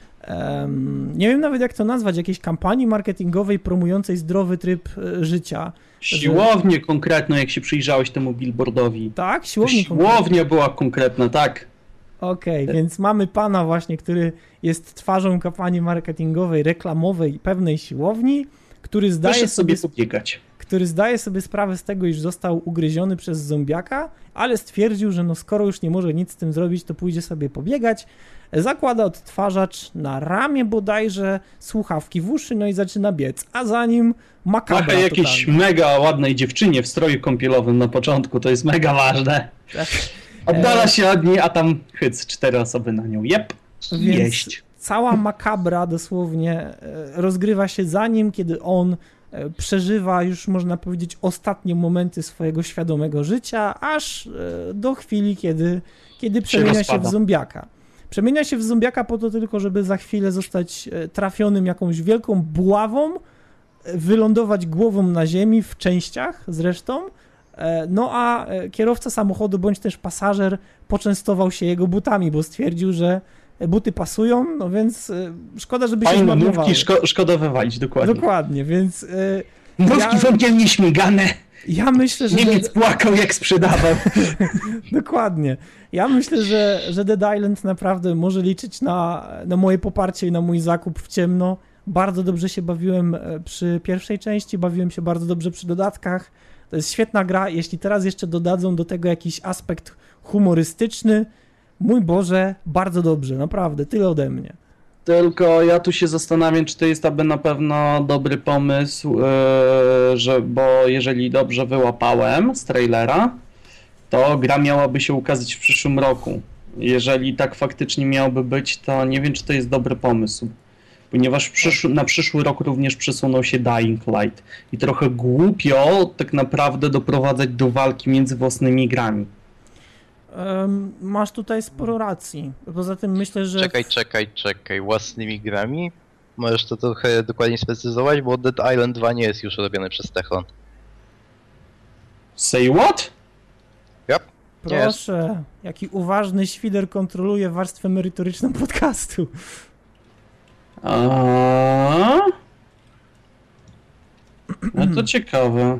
nie wiem nawet jak to nazwać, jakiejś kampanii marketingowej promującej zdrowy tryb życia. Siłownię konkretną, jak się przyjrzałeś temu billboardowi. Tak? Siłownia była konkretna, tak. Okej, więc mamy pana właśnie, który jest twarzą kampanii marketingowej, reklamowej pewnej siłowni, który zdaje sobie pobiegać. Który zdaje sobie sprawę z tego, iż został ugryziony przez zombiaka, ale stwierdził, że no skoro już nie może nic z tym zrobić, to pójdzie sobie pobiegać. Zakłada odtwarzacz na ramię bodajże, słuchawki w uszy, no i zaczyna biec, a za nim makabra totalnie. Jakiejś mega ładnej dziewczynie w stroju kąpielowym na początku, to jest mega ważne. Oddala się od niej, a tam 4 osoby na nią. Jeść. Cała makabra dosłownie rozgrywa się za nim, kiedy on przeżywa już, można powiedzieć, ostatnie momenty swojego świadomego życia, aż do chwili, kiedy przemienia się w zombiaka. Przemienia się w zombiaka po to tylko, żeby za chwilę zostać trafionym jakąś wielką buławą, wylądować głową na ziemi, w częściach zresztą, no a kierowca samochodu bądź też pasażer poczęstował się jego butami, bo stwierdził, że buty pasują, no więc szkoda, żeby się zmarnowały. Szkoda wywalić, dokładnie. Dokładnie, więc... Nówki wątkiem nieśmigane. Ja myślę, że... Niemiec płakał, jak sprzedawał. Dokładnie. Ja myślę, że Dead Island naprawdę może liczyć na moje poparcie i na mój zakup w ciemno. Bardzo dobrze się bawiłem przy pierwszej części, bawiłem się bardzo dobrze przy dodatkach. To jest świetna gra. Jeśli teraz jeszcze dodadzą do tego jakiś aspekt humorystyczny, mój Boże, bardzo dobrze, naprawdę, tyle ode mnie. Tylko ja tu się zastanawiam, czy to jest aby na pewno dobry pomysł, bo jeżeli dobrze wyłapałem z trailera, to gra miałaby się ukazać w przyszłym roku. Jeżeli tak faktycznie miałoby być, to nie wiem, czy to jest dobry pomysł. Ponieważ na przyszły rok również przesunął się Dying Light. I trochę głupio tak naprawdę doprowadzać do walki między własnymi grami. Masz tutaj sporo racji. Poza tym myślę, że... Czekaj. Własnymi grami? Możesz to trochę dokładniej sprecyzować, bo Dead Island 2 nie jest już robiony przez Techland. Say what? Yep. Proszę, jaki uważny świder kontroluje warstwę merytoryczną podcastu. No to ciekawe.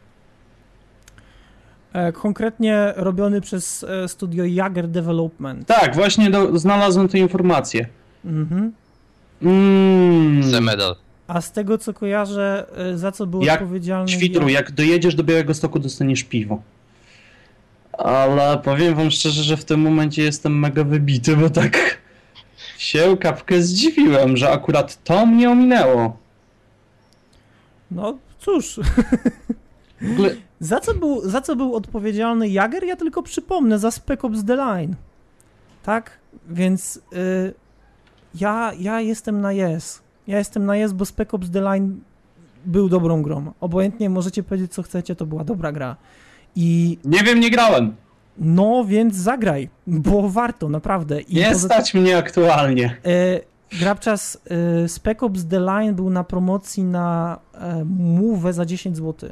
Konkretnie robiony przez studio Jager Development. Tak, właśnie znalazłem tę informację. The medal. A z tego co kojarzę, za co był odpowiedzialny... Świdru, jak dojedziesz do Białegostoku, dostaniesz piwo. Ale powiem wam szczerze, że w tym momencie jestem mega wybity, bo tak się kapkę zdziwiłem, że akurat to mnie ominęło. No cóż... Za co był odpowiedzialny Jager? Ja tylko przypomnę, za Spec Ops The Line. Tak? Więc Ja jestem na yes. Ja jestem na yes, bo Spec Ops The Line był dobrą grą. Obojętnie możecie powiedzieć, co chcecie, to była dobra gra. I... Nie wiem, nie grałem. No, więc zagraj, bo warto, naprawdę. I nie stać mnie aktualnie. Grabczas, Spec Ops The Line był na promocji na Move za 10 zł.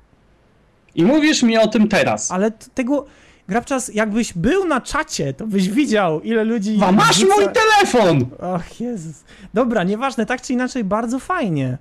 I mówisz mi o tym teraz. Ale tego... Grabczas, jakbyś był na czacie, to byś widział, ile ludzi... Masz mój telefon! Och, Jezus. Dobra, nieważne, tak czy inaczej, bardzo fajnie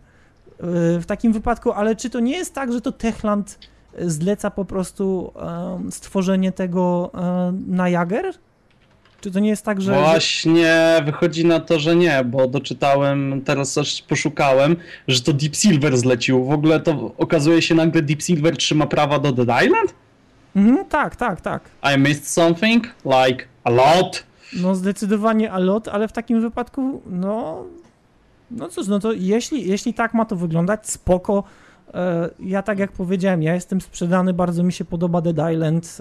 w takim wypadku, ale czy to nie jest tak, że to Techland zleca po prostu stworzenie tego na Jager? Czy to nie jest tak, że... Właśnie, wychodzi na to, że nie, bo doczytałem, teraz też poszukałem, że to Deep Silver zlecił. W ogóle to okazuje się nagle Deep Silver trzyma prawa do Dead Island? Tak. I missed something? Like a lot? No zdecydowanie a lot, ale w takim wypadku, no cóż, no to jeśli tak ma to wyglądać, spoko. Ja tak jak powiedziałem, ja jestem sprzedany, bardzo mi się podoba Dead Island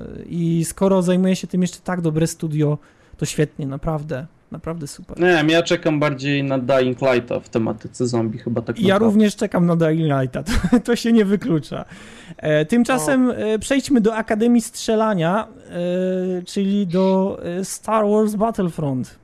i skoro zajmuje się tym jeszcze tak dobre studio, to świetnie, naprawdę super. Nie, ja czekam bardziej na Dying Lighta w tematyce zombie chyba tak naprawdę. Ja również czekam na Dying Lighta, to się nie wyklucza. Tymczasem przejdźmy do Akademii Strzelania, czyli do Star Wars Battlefront.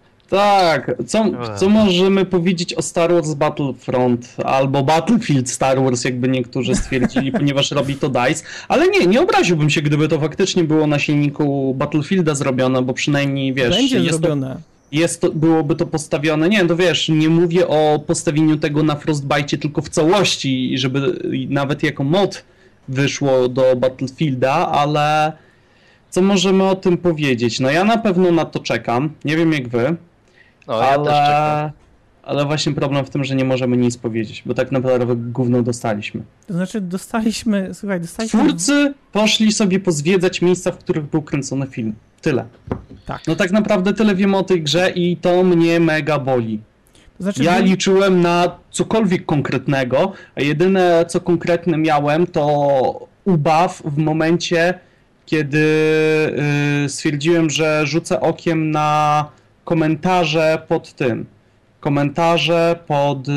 Tak, co możemy powiedzieć o Star Wars Battlefront albo Battlefield Star Wars, jakby niektórzy stwierdzili, ponieważ robi to DICE, ale nie obraziłbym się, gdyby to faktycznie było na silniku Battlefielda zrobione, bo przynajmniej, wiesz... Będzie zrobione. Byłoby to postawione, nie, to wiesz, nie mówię o postawieniu tego na Frostbite, tylko w całości, żeby nawet jako mod wyszło do Battlefielda, ale co możemy o tym powiedzieć? No ja na pewno na to czekam, nie wiem jak wy, no, ja też czekam. Ale właśnie problem w tym, że nie możemy nic powiedzieć, bo tak naprawdę gówno dostaliśmy. To znaczy dostaliśmy... Twórcy poszli sobie pozwiedzać miejsca, w których był kręcony film. Tyle. Tak. No tak naprawdę tyle wiemy o tej grze i to mnie mega boli. To znaczy, ja liczyłem na cokolwiek konkretnego, a jedyne co konkretne miałem to ubaw w momencie, kiedy stwierdziłem, że rzucę okiem na komentarze pod tym. Komentarze pod...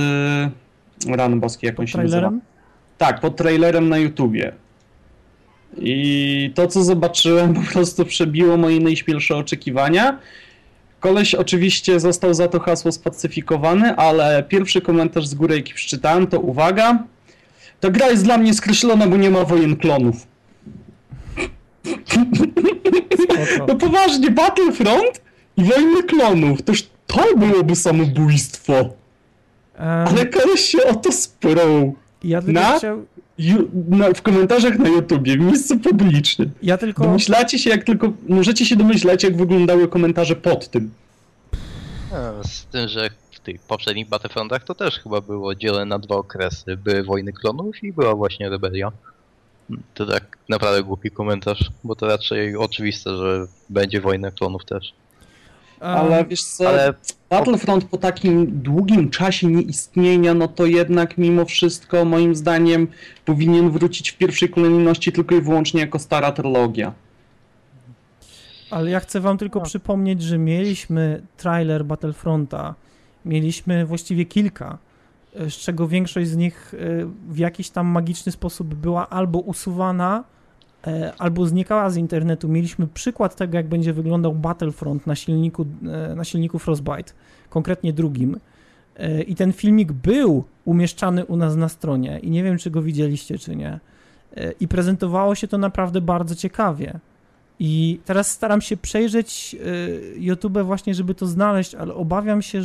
Rany boskie, jak on się nazywa? Tak, pod trailerem na YouTubie. I to, co zobaczyłem, po prostu przebiło moje najśmielsze oczekiwania. Koleś oczywiście został za to hasło spacyfikowany, ale pierwszy komentarz z góry, jaki przeczytałem, to uwaga. Ta gra jest dla mnie skreślona, bo nie ma wojen klonów. No poważnie, Battlefront i wojny klonów, toż to byłoby samobójstwo. Ale koleś się o to sprół. Ja tylko w komentarzach na YouTubie, w miejscu publicznym. Ja tylko... Domyślacie się, możecie się domyślać, jak wyglądały komentarze pod tym. Z tym, że w tych poprzednich Battlefrontach to też chyba było dzielone na dwa okresy. Były wojny klonów i była właśnie rebelia. To tak naprawdę głupi komentarz, bo to raczej oczywiste, że będzie wojna klonów też. Ale wiesz co, Battlefront po takim długim czasie nieistnienia, no to jednak mimo wszystko moim zdaniem powinien wrócić w pierwszej kolejności tylko i wyłącznie jako stara trylogia. Ale ja chcę wam tylko przypomnieć, że mieliśmy trailer Battlefronta, mieliśmy właściwie kilka, z czego większość z nich w jakiś tam magiczny sposób była albo usuwana, albo znikała z internetu. Mieliśmy przykład tego, jak będzie wyglądał Battlefront na silniku Frostbite, konkretnie drugim. I ten filmik był umieszczany u nas na stronie i nie wiem, czy go widzieliście, czy nie. I prezentowało się to naprawdę bardzo ciekawie. I teraz staram się przejrzeć YouTube właśnie, żeby to znaleźć, ale obawiam się,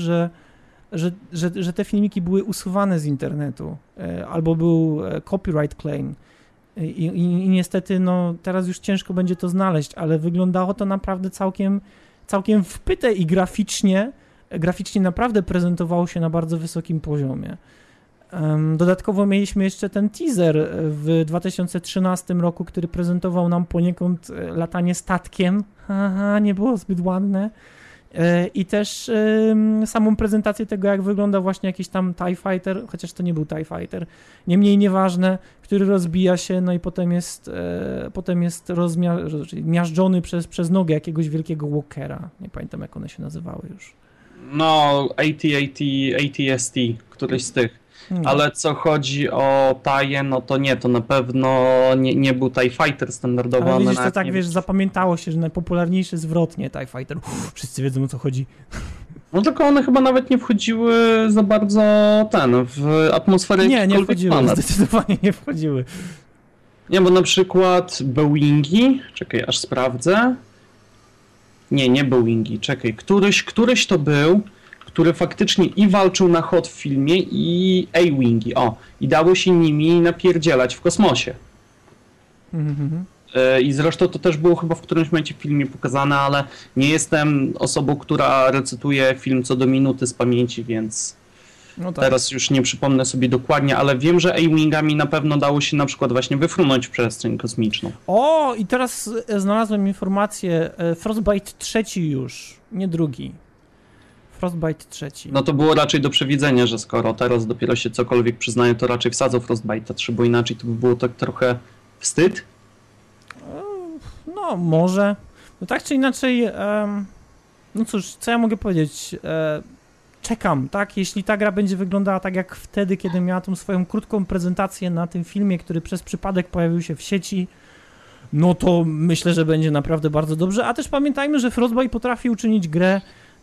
że te filmiki były usuwane z internetu, albo był copyright claim. I niestety, no teraz już ciężko będzie to znaleźć, ale wyglądało to naprawdę całkiem wpyte i graficznie naprawdę prezentowało się na bardzo wysokim poziomie. Dodatkowo mieliśmy jeszcze ten teaser w 2013 roku, który prezentował nam poniekąd latanie statkiem. Nie było zbyt ładne. I też samą prezentację tego, jak wygląda właśnie jakiś tam TIE Fighter, chociaż to nie był TIE Fighter, niemniej nieważne, który rozbija się, no i potem jest miażdżony przez nogę jakiegoś wielkiego walkera. Nie pamiętam, jak one się nazywały już. No, AT-ST, któryś z tych. Ale co chodzi o TIE, no to nie, to na pewno nie był TIE Fighter standardowy. Ale widzisz, to tak, wiesz, zapamiętało się, że najpopularniejszy zwrot, nie TIE Fighter. Wszyscy wiedzą, o co chodzi. No tylko one chyba nawet nie wchodziły za bardzo w atmosferę nie wchodziły, planet. Zdecydowanie nie wchodziły. Nie, bo na przykład Boeingi, czekaj, aż sprawdzę. Nie Boeingi, czekaj, któryś to był, który faktycznie i walczył na hot w filmie, i A-Wingi, i dało się nimi napierdzielać w kosmosie. I zresztą to też było chyba w którymś momencie w filmie pokazane, ale nie jestem osobą, która recytuje film co do minuty z pamięci, więc no tak. Teraz już nie przypomnę sobie dokładnie, ale wiem, że A-Wingami na pewno dało się na przykład właśnie wyfrunąć w przestrzeń kosmiczną. O, i teraz znalazłem informację, Frostbite 3 już, nie drugi. Frostbite 3. No to było raczej do przewidzenia, że skoro teraz dopiero się cokolwiek przyznaje, to raczej wsadzą Frostbite 3, bo inaczej to by było tak trochę wstyd. No, może. No tak czy inaczej, no cóż, co ja mogę powiedzieć? Czekam, tak? Jeśli ta gra będzie wyglądała tak jak wtedy, kiedy miała tą swoją krótką prezentację na tym filmie, który przez przypadek pojawił się w sieci, no to myślę, że będzie naprawdę bardzo dobrze. A też pamiętajmy, że Frostbite potrafi uczynić grę,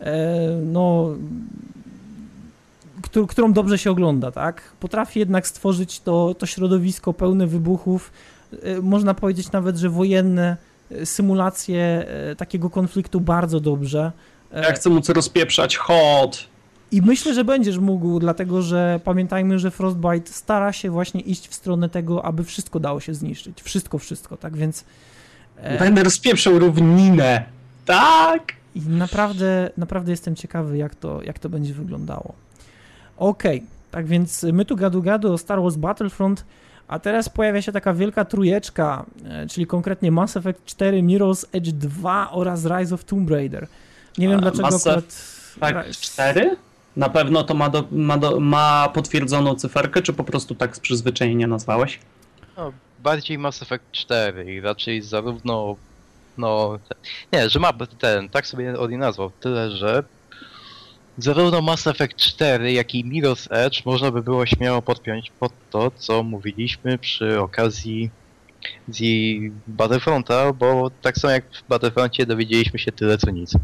którą dobrze się ogląda, tak? Potrafi jednak stworzyć to środowisko pełne wybuchów, można powiedzieć nawet, że wojenne symulacje takiego konfliktu bardzo dobrze. Ja chcę móc rozpieprzać hot. I myślę, że będziesz mógł, dlatego że pamiętajmy, że Frostbite stara się właśnie iść w stronę tego, aby wszystko dało się zniszczyć. Wszystko, tak więc... Będę rozpieprzał równinę. Tak! I naprawdę jestem ciekawy, jak to będzie wyglądało. Okej, tak więc my tu gadu o Star Wars Battlefront, a teraz pojawia się taka wielka trójeczka, czyli konkretnie Mass Effect 4, Mirror's Edge 2 oraz Rise of Tomb Raider. Nie wiem dlaczego Mass Effect 4? Na pewno to ma potwierdzoną cyferkę, czy po prostu tak z przyzwyczajenia nazwałeś? No, bardziej Mass Effect 4 i raczej zarówno że ma tak sobie Odi nazwał, tyle że zarówno Mass Effect 4, jak i Mirror's Edge można by było śmiało podpiąć pod to, co mówiliśmy przy okazji Battlefronta, bo tak samo jak w Battlefroncie dowiedzieliśmy się tyle co nic.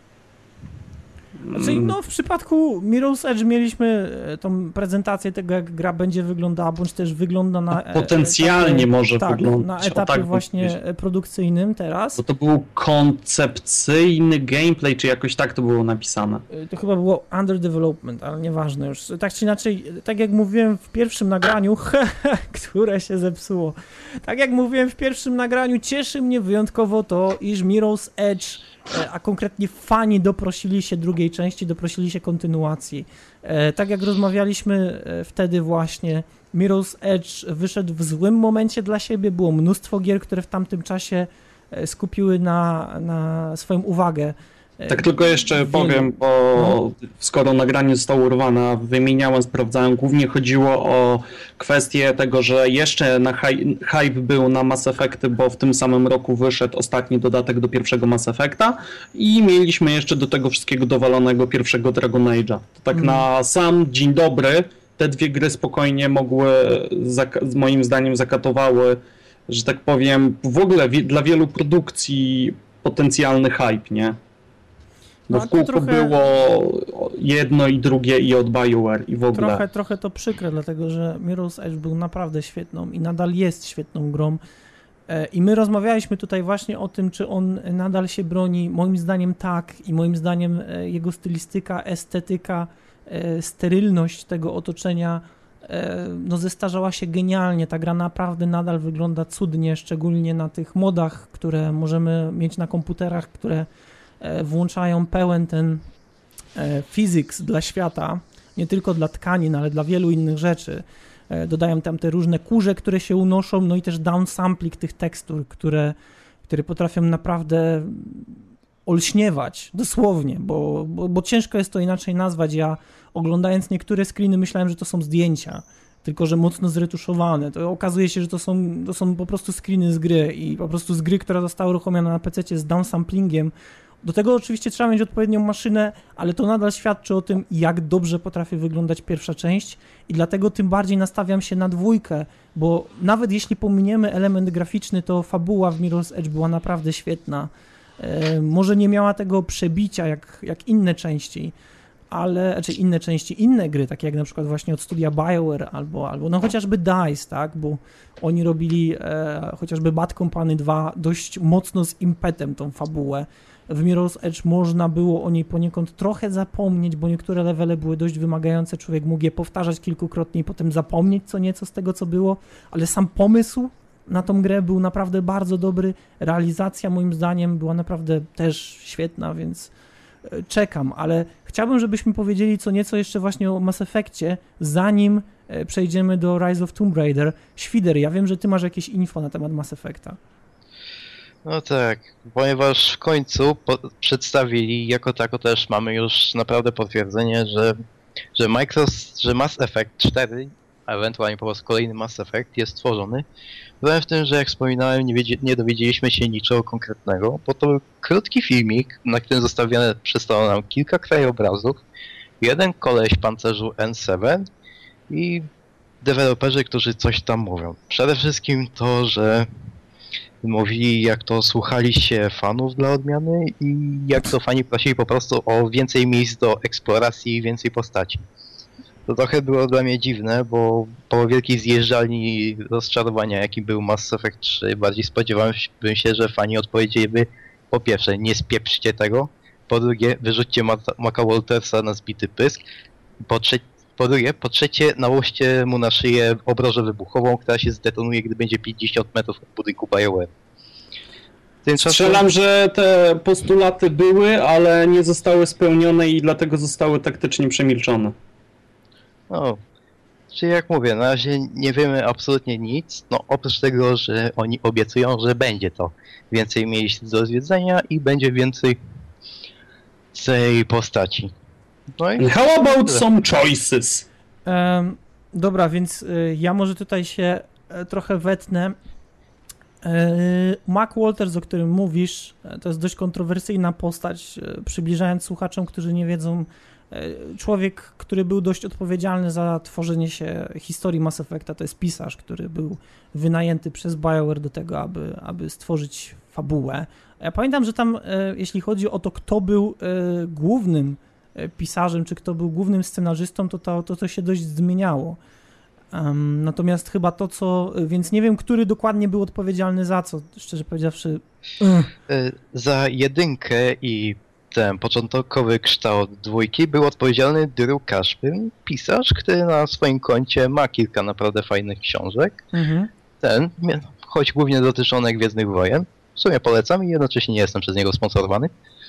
Znaczy, no w przypadku Mirror's Edge mieliśmy tą prezentację tego, jak gra będzie wyglądała, bądź też wygląda na potencjalnie może wyglądać. Na etapie właśnie produkcyjnym teraz. Bo to był koncepcyjny gameplay, czy jakoś tak to było napisane? To chyba było under development, ale nieważne już. Tak czy inaczej, tak jak mówiłem w pierwszym nagraniu, które się zepsuło. Tak jak mówiłem w pierwszym nagraniu, cieszy mnie wyjątkowo to, iż Mirror's Edge, a konkretnie fani doprosili się drugiej części, doprosili się kontynuacji. Tak jak rozmawialiśmy wtedy właśnie, Mirror's Edge wyszedł w złym momencie dla siebie, było mnóstwo gier, które w tamtym czasie skupiły na swoją uwagę. Tak tylko jeszcze powiem, bo skoro nagranie zostało urwane, wymieniałem, sprawdzałem, głównie chodziło o kwestię tego, że jeszcze na hype był na Mass Effecty, bo w tym samym roku wyszedł ostatni dodatek do pierwszego Mass Effecta i mieliśmy jeszcze do tego wszystkiego dowalonego pierwszego Dragon Age'a. To tak na sam dzień dobry te dwie gry spokojnie mogły, moim zdaniem zakatowały, że tak powiem, w ogóle dla wielu produkcji potencjalny hype, nie? Bo w kółku było jedno i drugie i od BioWare i w ogóle. Trochę to przykre, dlatego że Mirror's Edge był naprawdę świetną i nadal jest świetną grą. I my rozmawialiśmy tutaj właśnie o tym, czy on nadal się broni. Moim zdaniem tak i moim zdaniem jego stylistyka, estetyka, sterylność tego otoczenia zestarzała się genialnie. Ta gra naprawdę nadal wygląda cudnie, szczególnie na tych modach, które możemy mieć na komputerach, które włączają pełen ten physics dla świata, nie tylko dla tkanin, ale dla wielu innych rzeczy. Dodają tam te różne kurze, które się unoszą, no i też downsampling tych tekstur, które potrafią naprawdę olśniewać, dosłownie, bo ciężko jest to inaczej nazwać. Ja oglądając niektóre screeny myślałem, że to są zdjęcia, tylko że mocno zretuszowane. To okazuje się, że to są po prostu screeny z gry i po prostu z gry, która została uruchomiona na PC-cie z downsamplingiem, Do tego oczywiście trzeba mieć odpowiednią maszynę, ale to nadal świadczy o tym, jak dobrze potrafi wyglądać pierwsza część i dlatego tym bardziej nastawiam się na 2, bo nawet jeśli pominiemy element graficzny, to fabuła w Mirror's Edge była naprawdę świetna. Może nie miała tego przebicia jak inne części, inne gry, takie jak na przykład właśnie od studia BioWare albo no chociażby DICE, tak, bo oni robili chociażby Bad Company 2 dość mocno z impetem tą fabułę. W Mirror's Edge można było o niej poniekąd trochę zapomnieć, bo niektóre levele były dość wymagające, człowiek mógł je powtarzać kilkukrotnie i potem zapomnieć co nieco z tego, co było, ale sam pomysł na tą grę był naprawdę bardzo dobry, realizacja moim zdaniem była naprawdę też świetna, więc czekam, ale chciałbym, żebyśmy powiedzieli co nieco jeszcze właśnie o Mass Effectie, zanim przejdziemy do Rise of Tomb Raider. Świder, ja wiem, że ty masz jakieś info na temat Mass Effecta. No tak, ponieważ w końcu przedstawili, jako tako też mamy już naprawdę potwierdzenie, że Mass Effect 4, a ewentualnie po prostu kolejny Mass Effect jest stworzony. Problem w tym, że jak wspominałem, nie dowiedzieliśmy się niczego konkretnego, bo to był krótki filmik, na którym przedstawiono nam kilka krajobrazów, jeden koleś pancerzu N7 i deweloperzy, którzy coś tam mówią. Przede wszystkim to, że mówili, jak to słuchali się fanów dla odmiany i jak to fani prosili po prostu o więcej miejsc do eksploracji i więcej postaci. To trochę było dla mnie dziwne, bo po wielkiej zjeżdżalni rozczarowania, jakim był Mass Effect 3, bardziej spodziewałem się, że fani odpowiedzieliby po pierwsze, nie spieprzcie tego, po drugie, wyrzućcie Maka Waltersa na zbity pysk, po trzecie, nałożcie mu na szyję obrożę wybuchową, która się zdetonuje, gdy będzie 50 metrów od budynku BioWare. Strzelam, że te postulaty były, ale nie zostały spełnione i dlatego zostały taktycznie przemilczone. No, czyli jak mówię, na razie nie wiemy absolutnie nic, no oprócz tego, że oni obiecują, że będzie to więcej miejsc do zwiedzenia i będzie więcej tej postaci. No i how about some choices? Dobra, więc ja może tutaj się trochę wetnę. Mac Walters, o którym mówisz, to jest dość kontrowersyjna postać, przybliżając słuchaczom, którzy nie wiedzą, człowiek, który był dość odpowiedzialny za tworzenie się historii Mass Effecta, to jest pisarz, który był wynajęty przez BioWare do tego, aby stworzyć fabułę. Ja pamiętam, że tam, jeśli chodzi o to, kto był głównym pisarzem, czy kto był głównym scenarzystą, to się dość zmieniało. Natomiast chyba więc nie wiem, który dokładnie był odpowiedzialny za co, szczerze powiedziawszy. Za jedynkę i ten początkowy kształt 2 był odpowiedzialny Drew Cashman, pisarz, który na swoim koncie ma kilka naprawdę fajnych książek. Choć głównie dotyczących Gwiezdnych Wojen. W sumie polecam i jednocześnie nie jestem przez niego sponsorowany.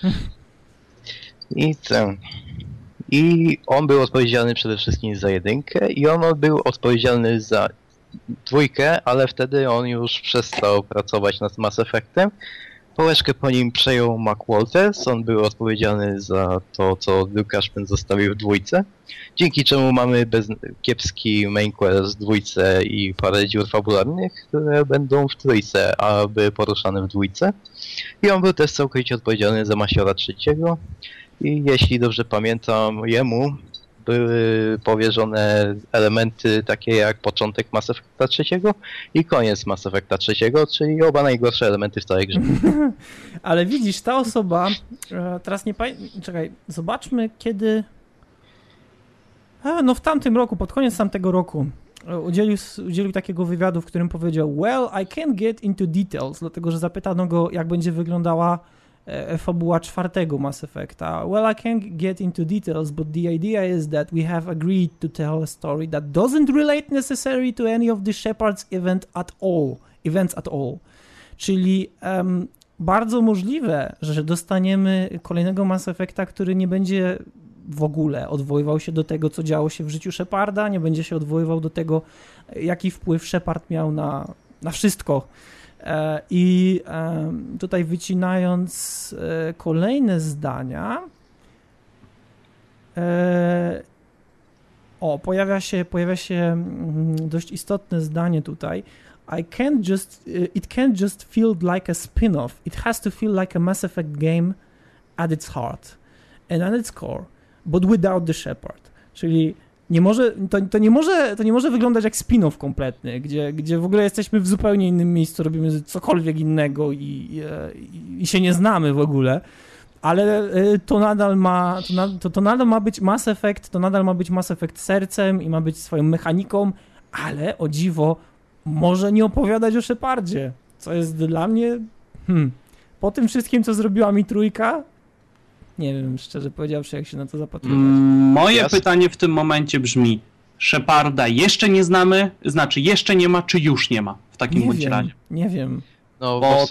I on był odpowiedzialny przede wszystkim za jedynkę i on był odpowiedzialny za 2, ale wtedy on już przestał pracować nad Mass Effectem. Pałeczkę po nim przejął Mac Walters, on był odpowiedzialny za to, co Drew Cashman zostawił w 2, dzięki czemu mamy kiepski main quest w 2 i parę dziur fabularnych, które będą w 3, aby poruszane w 2. I on był też całkowicie odpowiedzialny za Masiora 3. I jeśli dobrze pamiętam, jemu były powierzone elementy takie jak początek Mass Effecta 3 i koniec Mass Effecta 3, czyli oba najgorsze elementy w całej grze. Ale widzisz, ta osoba, teraz nie pamiętam, czekaj, zobaczmy kiedy, no w tamtym roku, pod koniec tamtego roku udzielił takiego wywiadu, w którym powiedział: well, I can't get into details, dlatego że zapytano go, jak będzie wyglądała fabuła 4 Mass Effecta. Well, I can't get into details, but the idea is that we have agreed to tell a story that doesn't relate necessarily to any of the Shepard's events at all. Czyli bardzo możliwe, że dostaniemy kolejnego Mass Effecta, który nie będzie w ogóle odwoływał się do tego, co działo się w życiu Sheparda, nie będzie się odwoływał do tego, jaki wpływ Shepard miał na wszystko. I tutaj wycinając kolejne zdania, pojawia się dość istotne zdanie tutaj. It can't just feel like a spin-off. It has to feel like a Mass Effect game at its heart and at its core, but without the shepherd. Czyli to nie może wyglądać jak spin-off kompletny, gdzie w ogóle jesteśmy w zupełnie innym miejscu, robimy cokolwiek innego i się nie znamy w ogóle, ale to nadal ma być Mass Effect, to nadal ma być Mass Effect sercem i ma być swoją mechaniką, ale o dziwo może nie opowiadać o Shepardzie, co jest dla mnie po tym wszystkim, co zrobiła mi trójka, nie wiem, szczerze powiedziawszy, jak się na to zapatrywać. Moje pytanie w tym momencie brzmi, Sheparda jeszcze nie znamy, znaczy jeszcze nie ma, czy już nie ma w takim bądź razie? Nie wiem. No bo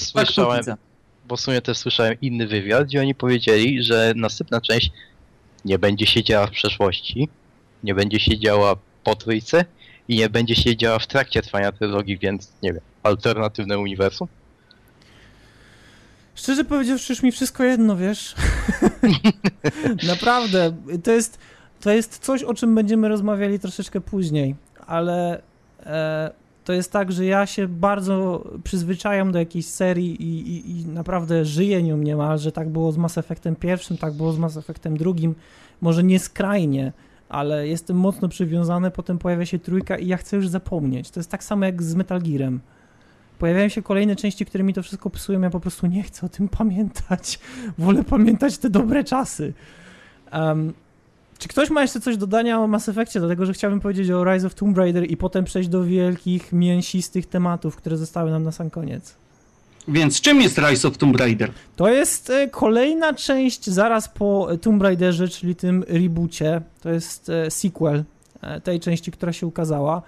w sumie też słyszałem inny wywiad, gdzie oni powiedzieli, że następna część nie będzie się działa w przeszłości, nie będzie się działa po trójce i nie będzie się działa w trakcie trwania trylogii, więc nie wiem, alternatywne uniwersum? Szczerze powiedziawszy, już mi wszystko jedno, wiesz? Naprawdę, to jest coś, o czym będziemy rozmawiali troszeczkę później, ale to jest tak, że ja się bardzo przyzwyczajam do jakiejś serii i naprawdę żyję nią niemalże. Tak było z Mass Effectem pierwszym, tak było z Mass Effectem drugim, może nie skrajnie, ale jestem mocno przywiązany, potem pojawia się trójka i ja chcę już zapomnieć. To jest tak samo jak z Metal Gearem. Pojawiają się kolejne części, które mi to wszystko psują, ja po prostu nie chcę o tym pamiętać. Wolę pamiętać te dobre czasy. Czy ktoś ma jeszcze coś do dodania o Mass Effectie? Dlatego, że chciałbym powiedzieć o Rise of Tomb Raider i potem przejść do wielkich, mięsistych tematów, które zostały nam na sam koniec. Więc czym jest Rise of Tomb Raider? To jest kolejna część zaraz po Tomb Raiderze, czyli tym reboocie. To jest sequel tej części, która się ukazała.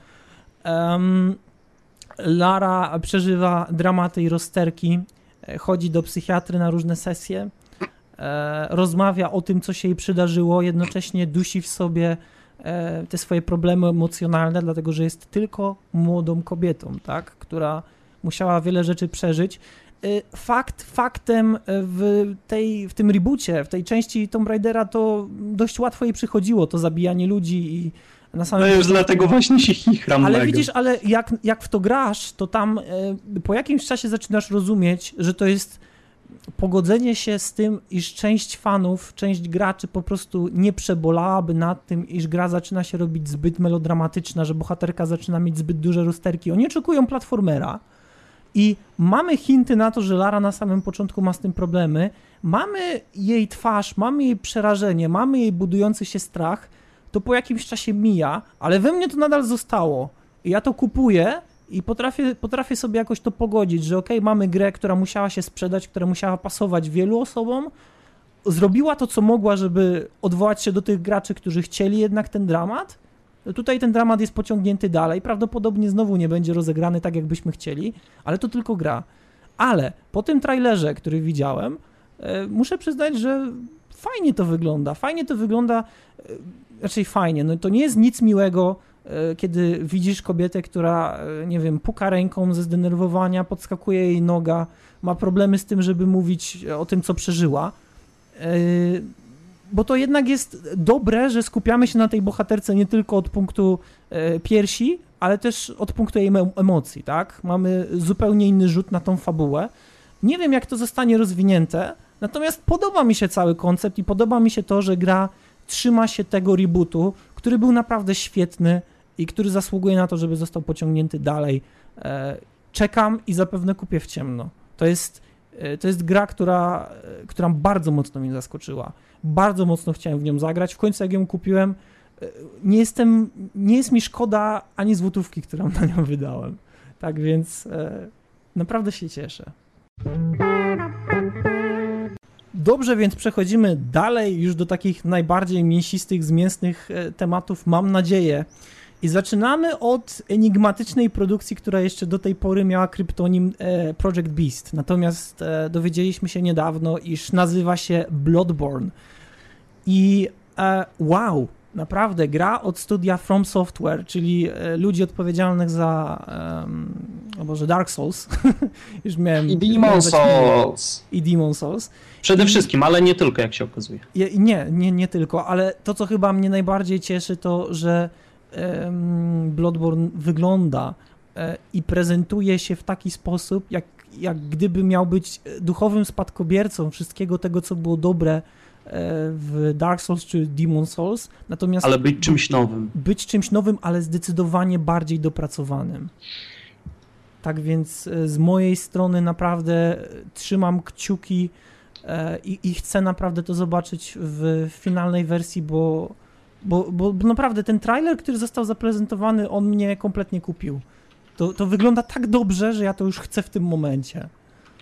Lara przeżywa dramaty i rozterki, chodzi do psychiatry na różne sesje, rozmawia o tym, co się jej przydarzyło, jednocześnie dusi w sobie te swoje problemy emocjonalne, dlatego że jest tylko młodą kobietą, tak, która musiała wiele rzeczy przeżyć. Faktem w tym reboocie, w tej części Tomb Raidera to dość łatwo jej przychodziło, to zabijanie ludzi i na samym już dlatego właśnie się chichram. Ale widzisz, ale jak w to grasz, to tam po jakimś czasie zaczynasz rozumieć, że to jest pogodzenie się z tym, iż część fanów, część graczy po prostu nie przebolałaby nad tym, iż gra zaczyna się robić zbyt melodramatyczna, że bohaterka zaczyna mieć zbyt duże rozterki. Oni oczekują platformera i mamy hinty na to, że Lara na samym początku ma z tym problemy. Mamy jej twarz, mamy jej przerażenie, mamy jej budujący się strach. To po jakimś czasie mija, ale we mnie to nadal zostało. I ja to kupuję i potrafię sobie jakoś to pogodzić, że okej, mamy grę, która musiała się sprzedać, która musiała pasować wielu osobom, zrobiła to, co mogła, żeby odwołać się do tych graczy, którzy chcieli jednak ten dramat. Tutaj ten dramat jest pociągnięty dalej, prawdopodobnie znowu nie będzie rozegrany tak, jakbyśmy chcieli, ale to tylko gra. Ale po tym trailerze, który widziałem, muszę przyznać, że fajnie to wygląda, raczej fajnie, no to nie jest nic miłego, kiedy widzisz kobietę, która, nie wiem, puka ręką ze zdenerwowania, podskakuje jej noga, ma problemy z tym, żeby mówić o tym, co przeżyła, bo to jednak jest dobre, że skupiamy się na tej bohaterce nie tylko od punktu piersi, ale też od punktu jej emocji, tak? Mamy zupełnie inny rzut na tą fabułę. Nie wiem, jak to zostanie rozwinięte, natomiast podoba mi się cały koncept i podoba mi się to, że gra trzyma się tego rebootu, który był naprawdę świetny i który zasługuje na to, żeby został pociągnięty dalej. Czekam i zapewne kupię w ciemno. To jest gra, która bardzo mocno mnie zaskoczyła. Bardzo mocno chciałem w nią zagrać. W końcu jak ją kupiłem, nie jest mi szkoda ani złotówki, którą na nią wydałem. Tak więc naprawdę się cieszę. Dobrze, więc przechodzimy dalej już do takich najbardziej mięsistych, zmięsnych tematów, mam nadzieję. I zaczynamy od enigmatycznej produkcji, która jeszcze do tej pory miała kryptonim Project Beast. Natomiast dowiedzieliśmy się niedawno, iż nazywa się Bloodborne. I wow, naprawdę gra od studia From Software, czyli ludzi odpowiedzialnych za Dark Souls. Już miałem I Demon Souls. I Demon Souls. Przede wszystkim, ale nie tylko, jak się okazuje. Nie tylko, ale to, co chyba mnie najbardziej cieszy, to, że Bloodborne wygląda i prezentuje się w taki sposób, jak gdyby miał być duchowym spadkobiercą wszystkiego tego, co było dobre w Dark Souls czy Demon Souls, natomiast... Ale być czymś nowym. Być czymś nowym, ale zdecydowanie bardziej dopracowanym. Tak więc z mojej strony naprawdę trzymam kciuki i chcę naprawdę to zobaczyć w finalnej wersji, bo naprawdę ten trailer, który został zaprezentowany, on mnie kompletnie kupił. To wygląda tak dobrze, że ja to już chcę w tym momencie.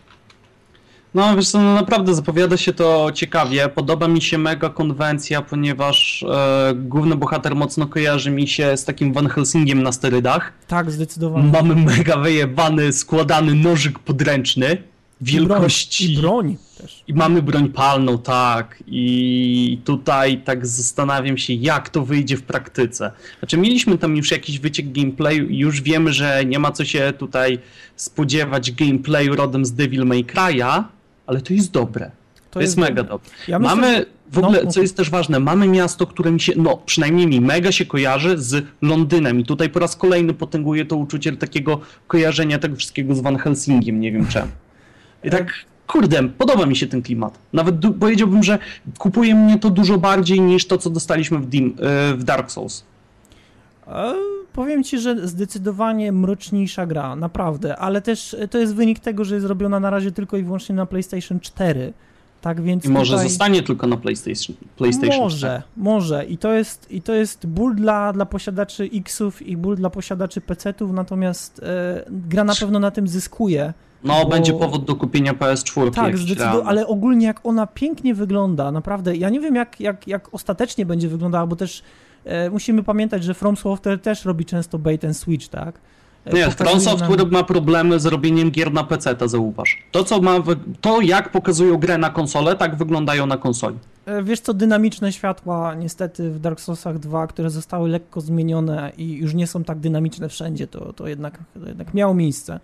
No wiesz co, no naprawdę zapowiada się to ciekawie. Podoba mi się mega konwencja, ponieważ główny bohater mocno kojarzy mi się z takim Van Helsingiem na sterydach. Tak, zdecydowanie. Mamy mega wyjebany, składany nożyk podręczny wielkości. I broń też. I mamy broń palną, tak. I tutaj tak zastanawiam się, jak to wyjdzie w praktyce. Znaczy mieliśmy tam już jakiś wyciek gameplayu i już wiemy, że nie ma co się tutaj spodziewać gameplayu rodem z Devil May Cry'a, ale to jest dobre. To jest mega dobre. Ja myślę, mamy w ogóle, co jest też ważne, mamy miasto, które mi się, no przynajmniej mi mega się kojarzy z Londynem i tutaj po raz kolejny potęguje to uczucie takiego kojarzenia tego wszystkiego z Van Helsingiem, nie wiem czemu. I tak, kurde, podoba mi się ten klimat. Nawet powiedziałbym, że kupuje mnie to dużo bardziej niż to, co dostaliśmy w Dark Souls. Powiem ci, że zdecydowanie mroczniejsza gra, naprawdę, ale też to jest wynik tego, że jest robiona na razie tylko i wyłącznie na PlayStation 4. Tak więc i może zostanie tylko na PlayStation 4. Może. I to jest ból dla posiadaczy Xów i ból dla posiadaczy PC-ów, natomiast gra na pewno na tym zyskuje. No, będzie powód do kupienia PS4. Tak, zdecydowanie, ale ogólnie jak ona pięknie wygląda, naprawdę, ja nie wiem jak ostatecznie będzie wyglądała, bo też musimy pamiętać, że From Software też robi często bait and switch, tak? Nie, From Software ma problemy z robieniem gier na PC-ta, zauważ. To jak pokazują grę na konsolę, tak wyglądają na konsoli. Wiesz co, dynamiczne światła niestety w Dark Soulsach 2, które zostały lekko zmienione i już nie są tak dynamiczne wszędzie, to jednak miało miejsce.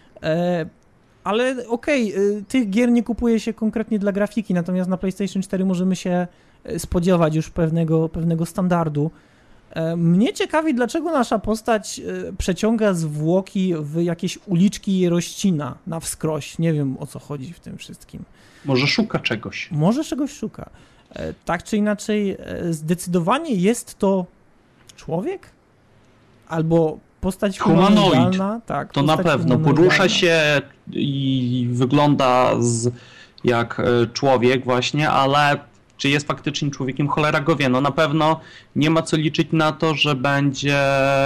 Ale okej, tych gier nie kupuje się konkretnie dla grafiki, natomiast na PlayStation 4 możemy się spodziewać już pewnego standardu. Mnie ciekawi, dlaczego nasza postać przeciąga zwłoki w jakieś uliczki Jerościna na wskroś. Nie wiem, o co chodzi w tym wszystkim. Może szuka czegoś. Może czegoś szuka. Tak czy inaczej, zdecydowanie jest to człowiek? Albo postać humanoidalna? Tak, to na pewno. Porusza się i wygląda jak człowiek właśnie, ale czy jest faktycznie człowiekiem, cholera go wie. No na pewno nie ma co liczyć na to, że będzie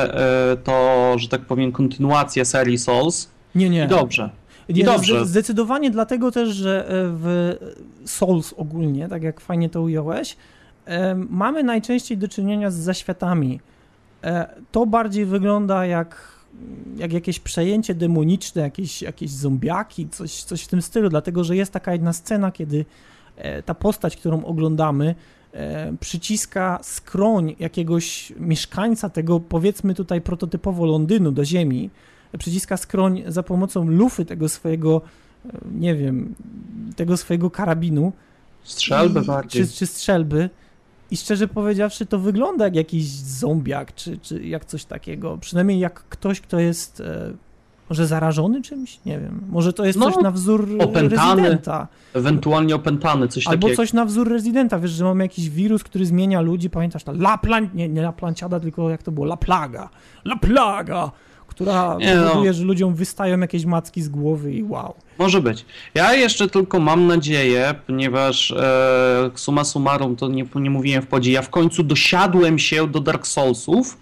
to, że tak powiem, kontynuacja serii Souls. Nie. I dobrze. I dobrze. Zdecydowanie dlatego też, że w Souls ogólnie, tak jak fajnie to ująłeś, mamy najczęściej do czynienia z zaświatami. To bardziej wygląda jak jakieś przejęcie demoniczne, jakieś zombiaki, coś w tym stylu, dlatego że jest taka jedna scena, kiedy ta postać, którą oglądamy, przyciska skroń jakiegoś mieszkańca tego, powiedzmy tutaj prototypowo Londynu do ziemi, przyciska skroń za pomocą lufy tego swojego, nie wiem, tego swojego karabinu. Strzelby bardziej. Czy strzelby. I szczerze powiedziawszy, to wygląda jak jakiś zombiak, czy jak coś takiego. Przynajmniej jak ktoś, kto jest może zarażony czymś? Nie wiem. Może to jest coś na wzór opętany, Rezydenta. Ewentualnie opętany, coś takiego. Albo coś na wzór Rezydenta. Wiesz, że mamy jakiś wirus, który zmienia ludzi. Pamiętasz, nie La Planciada, tylko jak to było? La Plaga, która powoduje, że ludziom wystają jakieś macki z głowy i wow. Może być. Ja jeszcze tylko mam nadzieję, ponieważ summa summarum to nie mówiłem w podzie, ja w końcu dosiadłem się do Dark Soulsów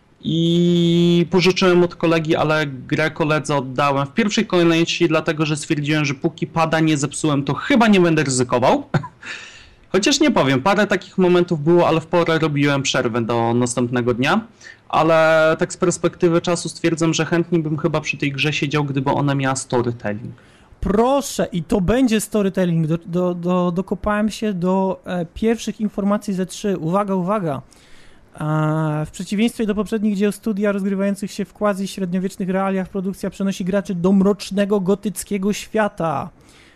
i pożyczyłem od kolegi, ale grę koledze oddałem w pierwszej kolejności, dlatego że stwierdziłem, że póki pada nie zepsułem, to chyba nie będę ryzykował. Chociaż nie powiem, parę takich momentów było, ale w porę robiłem przerwę do następnego dnia. Ale tak z perspektywy czasu stwierdzam, że chętnie bym chyba przy tej grze siedział, gdyby ona miała storytelling. Proszę, i to będzie storytelling. Dokopałem się do pierwszych informacji ze 3. Uwaga. W przeciwieństwie do poprzednich dzieł studia rozgrywających się w quasi-średniowiecznych realiach, produkcja przenosi graczy do mrocznego, gotyckiego świata.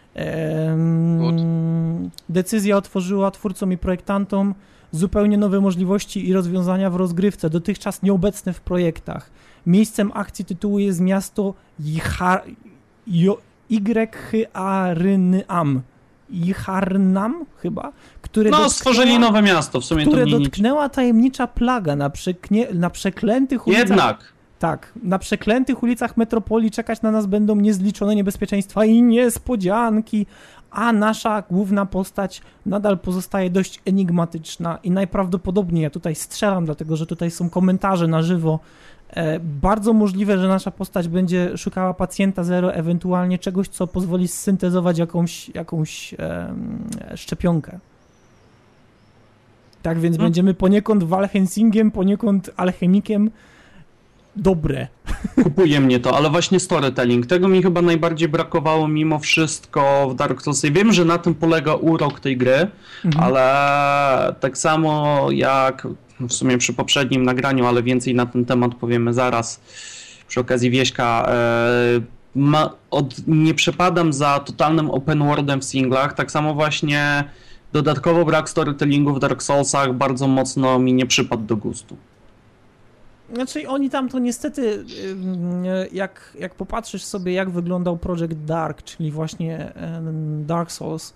Decyzja otworzyła twórcom i projektantom zupełnie nowe możliwości i rozwiązania w rozgrywce, dotychczas nieobecne w projektach. Miejscem akcji tytułu jest miasto Yharnam. Yharnam chyba, które stworzyli nowe miasto, w sumie które to dotknęła tajemnicza plaga na przeklętych ulicach. Jednak. Tak, na przeklętych ulicach metropolii czekać na nas będą niezliczone niebezpieczeństwa i niespodzianki, a nasza główna postać nadal pozostaje dość enigmatyczna i najprawdopodobniej, ja tutaj strzelam, dlatego że tutaj są komentarze na żywo, bardzo możliwe, że nasza postać będzie szukała pacjenta zero, ewentualnie czegoś, co pozwoli zsyntezować jakąś szczepionkę. Tak więc będziemy poniekąd Walhensingiem, poniekąd alchemikiem. Dobre. Kupuje mnie to, ale właśnie storytelling. Tego mi chyba najbardziej brakowało mimo wszystko w Dark Soulsie. Wiem, że na tym polega urok tej gry, ale tak samo jak w sumie przy poprzednim nagraniu, ale więcej na ten temat powiemy zaraz przy okazji Wieśka. Nie przepadam za totalnym open worldem w singlach, tak samo właśnie dodatkowo brak storytellingu w Dark Soulsach bardzo mocno mi nie przypadł do gustu. Znaczy oni tam to niestety, jak popatrzysz sobie, jak wyglądał Project Dark, czyli właśnie Dark Souls,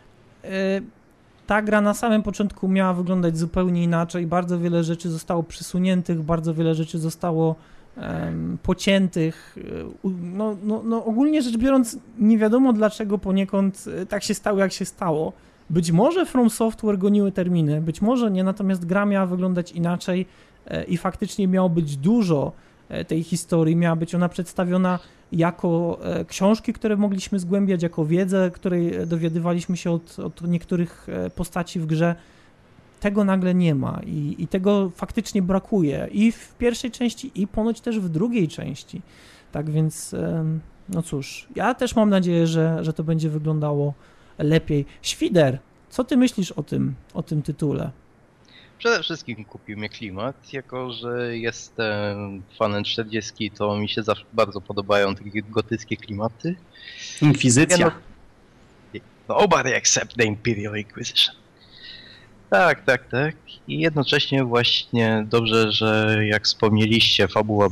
ta gra na samym początku miała wyglądać zupełnie inaczej, bardzo wiele rzeczy zostało przysuniętych, bardzo wiele rzeczy zostało pociętych, no ogólnie rzecz biorąc nie wiadomo dlaczego poniekąd tak się stało jak się stało. Być może From Software goniły terminy, być może nie, natomiast gra miała wyglądać inaczej i faktycznie miało być dużo tej historii, miała być ona przedstawiona jako książki, które mogliśmy zgłębiać, jako wiedzę, której dowiadywaliśmy się od niektórych postaci w grze. Tego nagle nie ma i tego faktycznie brakuje i w pierwszej części i ponoć też w drugiej części. Tak więc, no cóż, ja też mam nadzieję, że to będzie wyglądało lepiej. Świder, co ty myślisz o tym tytule? Przede wszystkim kupił mnie klimat, jako że jestem fanem 40, to mi się zawsze bardzo podobają takie gotyckie klimaty. Inkwizycja. Nobody except the Imperial Inquisition. Tak. I jednocześnie właśnie dobrze, że jak wspomnieliście, fabuła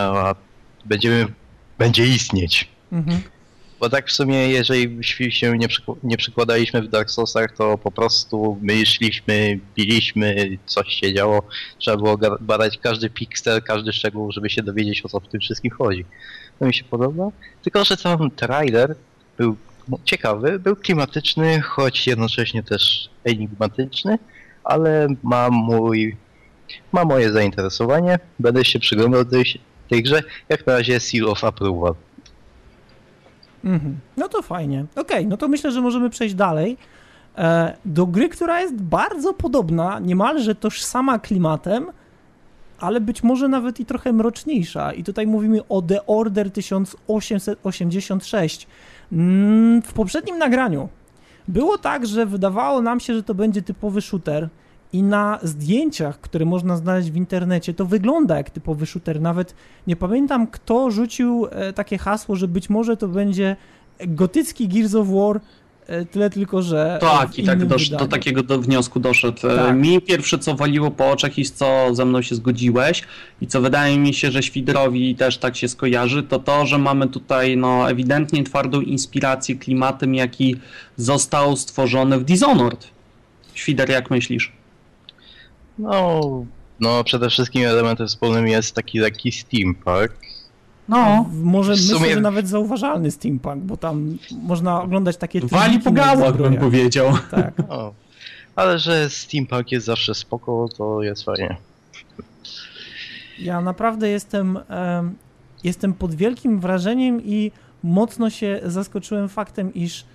będzie istnieć. Mhm. Bo tak w sumie, jeżeli się nie przykładaliśmy w Dark Soulsach, to po prostu my szliśmy, biliśmy, coś się działo. Trzeba było badać każdy piksel, każdy szczegół, żeby się dowiedzieć, o co w tym wszystkim chodzi. To mi się podoba. Tylko że tam trailer był ciekawy, był klimatyczny, choć jednocześnie też enigmatyczny, ale ma moje zainteresowanie. Będę się przyglądał tej grze. Jak na razie Seal of Approval. No to fajnie. Okej, no to myślę, że możemy przejść dalej do gry, która jest bardzo podobna, niemalże tożsama klimatem, ale być może nawet i trochę mroczniejsza. I tutaj mówimy o The Order 1886. W poprzednim nagraniu było tak, że wydawało nam się, że to będzie typowy shooter i na zdjęciach, które można znaleźć w internecie, to wygląda jak typowy shooter. Nawet nie pamiętam, kto rzucił takie hasło, że być może to będzie gotycki Gears of War, tyle tylko, że tak, i tak do takiego wniosku doszedł. Tak. Mi pierwsze, co waliło po oczach i z co ze mną się zgodziłeś i co wydaje mi się, że Świdrowi też tak się skojarzy, to, że mamy tutaj ewidentnie twardą inspirację klimatem, jaki został stworzony w Dishonored. Świder, jak myślisz? No przede wszystkim elementem wspólnym jest taki lekki steampunk. Może myślę, że nawet zauważalny steampunk, bo tam można oglądać takie... Wali po gałach, bym powiedział. Tak. Ale że steampunk jest zawsze spoko, to jest fajnie. Ja naprawdę jestem pod wielkim wrażeniem i mocno się zaskoczyłem faktem, iż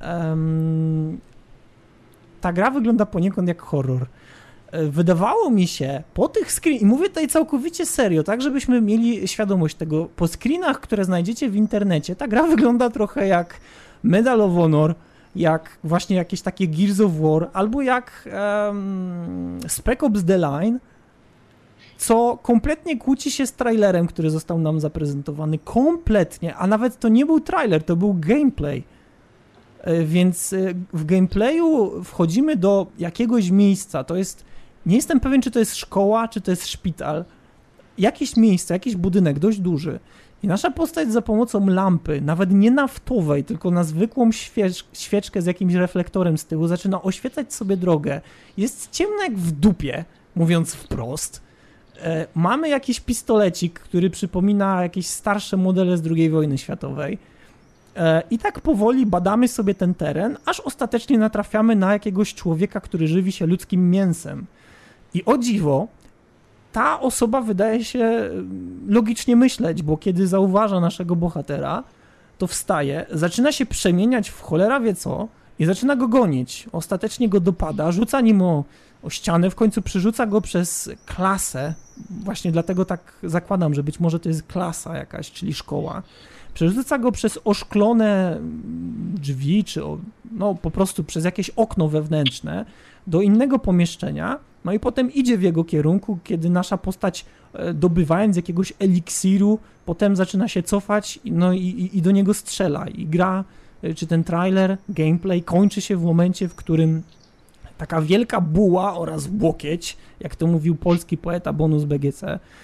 ta gra wygląda poniekąd jak horror. Wydawało mi się po tych screenach, i mówię tutaj całkowicie serio, tak żebyśmy mieli świadomość tego, po screenach, które znajdziecie w internecie, ta gra wygląda trochę jak Medal of Honor, jak właśnie jakieś takie Gears of War, albo jak Spec Ops The Line, co kompletnie kłóci się z trailerem, który został nam zaprezentowany. Kompletnie, a nawet to nie był trailer, to był gameplay. Więc w gameplayu wchodzimy do jakiegoś miejsca, to jest, nie jestem pewien, czy to jest szkoła, czy to jest szpital, jakieś miejsce, jakiś budynek dość duży I nasza postać za pomocą lampy, nawet nie naftowej, tylko na zwykłą świeczkę z jakimś reflektorem z tyłu, zaczyna oświecać sobie drogę. Jest ciemno jak w dupie, mówiąc wprost. Mamy jakiś pistolecik, który przypomina jakieś starsze modele z II wojny światowej. I tak powoli badamy sobie ten teren, aż ostatecznie natrafiamy na jakiegoś człowieka, który żywi się ludzkim mięsem. I o dziwo, ta osoba wydaje się logicznie myśleć, bo kiedy zauważa naszego bohatera, to wstaje, zaczyna się przemieniać w cholera wie co i zaczyna go gonić. Ostatecznie go dopada, rzuca nim o ścianę, w końcu przerzuca go przez klasę. Właśnie dlatego tak zakładam, że być może to jest klasa jakaś, czyli szkoła. Przerzuca go przez oszklone drzwi, czy po prostu przez jakieś okno wewnętrzne do innego pomieszczenia, no i potem idzie w jego kierunku, kiedy nasza postać, dobywając jakiegoś eliksiru, potem zaczyna się cofać, no i do niego strzela. I gra, czy ten trailer, gameplay kończy się w momencie, w którym taka wielka buła oraz łokieć, jak to mówił polski poeta Bonus BGC,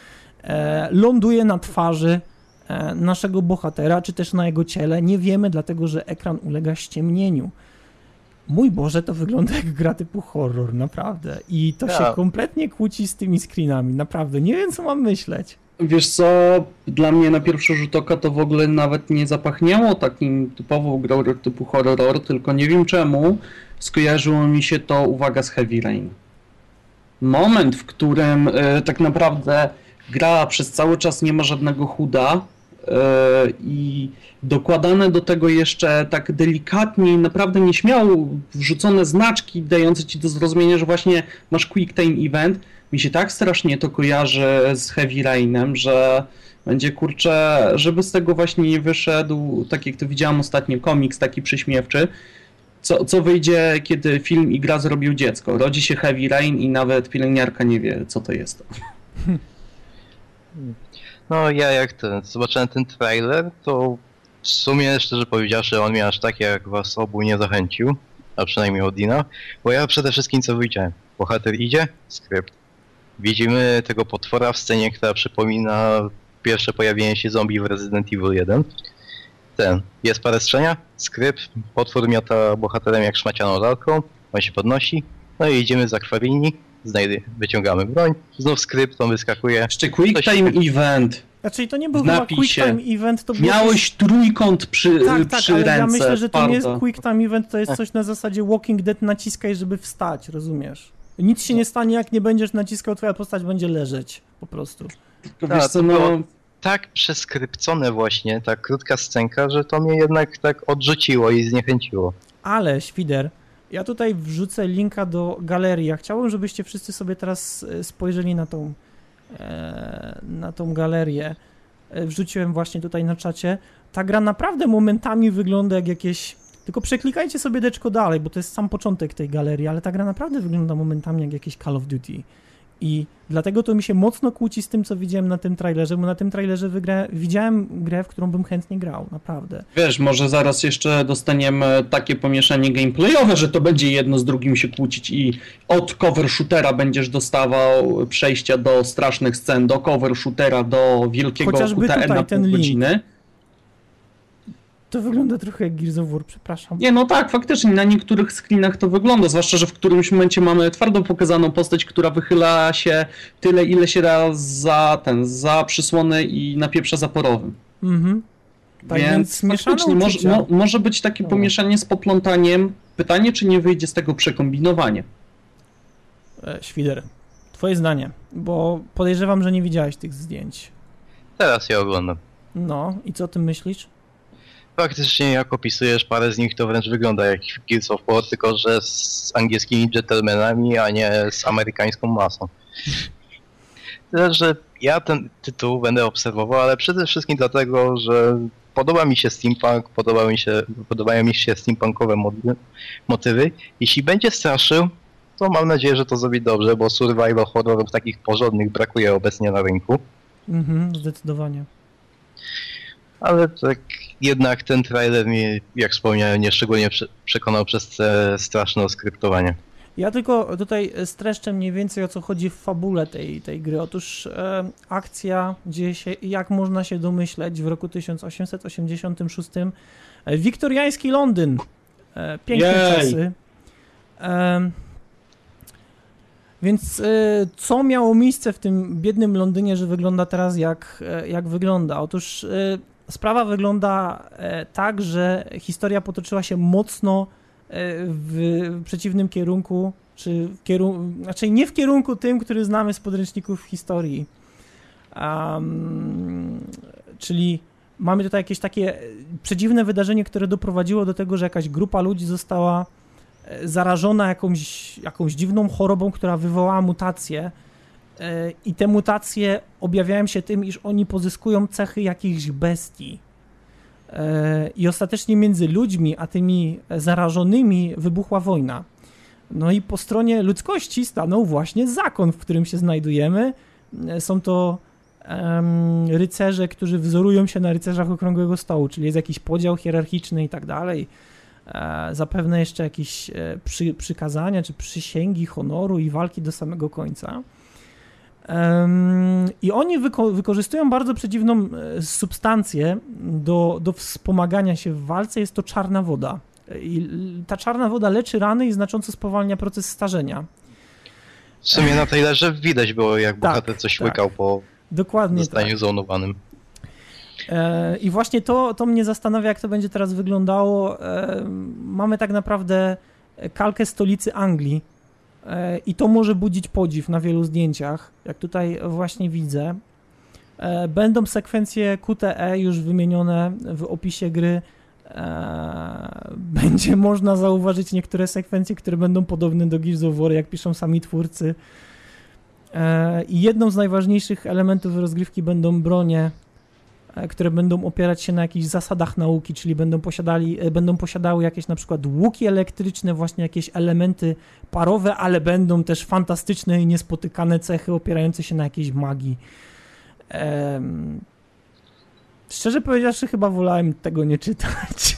ląduje na twarzy naszego bohatera, czy też na jego ciele. Nie wiemy, dlatego że ekran ulega ściemnieniu. Mój Boże, to wygląda jak gra typu horror, naprawdę. I to się kompletnie kłóci z tymi screenami, naprawdę. Nie wiem, co mam myśleć. Wiesz co, dla mnie na pierwszy rzut oka to w ogóle nawet nie zapachniało takim typową grą typu horror, tylko nie wiem czemu skojarzyło mi się to, uwaga, z Heavy Rain. Moment, w którym tak naprawdę gra przez cały czas nie ma żadnego HUD-a i dokładane do tego jeszcze tak delikatnie, naprawdę nieśmiało wrzucone znaczki dające ci do zrozumienia, że właśnie masz Quick Time Event. Mi się tak strasznie to kojarzy z Heavy Rainem, że będzie, kurczę, żeby z tego właśnie nie wyszedł, tak jak to widziałem ostatnio, komiks taki prześmiewczy, co wyjdzie, kiedy film i gra zrobił dziecko. Rodzi się Heavy Rain i nawet pielęgniarka nie wie, co to jest. No ja jak zobaczyłem ten trailer, to w sumie szczerze powiedziawszy on mnie aż tak jak was obu nie zachęcił, a przynajmniej Odina, bo ja przede wszystkim co widziałem. Bohater idzie, skrypt. Widzimy tego potwora w scenie, która przypomina pierwsze pojawienie się zombie w Resident Evil 1. Jest parę strzenia, skrypt, potwór miota bohaterem jak szmacianą lalką, on się podnosi, no i idziemy za krwawilni, wyciągamy broń, znów skrypt, on wyskakuje. Jeszcze Quick Time Event. Znaczy to nie był chyba Quick Time Event, to miałeś trójkąt przy ale ręce. Ja myślę, że to nie jest Quick Time Event, to jest coś na zasadzie Walking Dead, naciskaj, żeby wstać, rozumiesz? Nic się nie stanie, jak nie będziesz naciskał, twoja postać będzie leżeć, po prostu. Wiesz co, no... Tak przeskrypcone właśnie, ta krótka scenka, że to mnie jednak tak odrzuciło i zniechęciło. Ale, Świder, ja tutaj wrzucę linka do galerii. Ja chciałbym, żebyście wszyscy sobie teraz spojrzeli na tą galerię. Wrzuciłem właśnie tutaj na czacie. Ta gra naprawdę momentami wygląda jak jakieś... Tylko przeklikajcie sobie deczko dalej, bo to jest sam początek tej galerii, ale ta gra naprawdę wygląda momentami jak jakieś Call of Duty. I dlatego to mi się mocno kłóci z tym, co widziałem na tym trailerze, bo na tym trailerze widziałem grę, w którą bym chętnie grał, naprawdę. Wiesz, może zaraz jeszcze dostaniemy takie pomieszanie gameplayowe, że to będzie jedno z drugim się kłócić i od cover shootera będziesz dostawał przejścia do strasznych scen, do cover shootera, do wielkiego QTE na pół godziny. To wygląda trochę jak Gears of War, przepraszam. Nie, no tak, faktycznie na niektórych screenach to wygląda, zwłaszcza, że w którymś momencie mamy twardo pokazaną postać, która wychyla się tyle, ile się da za przysłony i napieprza zaporowym. Mhm. Tak, więc faktycznie może być takie pomieszanie z poplątaniem. Pytanie, czy nie wyjdzie z tego przekombinowanie. Świder, twoje zdanie, bo podejrzewam, że nie widziałeś tych zdjęć. Teraz je oglądam. No, i co o tym myślisz? Faktycznie jak opisujesz parę z nich, to wręcz wygląda jak Gears of War, tylko że z angielskimi gentlemanami, a nie z amerykańską masą. Tyle, że ja ten tytuł będę obserwował, ale przede wszystkim dlatego, że podoba mi się steampunk, podobają mi się steampunkowe motywy. Jeśli będzie straszył, to mam nadzieję, że to zrobi dobrze, bo survival horrorów takich porządnych brakuje obecnie na rynku. Zdecydowanie. Ale tak jednak ten trailer mnie, jak wspomniałem, nieszczególnie przekonał przez te straszne oskryptowanie. Ja tylko tutaj streszczę mniej więcej, o co chodzi w fabule tej gry. Otóż akcja dzieje się, jak można się domyśleć, w roku 1886. Wiktoriański Londyn. Piękne czasy. Więc co miało miejsce w tym biednym Londynie, że wygląda teraz jak wygląda? Otóż sprawa wygląda tak, że historia potoczyła się mocno w przeciwnym kierunku, znaczy nie w kierunku tym, który znamy z podręczników historii. Czyli mamy tutaj jakieś takie przedziwne wydarzenie, które doprowadziło do tego, że jakaś grupa ludzi została zarażona jakąś dziwną chorobą, która wywołała mutacje i te mutacje objawiają się tym, iż oni pozyskują cechy jakichś bestii. I ostatecznie między ludźmi a tymi zarażonymi wybuchła wojna. No i po stronie ludzkości stanął właśnie zakon, w którym się znajdujemy. Są to rycerze, którzy wzorują się na rycerzach Okrągłego Stołu, czyli jest jakiś podział hierarchiczny i tak dalej. Zapewne jeszcze jakieś przykazania, czy przysięgi honoru i walki do samego końca. I oni wykorzystują bardzo przedziwną substancję do wspomagania się w walce. Jest to czarna woda. I ta czarna woda leczy rany i znacząco spowalnia proces starzenia. W sumie na trailerze widać było, jak bohater coś łykał po zostaniu zonowanym. I właśnie to mnie zastanawia, jak to będzie teraz wyglądało. Mamy tak naprawdę kalkę stolicy Anglii i to może budzić podziw na wielu zdjęciach, jak tutaj właśnie widzę. Będą sekwencje QTE już wymienione w opisie gry. Będzie można zauważyć niektóre sekwencje, które będą podobne do Gears of War, jak piszą sami twórcy. I jedną z najważniejszych elementów rozgrywki będą bronie, które będą opierać się na jakichś zasadach nauki, czyli będą posiadały jakieś na przykład łuki elektryczne, właśnie jakieś elementy parowe, ale będą też fantastyczne i niespotykane cechy opierające się na jakiejś magii. Szczerze powiedziawszy, chyba wolałem tego nie czytać.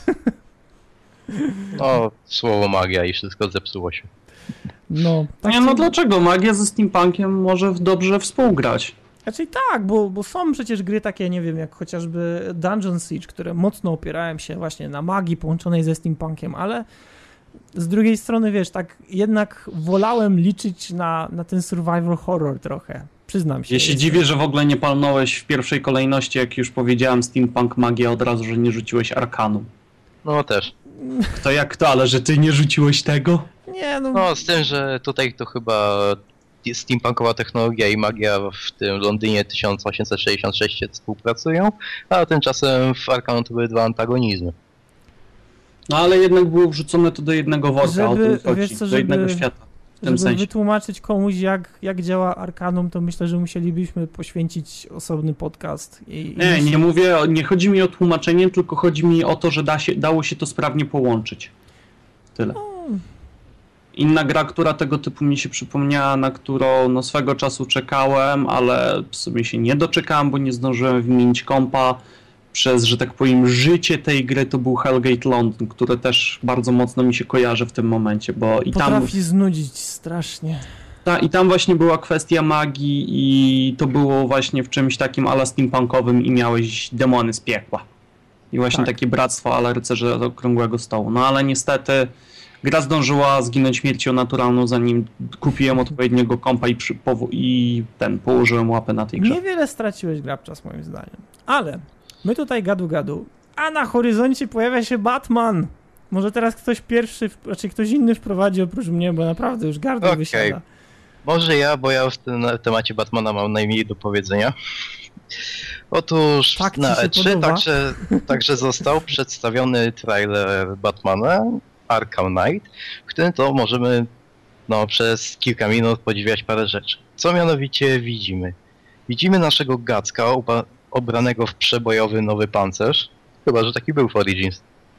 No, słowo magia i wszystko zepsuło się. No dlaczego? Magia ze steampunkiem może dobrze współgrać. Raczej tak, bo są przecież gry takie, nie wiem, jak chociażby Dungeon Siege, które mocno opierałem się właśnie na magii połączonej ze steampunkiem, ale z drugiej strony, wiesz, tak jednak wolałem liczyć na ten survival horror trochę. Przyznam się. Ja się dziwię, że w ogóle nie palnąłeś w pierwszej kolejności, jak już powiedziałem, steampunk, magia, od razu, że nie rzuciłeś Arkanu. No też. Kto jak to, ale że ty nie rzuciłeś tego? Nie, no z tym, że tutaj to chyba steampunkowa technologia i magia w tym Londynie 1866 współpracują, a tymczasem w Arkanu to były dwa antagonizmy. No ale jednak było wrzucone to do jednego worka, o tym chodzi, do jednego świata. Żeby wytłumaczyć komuś, jak działa Arkanum, to myślę, że musielibyśmy poświęcić osobny podcast. Nie chodzi mi o tłumaczenie, tylko chodzi mi o to, że dało się to sprawnie połączyć. Tyle. Inna gra, która tego typu mi się przypomniała, na którą swego czasu czekałem, ale w sumie się nie doczekałem, bo nie zdążyłem wymienić kompa. Przez, że tak powiem, życie tej gry to był Hellgate London, które też bardzo mocno mi się kojarzy w tym momencie, bo i tam... Potrafi znudzić strasznie. I tam właśnie była kwestia magii i to było właśnie w czymś takim ala steampunkowym i miałeś demony z piekła. I właśnie takie bractwo ala rycerze Okrągłego Stołu. No ale niestety gra zdążyła zginąć śmiercią naturalną, zanim kupiłem odpowiedniego kompa i położyłem łapę na tej grze. Niewiele straciłeś, Grabczas, moim zdaniem. Ale my tutaj gadu, a na horyzoncie pojawia się Batman. Może teraz ktoś inny wprowadzi oprócz mnie, bo naprawdę już gardło wysiada. Może ja, bo ja w tym temacie Batmana mam najmniej do powiedzenia. Otóż na E3 także został przedstawiony trailer Batmana Arkham Knight, w którym to możemy przez kilka minut podziwiać parę rzeczy. Co mianowicie widzimy? Widzimy naszego Gacka obranego w przebojowy nowy pancerz. Chyba, że taki był w Origins.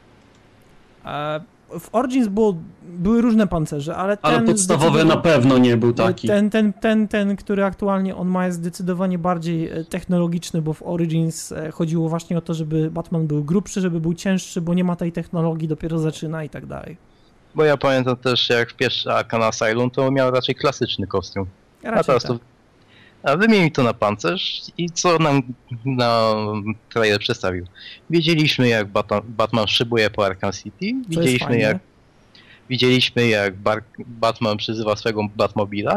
W Origins były różne pancerze, ale podstawowy na pewno nie był taki. Ten, który aktualnie on ma, jest zdecydowanie bardziej technologiczny, bo w Origins chodziło właśnie o to, żeby Batman był grubszy, żeby był cięższy, bo nie ma tej technologii, dopiero zaczyna i tak dalej. Bo ja pamiętam też, jak w pierwszy Arkham Asylum, to miał raczej klasyczny kostium. A teraz to... A wymienił to na pancerz i co nam trailer przedstawił? Wiedzieliśmy, jak Batman szybuje po Arkham City, widzieliśmy jak Batman przyzywa swego Batmobila,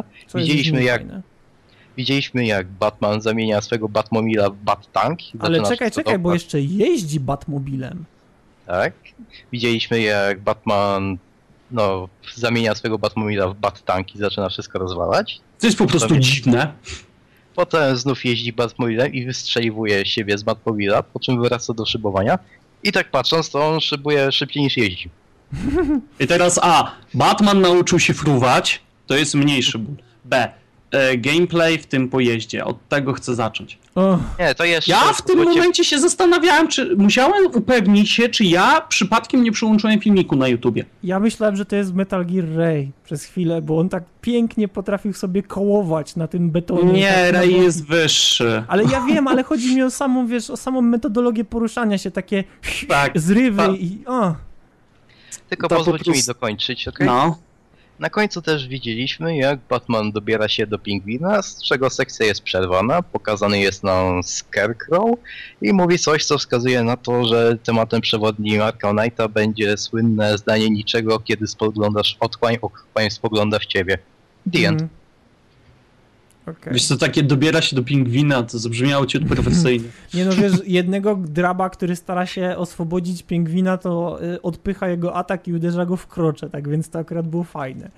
widzieliśmy jak Batman zamienia swego Batmobila w Bat-Tank. Ale czekaj, bo jeszcze jeździ Batmobilem. Tak. Widzieliśmy jak Batman zamienia swego Batmobila w Bat-Tank i zaczyna wszystko rozwalać. To jest po prostu dziwne. Potem znów jeździ Batmobilem i wystrzeliwuje siebie z Batmobila, po czym wraca do szybowania. I tak patrząc, to on szybuje szybciej niż jeździ. I teraz Batman nauczył się fruwać, to jest mniejszy ból. B. Gameplay w tym pojeździe, od tego chcę zacząć. Nie, to jeszcze... Ja w tym momencie się zastanawiałem, czy musiałem upewnić się, czy ja przypadkiem nie przyłączyłem filmiku na YouTubie. Ja myślałem, że to jest Metal Gear Ray przez chwilę, bo on tak pięknie potrafił sobie kołować na tym betonie. Nie, Ray jest wyższy. Ale ja wiem, ale chodzi mi o samą metodologię poruszania się, takie zrywy i... Tylko pozwólcie mi dokończyć, okej? No. Na końcu też widzieliśmy, jak Batman dobiera się do Pingwina, z czego sekcja jest przerwana, pokazany jest nam Scarecrow i mówi coś, co wskazuje na to, że tematem przewodnim Arkham Knighta będzie słynne zdanie niczego, kiedy spoglądasz otchłań spogląda w ciebie. The end. Okay. Wiesz co, takie dobiera się do Pingwina, to zabrzmiało ci perfekcyjnie. Nie no, wiesz, jednego draba, który stara się oswobodzić Pingwina, to odpycha jego atak i uderza go w krocze, tak więc to akurat było fajne.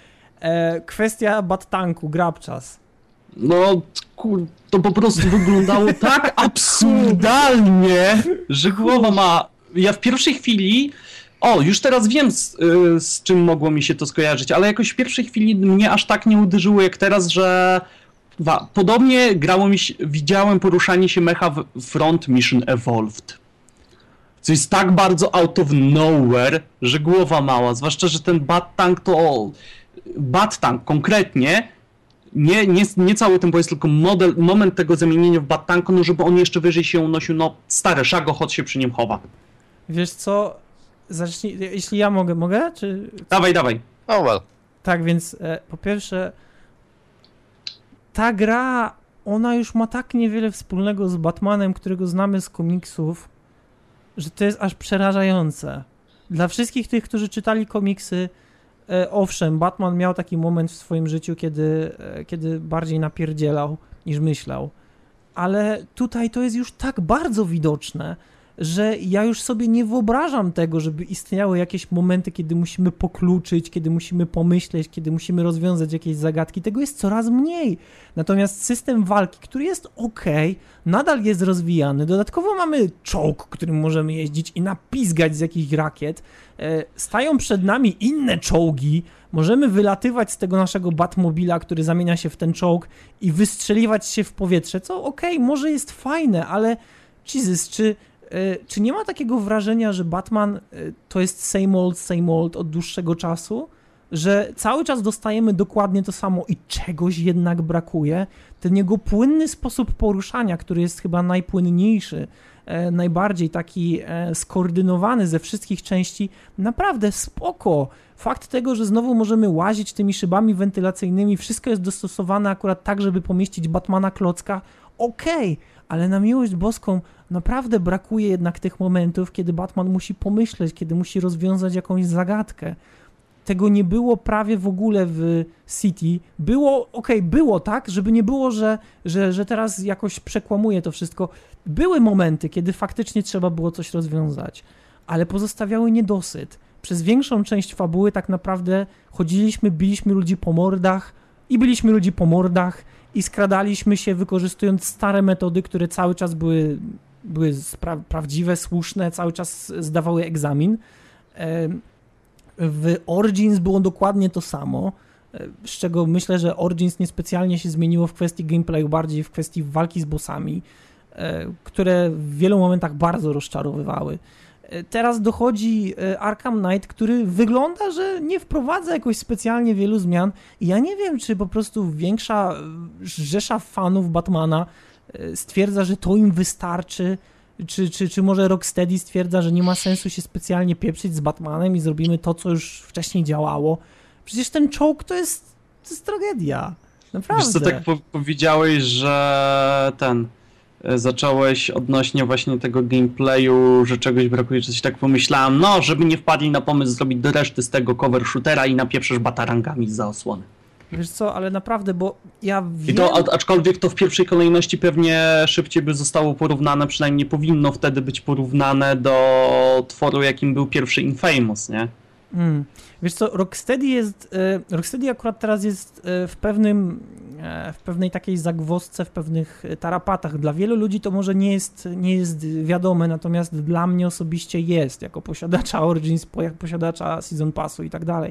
Kwestia Bat-Tanku, grabczas. No, to po prostu wyglądało tak absurdalnie, że głowa ma... Ja w pierwszej chwili... już teraz wiem, z czym mogło mi się to skojarzyć, ale jakoś w pierwszej chwili mnie aż tak nie uderzyło jak teraz, że podobnie widziałem poruszanie się mecha w Front Mission Evolved. Co jest tak bardzo out of nowhere, że głowa mała, zwłaszcza, że ten Bat-Tank konkretnie, nie cały ten pojazd, tylko moment tego zamienienia w Bat-Tanku, żeby on jeszcze wyżej się unosił, stary, Shagohod się przy nim chowa. Wiesz co... Zacznij, jeśli ja mogę? Czy... Dawaj. Tak, więc po pierwsze ta gra, ona już ma tak niewiele wspólnego z Batmanem, którego znamy z komiksów, że to jest aż przerażające. Dla wszystkich tych, którzy czytali komiksy, owszem, Batman miał taki moment w swoim życiu, kiedy bardziej napierdzielał niż myślał, ale tutaj to jest już tak bardzo widoczne, że ja już sobie nie wyobrażam tego, żeby istniały jakieś momenty, kiedy musimy pokluczyć, kiedy musimy pomyśleć, kiedy musimy rozwiązać jakieś zagadki. Tego jest coraz mniej. Natomiast system walki, który jest nadal jest rozwijany. Dodatkowo mamy czołg, którym możemy jeździć i napizgać z jakichś rakiet. Stają przed nami inne czołgi. Możemy wylatywać z tego naszego Batmobila, który zamienia się w ten czołg i wystrzeliwać się w powietrze, co może jest fajne, ale Jesus, czy nie ma takiego wrażenia, że Batman to jest same old od dłuższego czasu? Że cały czas dostajemy dokładnie to samo i czegoś jednak brakuje? Ten jego płynny sposób poruszania, który jest chyba najpłynniejszy, najbardziej taki skoordynowany ze wszystkich części, naprawdę spoko. Fakt tego, że znowu możemy łazić tymi szybami wentylacyjnymi, wszystko jest dostosowane akurat tak, żeby pomieścić Batmana klocka, ale na miłość boską naprawdę brakuje jednak tych momentów, kiedy Batman musi pomyśleć, kiedy musi rozwiązać jakąś zagadkę. Tego nie było prawie w ogóle w City. Było tak, żeby nie było, że teraz jakoś przekłamuje to wszystko. Były momenty, kiedy faktycznie trzeba było coś rozwiązać, ale pozostawiały niedosyt. Przez większą część fabuły tak naprawdę biliśmy ludzi po mordach i skradaliśmy się, wykorzystując stare metody, które cały czas były prawdziwe, słuszne, cały czas zdawały egzamin. W Origins było dokładnie to samo, z czego myślę, że Origins niespecjalnie się zmieniło w kwestii gameplayu, bardziej w kwestii walki z bossami, które w wielu momentach bardzo rozczarowywały. Teraz dochodzi Arkham Knight, który wygląda, że nie wprowadza jakoś specjalnie wielu zmian i ja nie wiem, czy po prostu większa rzesza fanów Batmana stwierdza, że to im wystarczy, Czy może Rocksteady stwierdza, że nie ma sensu się specjalnie pieprzyć z Batmanem i zrobimy to, co już wcześniej działało? Przecież ten czołg to jest tragedia. Naprawdę. Wiesz co, tak powiedziałeś, że zacząłeś odnośnie właśnie tego gameplayu, że czegoś brakuje, czy coś tak pomyślałem, no, żeby nie wpadli na pomysł zrobić do reszty z tego cover shootera i napieprzysz batarangami za osłony. Wiesz co, ale naprawdę, bo ja wiem... I to, aczkolwiek to w pierwszej kolejności pewnie szybciej by zostało porównane, przynajmniej powinno wtedy być porównane do tworu, jakim był pierwszy Infamous, nie? Wiesz co, Rocksteady akurat teraz jest w pewnej takiej zagwozdce, w pewnych tarapatach. Dla wielu ludzi to może nie jest wiadome, natomiast dla mnie osobiście jest, jako posiadacza Origins, posiadacza Season Passu i tak dalej.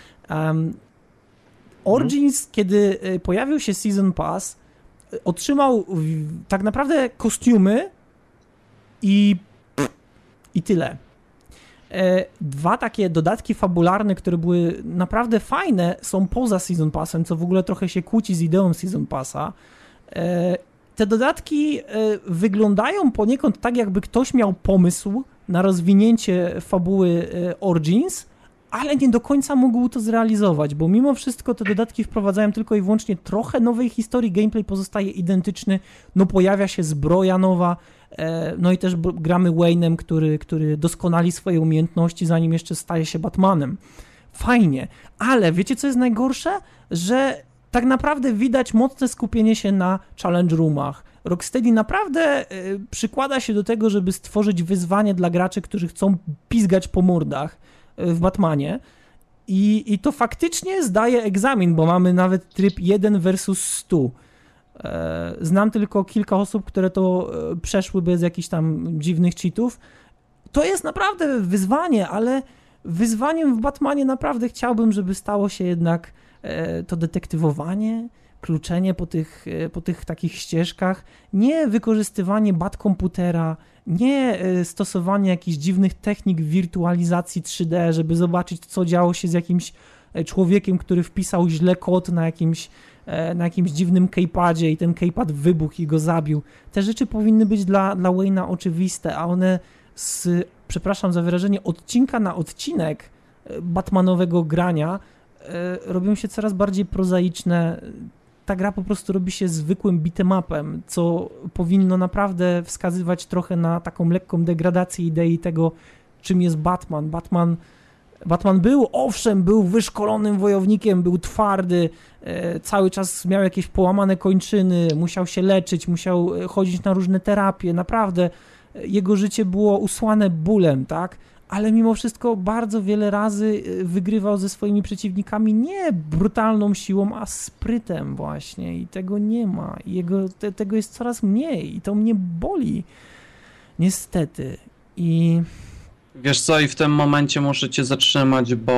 Origins, kiedy pojawił się Season Pass, otrzymał tak naprawdę kostiumy i tyle. Dwa takie dodatki fabularne, które były naprawdę fajne, są poza Season Passem, co w ogóle trochę się kłóci z ideą Season Passa. Te dodatki wyglądają poniekąd tak, jakby ktoś miał pomysł na rozwinięcie fabuły Origins, ale nie do końca mógł to zrealizować, bo mimo wszystko te dodatki wprowadzają tylko i wyłącznie trochę nowej historii, gameplay pozostaje identyczny, no pojawia się zbroja nowa, no i też gramy Wayne'em, który doskonali swoje umiejętności, zanim jeszcze staje się Batmanem. Fajnie, ale wiecie co jest najgorsze? Że tak naprawdę widać mocne skupienie się na challenge roomach. Rocksteady naprawdę przykłada się do tego, żeby stworzyć wyzwanie dla graczy, którzy chcą pizgać po mordach w Batmanie i to faktycznie zdaje egzamin, bo mamy nawet tryb 1 versus 100. Znam tylko kilka osób, które to przeszły bez jakichś tam dziwnych cheatów. To jest naprawdę wyzwanie, ale wyzwaniem w Batmanie naprawdę chciałbym, żeby stało się jednak to detektywowanie, kluczenie po tych takich ścieżkach, nie wykorzystywanie Batkomputera, nie stosowanie jakichś dziwnych technik wirtualizacji 3D, żeby zobaczyć, co działo się z jakimś człowiekiem, który wpisał źle kod na jakimś dziwnym keypadzie i ten keypad wybuchł i go zabił. Te rzeczy powinny być dla Wayne'a oczywiste, a one przepraszam za wyrażenie, odcinka na odcinek Batmanowego grania robią się coraz bardziej prozaiczne. Ta gra po prostu robi się zwykłym beat'em-upem, co powinno naprawdę wskazywać trochę na taką lekką degradację idei tego, czym jest Batman. Batman był wyszkolonym wojownikiem, był twardy, cały czas miał jakieś połamane kończyny, musiał się leczyć, musiał chodzić na różne terapie, naprawdę jego życie było usłane bólem, tak? Ale mimo wszystko bardzo wiele razy wygrywał ze swoimi przeciwnikami nie brutalną siłą, a sprytem właśnie i tego nie ma. I tego jest coraz mniej i to mnie boli. Niestety. I... Wiesz co, i w tym momencie muszę cię zatrzymać, bo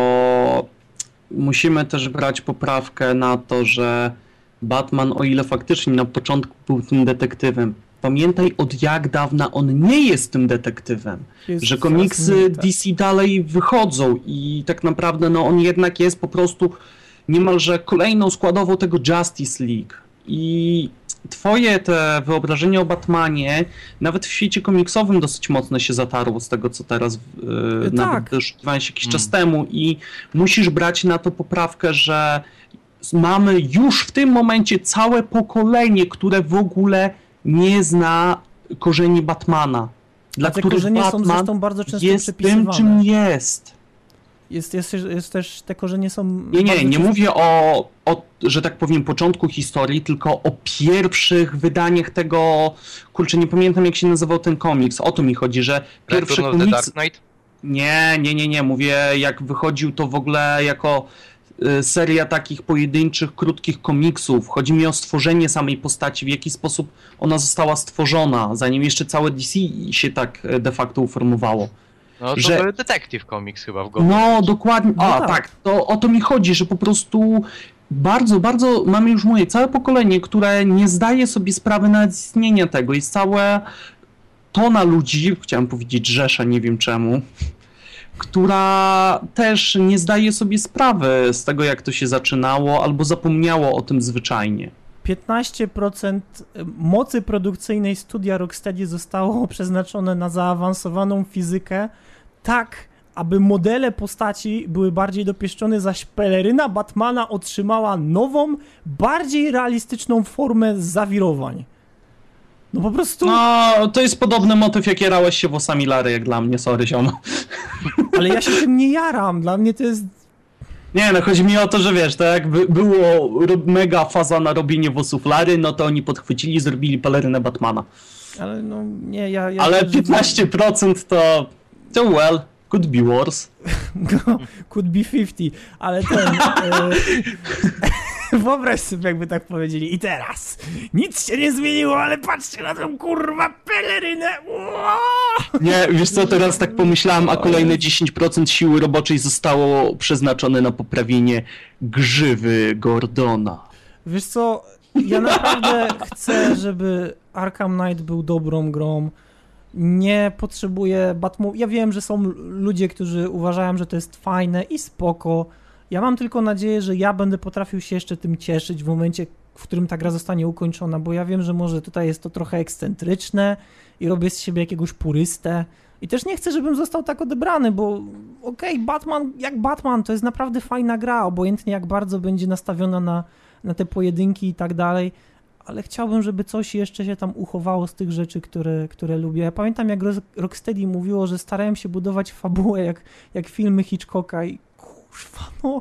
musimy też brać poprawkę na to, że Batman, o ile faktycznie na początku był tym detektywem, pamiętaj od jak dawna on nie jest tym detektywem, że komiksy DC dalej wychodzą i tak naprawdę no on jednak jest po prostu niemalże kolejną składową tego Justice League i twoje te wyobrażenie o Batmanie nawet w świecie komiksowym dosyć mocno się zatarło z tego, co teraz nawet doszukiwałeś jakiś czas temu i musisz brać na to poprawkę, że mamy już w tym momencie całe pokolenie, które w ogóle nie zna korzeni Batmana. Dla których Batman są zresztą bardzo często jest tym, czym jest. Jest też, te korzenie są... Nie mówię o, że tak powiem, początku historii, tylko o pierwszych wydaniach tego... Kurczę, nie pamiętam jak się nazywał ten komiks. O to mi chodzi, że pierwszy komiks... The Dark Knight? Nie. Mówię, jak wychodził to w ogóle jako seria takich pojedynczych, krótkich komiksów. Chodzi mi o stworzenie samej postaci, w jaki sposób ona została stworzona, zanim jeszcze całe DC się tak de facto uformowało. No to że... Detective Comics chyba w głowie. No dokładnie, tak, to o to mi chodzi, że po prostu bardzo mamy już całe pokolenie, które nie zdaje sobie sprawy nawet z istnienia tego. Jest całe tona ludzi, chciałem powiedzieć rzesza, nie wiem czemu, która też nie zdaje sobie sprawy z tego, jak to się zaczynało, albo zapomniało o tym zwyczajnie. 15% mocy produkcyjnej studia Rocksteady zostało przeznaczone na zaawansowaną fizykę, tak aby modele postaci były bardziej dopieszczone, zaś peleryna Batmana otrzymała nową, bardziej realistyczną formę zawirowań. No po prostu... No, to jest podobny motyw, jak jarałeś się włosami Lary, jak dla mnie, sorry ziomo. Ale ja się tym nie jaram, dla mnie to jest... Nie, no chodzi mi o to, że wiesz, tak jakby było mega faza na robienie włosów Lary, no to oni podchwycili i zrobili pelerynę Batmana. Ale no nie, ja Ale 15% to well, could be worse. Could be 50, ale ten... Wyobraź sobie, jakby tak powiedzieli. I teraz nic się nie zmieniło, ale patrzcie na tą kurwa pelerynę. Nie, wiesz co, teraz tak pomyślałem, a kolejne 10% siły roboczej zostało przeznaczone na poprawienie grzywy Gordona. Wiesz co, ja naprawdę chcę, żeby Arkham Knight był dobrą grą. Nie potrzebuję Batmobile. Ja wiem, że są ludzie, którzy uważają, że to jest fajne i spoko. Ja mam tylko nadzieję, że ja będę potrafił się jeszcze tym cieszyć w momencie, w którym ta gra zostanie ukończona, bo ja wiem, że może tutaj jest to trochę ekscentryczne i robię z siebie jakiegoś purystę i też nie chcę, żebym został tak odebrany, bo okej, Batman jak Batman to jest naprawdę fajna gra, obojętnie jak bardzo będzie nastawiona na te pojedynki i tak dalej, ale chciałbym, żeby coś jeszcze się tam uchowało z tych rzeczy, które lubię. Ja pamiętam, jak Rocksteady mówiło, że starałem się budować fabułę jak filmy Hitchcocka i kurwa, no...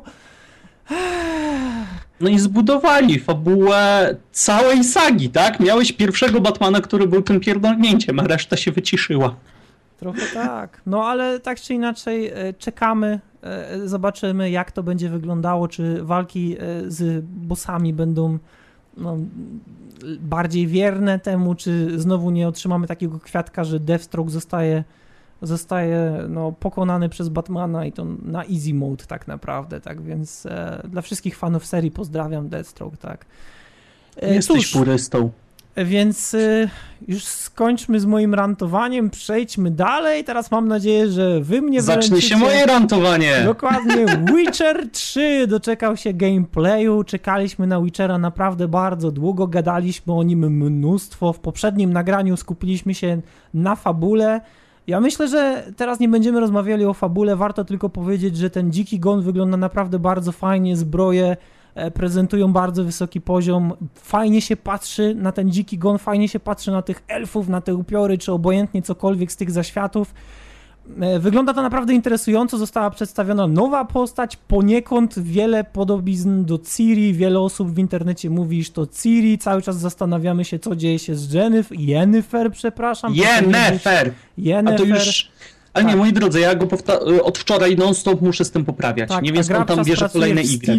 No i zbudowali fabułę całej sagi, tak? Miałeś pierwszego Batmana, który był tym pierdolnięciem, a reszta się wyciszyła. Trochę tak. No ale tak czy inaczej czekamy, zobaczymy jak to będzie wyglądało, czy walki z bossami będą bardziej wierne temu, czy znowu nie otrzymamy takiego kwiatka, że Deathstroke zostaje pokonany przez Batmana i to na easy mode tak naprawdę, tak, więc dla wszystkich fanów serii pozdrawiam Deathstroke, tak. Jesteś purystą. Więc już skończmy z moim rantowaniem, przejdźmy dalej, teraz mam nadzieję, że wy mnie Zacznie się moje rantowanie! Dokładnie, Witcher 3 doczekał się gameplayu, czekaliśmy na Witchera naprawdę bardzo długo, gadaliśmy o nim mnóstwo, w poprzednim nagraniu skupiliśmy się na fabule. Ja myślę, że teraz nie będziemy rozmawiali o fabule, warto tylko powiedzieć, że ten dziki gon wygląda naprawdę bardzo fajnie, zbroje prezentują bardzo wysoki poziom, fajnie się patrzy na ten dziki gon, fajnie się patrzy na tych elfów, na te upiory, czy obojętnie cokolwiek z tych zaświatów. Wygląda to naprawdę interesująco, została przedstawiona nowa postać, poniekąd wiele podobizn do Ciri, wiele osób w internecie mówi, że to Ciri, cały czas zastanawiamy się, co dzieje się z Yennefer, przepraszam. Yennefer! A to już... Ale tak. Nie, moi drodzy, ja go od wczoraj non-stop muszę z tym poprawiać. Tak, nie wiem, skąd tam bierze kolejne igry.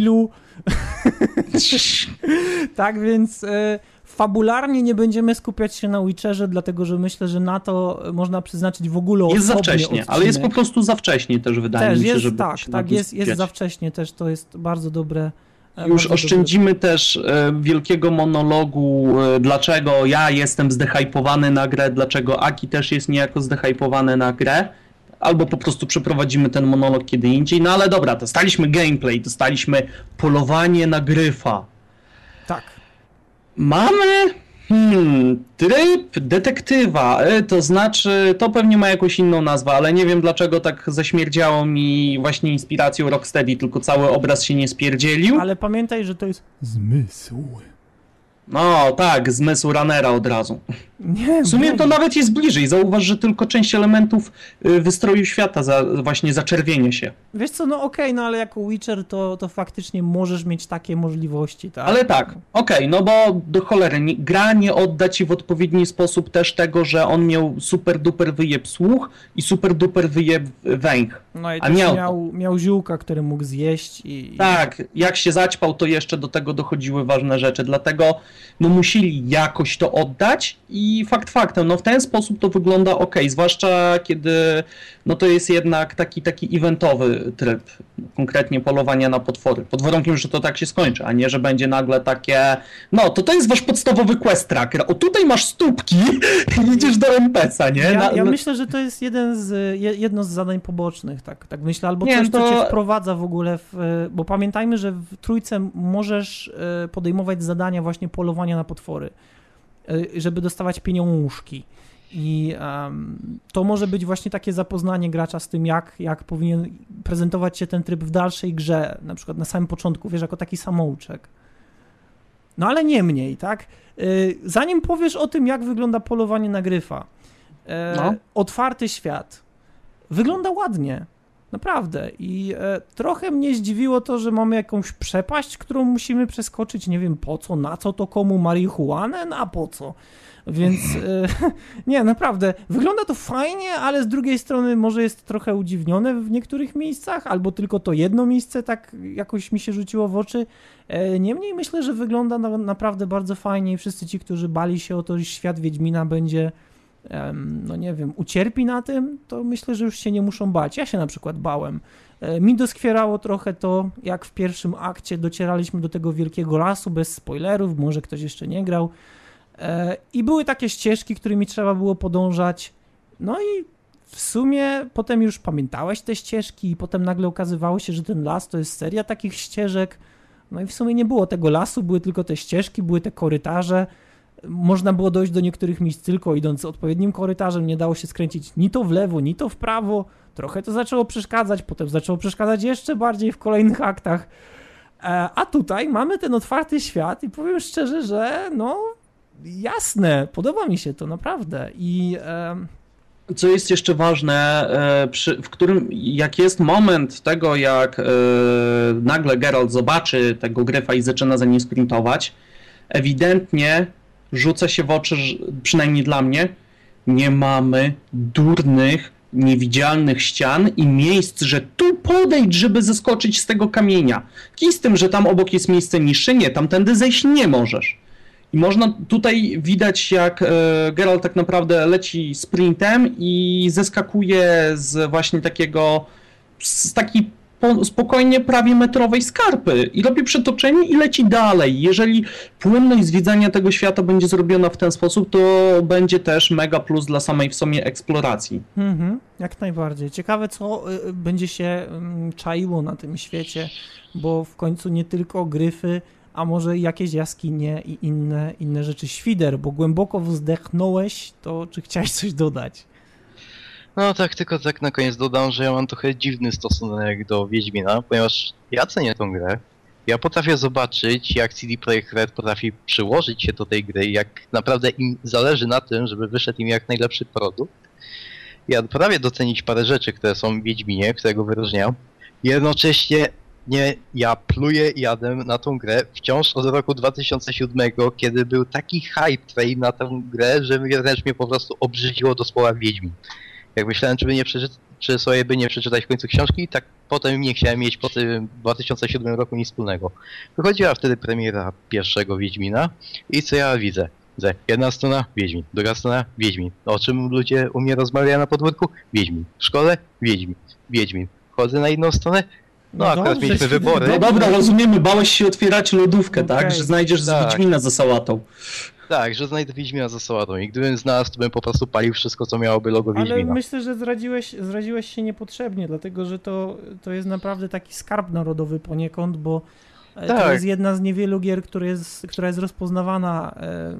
Tak, więc fabularnie nie będziemy skupiać się na Witcherze, dlatego że myślę, że na to można przeznaczyć w ogóle jest za wcześnie, odcinek. Ale jest po prostu za wcześnie też, wydaje mi się, żeby Tak, jest za wcześnie też, to jest bardzo dobre. Już oszczędzimy też wielkiego monologu, dlaczego ja jestem zdehypowany na grę, dlaczego Aki też jest niejako zdehypowany na grę, albo po prostu przeprowadzimy ten monolog kiedy indziej, no ale dobra, dostaliśmy gameplay, dostaliśmy polowanie na gryfa. Tak. Mamy tryb detektywa, to znaczy, to pewnie ma jakąś inną nazwę, ale nie wiem dlaczego tak zaśmierdziało mi właśnie inspiracją Rocksteady, tylko cały obraz się nie spierdzielił. Ale pamiętaj, że to jest zmysł. No tak, zmysł runnera od razu. Nie, w sumie to nawet jest bliżej. Zauważ, że tylko część elementów wystroju świata właśnie zaczerwienie się. Wiesz co, no okej, no ale jako Witcher to faktycznie możesz mieć takie możliwości, tak? Ale tak, okej, no bo do cholery, gra nie odda ci w odpowiedni sposób też tego, że on miał super duper wyjeb słuch i super duper wyjeb węch. No i też miał ziółka, które mógł zjeść i... Tak, jak się zaćpał, to jeszcze do tego dochodziły ważne rzeczy, dlatego no musieli jakoś to oddać i i fakt faktem, no w ten sposób to wygląda ok, zwłaszcza kiedy no to jest jednak taki eventowy tryb, konkretnie polowania na potwory, pod warunkiem, że to tak się skończy, a nie, że będzie nagle takie, no to jest wasz podstawowy quest tracker, o tutaj masz stópki i idziesz do NPC-a, nie? Ja myślę, że to jest jedno z zadań pobocznych, tak myślę, albo coś, co cię wprowadza w ogóle, bo pamiętajmy, że w trójce możesz podejmować zadania właśnie polowania na potwory, żeby dostawać pieniążki. I to może być właśnie takie zapoznanie gracza z tym, jak powinien prezentować się ten tryb w dalszej grze, na przykład na samym początku, wiesz, jako taki samouczek. No ale nie mniej, tak? Zanim powiesz o tym, jak wygląda polowanie na gryfa, otwarty świat wygląda ładnie, naprawdę. I trochę mnie zdziwiło to, że mamy jakąś przepaść, którą musimy przeskoczyć, nie wiem po co, na co to komu, marihuanę, a po co. Więc nie, naprawdę, wygląda to fajnie, ale z drugiej strony może jest trochę udziwnione w niektórych miejscach, albo tylko to jedno miejsce tak jakoś mi się rzuciło w oczy. Niemniej myślę, że wygląda naprawdę bardzo fajnie i wszyscy ci, którzy bali się o to, że świat Wiedźmina będzie, no nie wiem, ucierpi na tym, to myślę, że już się nie muszą bać. Ja się na przykład bałem. Mi doskwierało trochę to, jak w pierwszym akcie docieraliśmy do tego wielkiego lasu, bez spoilerów, może ktoś jeszcze nie grał. I były takie ścieżki, którymi trzeba było podążać. No i w sumie potem już pamiętałeś te ścieżki i potem nagle okazywało się, że ten las to jest seria takich ścieżek. No i w sumie nie było tego lasu, były tylko te ścieżki, były te korytarze. Można było dojść do niektórych miejsc tylko idąc odpowiednim korytarzem, nie dało się skręcić ni to w lewo, ni to w prawo. Trochę to zaczęło przeszkadzać, potem zaczęło przeszkadzać jeszcze bardziej w kolejnych aktach. A tutaj mamy ten otwarty świat i powiem szczerze, że no jasne, podoba mi się to naprawdę. I co jest jeszcze ważne, w którym jak jest moment tego, jak nagle Geralt zobaczy tego gryfa i zaczyna za nim sprintować, ewidentnie rzuca się w oczy, przynajmniej dla mnie, nie mamy durnych, niewidzialnych ścian i miejsc, że tu podejdź, żeby zeskoczyć z tego kamienia. Kij z tym, że tam obok jest miejsce niższe, nie, tamtędy zejść nie możesz. I można tutaj widać, jak Geralt tak naprawdę leci sprintem i zeskakuje z właśnie z takiej spokojnie prawie metrowej skarpy i robi przetoczenie i leci dalej. Jeżeli płynność zwiedzania tego świata będzie zrobiona w ten sposób, to będzie też mega plus dla samej w sumie eksploracji. Jak najbardziej. Ciekawe, co będzie się czaiło na tym świecie, bo w końcu nie tylko gryfy, a może jakieś jaskinie i inne rzeczy. Świder, bo głęboko wzdechnąłeś, to czy chciałeś coś dodać? No tak, tylko tak na koniec dodam, że ja mam trochę dziwny stosunek do Wiedźmina, ponieważ ja cenię tą grę. Ja potrafię zobaczyć, jak CD Projekt Red potrafi przyłożyć się do tej gry i jak naprawdę im zależy na tym, żeby wyszedł im jak najlepszy produkt. Ja potrafię docenić parę rzeczy, które są w Wiedźminie, które go wyróżniają. Jednocześnie ja pluję i jadę na tą grę wciąż od roku 2007, kiedy był taki hype train na tę grę, że wręcz mnie po prostu obrzydziło do słowa Wiedźmin. Jak myślałem, czy sobie by nie przeczytać w końcu książki, tak potem nie chciałem mieć po tym 2007 roku nic wspólnego. Wychodziła wtedy premiera pierwszego Wiedźmina i co ja widzę? Jedna strona Wiedźmin, druga strona Wiedźmin. O czym ludzie u mnie rozmawiają na podwórku? Wiedźmin. W szkole? Wiedźmin. Chodzę na inną stronę? No akurat mieliśmy wybory. No dobra, rozumiemy, bałeś się otwierać lodówkę, tak? Że znajdziesz z Wiedźmina za sałatą. Tak, że znajdę Wiedźmina za sałatą i gdybym znalazł, to bym po prostu palił wszystko, co miałoby logo Wiedźmina. Ale myślę, że zdradziłeś się niepotrzebnie, dlatego że to jest naprawdę taki skarb narodowy poniekąd, bo to jest jedna z niewielu gier, która jest rozpoznawana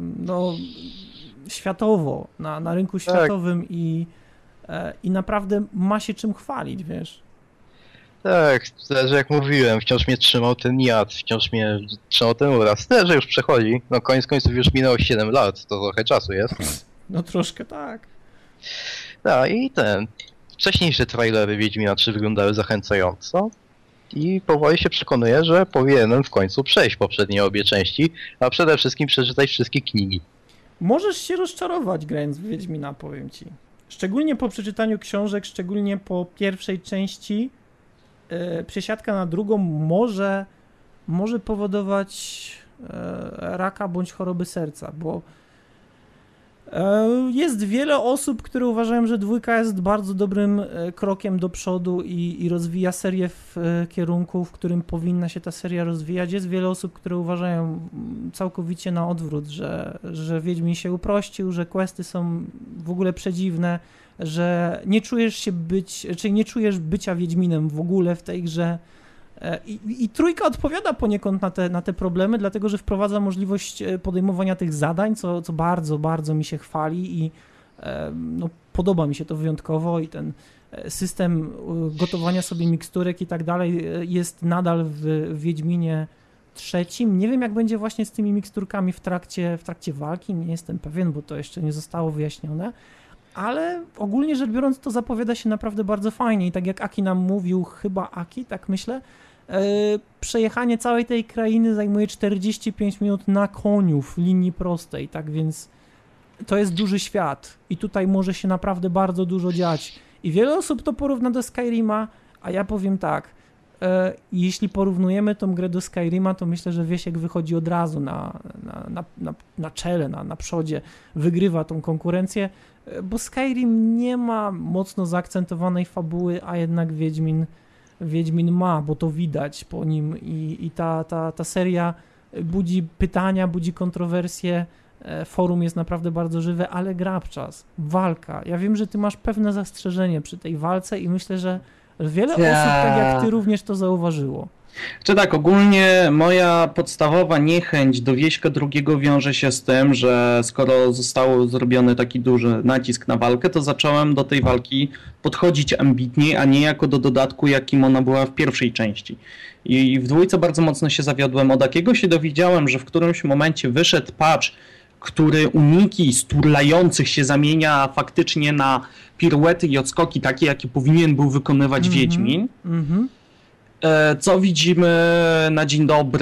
światowo, na rynku światowym i naprawdę ma się czym chwalić, wiesz. Tak, że jak mówiłem, wciąż mnie trzymał ten jad, wciąż mnie trzymał ten uraz. Że już przechodzi, no koniec końców już minęło 7 lat, to trochę czasu jest. No troszkę tak. Tak, i wcześniejsze trailery Wiedźmina 3 wyglądały zachęcająco i powoli się przekonuję, że powinienem w końcu przejść poprzednie obie części, a przede wszystkim przeczytać wszystkie knigi. Możesz się rozczarować grając w Wiedźmina, powiem ci. Szczególnie po przeczytaniu książek, szczególnie po pierwszej części, przesiadka na drugą może powodować raka bądź choroby serca, bo Jest wiele osób, które uważają, że 2 jest bardzo dobrym krokiem do przodu i rozwija serię w kierunku, w którym powinna się ta seria rozwijać. Jest wiele osób, które uważają całkowicie na odwrót, że Wiedźmin się uprościł, że questy są w ogóle przedziwne, że nie czujesz bycia Wiedźminem w ogóle w tej grze. I 3 odpowiada poniekąd na te problemy, dlatego że wprowadza możliwość podejmowania tych zadań, co bardzo, bardzo mi się chwali i no, podoba mi się to wyjątkowo i ten system gotowania sobie miksturek i tak dalej jest nadal w Wiedźminie 3. Nie wiem, jak będzie właśnie z tymi miksturkami w trakcie walki, nie jestem pewien, bo to jeszcze nie zostało wyjaśnione, ale ogólnie rzecz biorąc to zapowiada się naprawdę bardzo fajnie i tak jak Aki nam mówił, chyba Aki, tak myślę, przejechanie całej tej krainy zajmuje 45 minut na koniu w linii prostej, tak więc to jest duży świat i tutaj może się naprawdę bardzo dużo dziać i wiele osób to porówna do Skyrima, a ja powiem tak, jeśli porównujemy tą grę do Skyrima, to myślę, że Wiesiek wychodzi od razu na czele, na przodzie, wygrywa tą konkurencję, bo Skyrim nie ma mocno zaakcentowanej fabuły, a jednak Wiedźmin ma, bo to widać po nim i ta seria budzi pytania, budzi kontrowersje, forum jest naprawdę bardzo żywe, ale gra w czas, walka. Ja wiem, że ty masz pewne zastrzeżenie przy tej walce i myślę, że wiele osób, tak jak ty, również to zauważyło. Czy tak, ogólnie moja podstawowa niechęć do Wieśka II wiąże się z tym, że skoro został zrobiony taki duży nacisk na walkę, to zacząłem do tej walki podchodzić ambitniej, a nie jako do dodatku, jakim ona była w pierwszej części. I w 2 bardzo mocno się zawiodłem. Od jakiego się dowiedziałem, że w którymś momencie wyszedł patch, który uniki sturlających się zamienia faktycznie na piruety i odskoki takie, jakie powinien był wykonywać Wiedźmin. Co widzimy na dzień dobry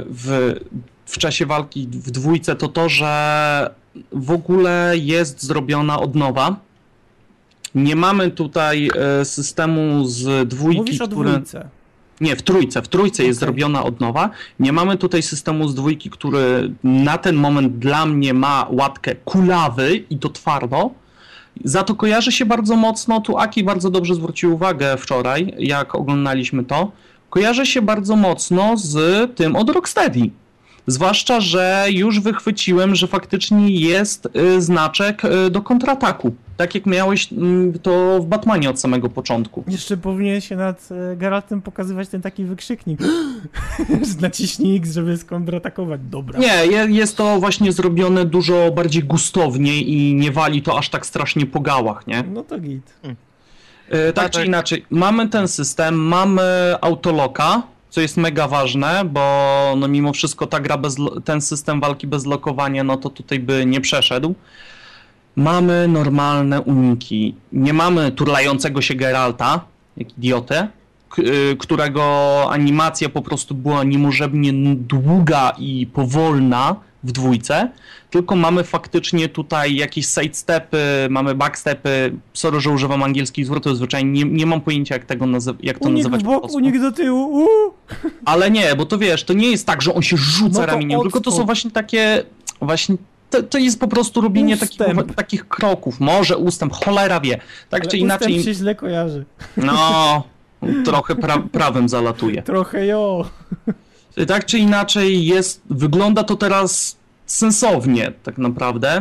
w czasie walki w 2, to, że w ogóle jest zrobiona od nowa. Nie mamy tutaj systemu z 2, Mówisz o 2? Nie, w 3 jest zrobiona od nowa. Nie mamy tutaj systemu z 2, który na ten moment dla mnie ma łatkę kulawy i to twardo. Za to kojarzy się bardzo mocno, tu Aki bardzo dobrze zwrócił uwagę wczoraj, jak oglądaliśmy to, kojarzy się bardzo mocno z tym od Rocksteady. Zwłaszcza, że już wychwyciłem, że faktycznie jest znaczek do kontrataku. Tak jak miałeś to w Batmanie od samego początku. Jeszcze powinien się nad Geraltem pokazywać ten taki wykrzyknik. Naciśnij X, żeby skontratakować. Dobra. Nie, jest to właśnie zrobione dużo bardziej gustownie i nie wali to aż tak strasznie po gałach, nie? No to git. Tak czy inaczej, mamy ten system, mamy autoloka, co jest mega ważne, bo no mimo wszystko ta gra ten system walki bez lokowania, no to tutaj by nie przeszedł. Mamy normalne uniki. Nie mamy turlającego się Geralta, jak idiotę, którego animacja po prostu była niemożebnie długa i powolna w 2, tylko mamy faktycznie tutaj jakieś sidestepy, mamy backstepy, sorry, że używam angielskich zwrotów zwyczajnie, nie mam pojęcia jak to nazywać. Unik w bok, unik do tyłu, Ale nie, bo to wiesz, to nie jest tak, że on się rzuca ramieniem, tylko to są właśnie takie, to jest po prostu robienie takich kroków, może ustęp, cholera wie, tak ale czy inaczej. Ustęp się źle kojarzy. No, trochę prawem zalatuje. Trochę jo. Tak czy inaczej wygląda to teraz sensownie tak naprawdę.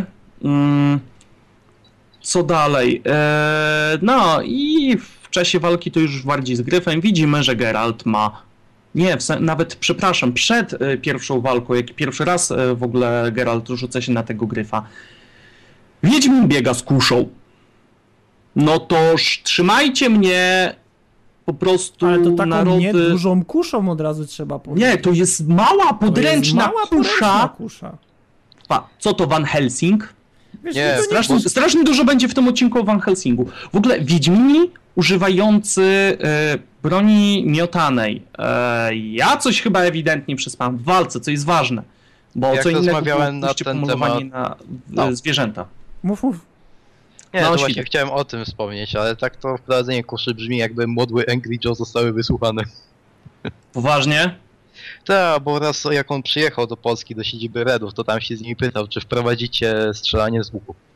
Co dalej? No i w czasie walki to już bardziej z Gryfem widzimy, że Geralt ma... Nie, nawet przepraszam, przed pierwszą walką, jak pierwszy raz w ogóle Geralt rzuca się na tego Gryfa, Wiedźmin biega z kuszą. No toż trzymajcie mnie... Po prostu ale to taką narody... nie dużą kuszą od razu trzeba powiedzieć. Nie, to jest mała, podręczna kusza. Co to Van Helsing? Wiesz, nie, strasznie dużo będzie w tym odcinku o Van Helsingu. W ogóle Wiedźmini używający broni miotanej. Ja coś chyba ewidentnie przespałem w walce, co jest ważne. Bo jak co innego na ten temat na zwierzęta. Mów. Nie, no, to właśnie chciałem o tym wspomnieć, ale tak to wprowadzenie kuszy brzmi, jakby modły Angry Joe zostały wysłuchane. Poważnie? Tak, bo raz jak on przyjechał do Polski, do siedziby Redów, to tam się z nimi pytał, czy wprowadzicie strzelanie z łuku.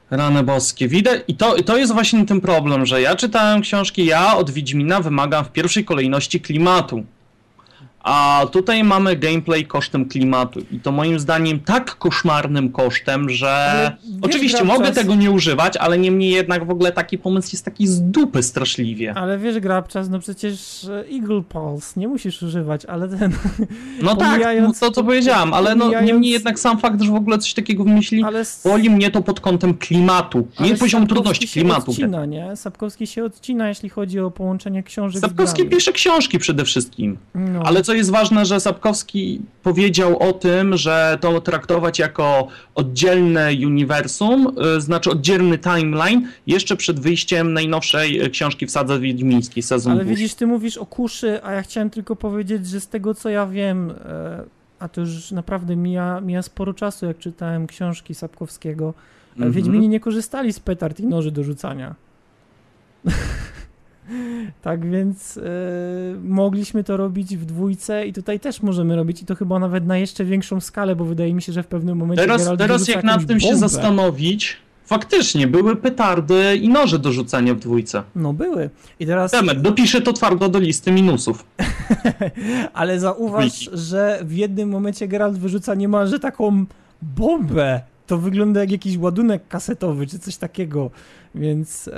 Rany boskie, widać. I to jest właśnie ten problem, że ja czytałem książki, ja od Wiedźmina wymagam w pierwszej kolejności klimatu. A tutaj mamy gameplay kosztem klimatu i to moim zdaniem tak koszmarnym kosztem, że oczywiście mogę tego nie używać, ale niemniej jednak w ogóle taki pomysł jest taki z dupy straszliwie. Ale wiesz, Grabczas, no przecież Eagle Pulse nie musisz używać, ale ten... No tak, to co powiedziałam, ale no niemniej jednak sam fakt, że w ogóle coś takiego wymyśli, boli mnie to pod kątem klimatu, nie poziomu trudności, klimatu. Odcina, nie? Sapkowski się odcina, jeśli chodzi o połączenie książek Sapkowski pisze książki przede wszystkim, ale co jest ważne, że Sapkowski powiedział o tym, że to traktować jako oddzielne uniwersum, znaczy oddzielny timeline, jeszcze przed wyjściem najnowszej książki w sadze wiedźmińskiej, sezon. Ale widzisz, ty mówisz o kuszy, a ja chciałem tylko powiedzieć, że z tego co ja wiem, a to już naprawdę mija sporo czasu, jak czytałem książki Sapkowskiego, Wiedźmini nie korzystali z petard i noży do rzucania. Tak więc mogliśmy to robić w dwójce i tutaj też możemy robić i to chyba nawet na jeszcze większą skalę, bo wydaje mi się, że w pewnym momencie Teraz jak nad tym się zastanowić, faktycznie były petardy i noże do rzucania w dwójce. No były. I teraz... Dopiszę to twardo do listy minusów. Ale zauważ, że w jednym momencie Geralt wyrzuca niemalże taką bombę. To wygląda jak jakiś ładunek kasetowy, czy coś takiego, więc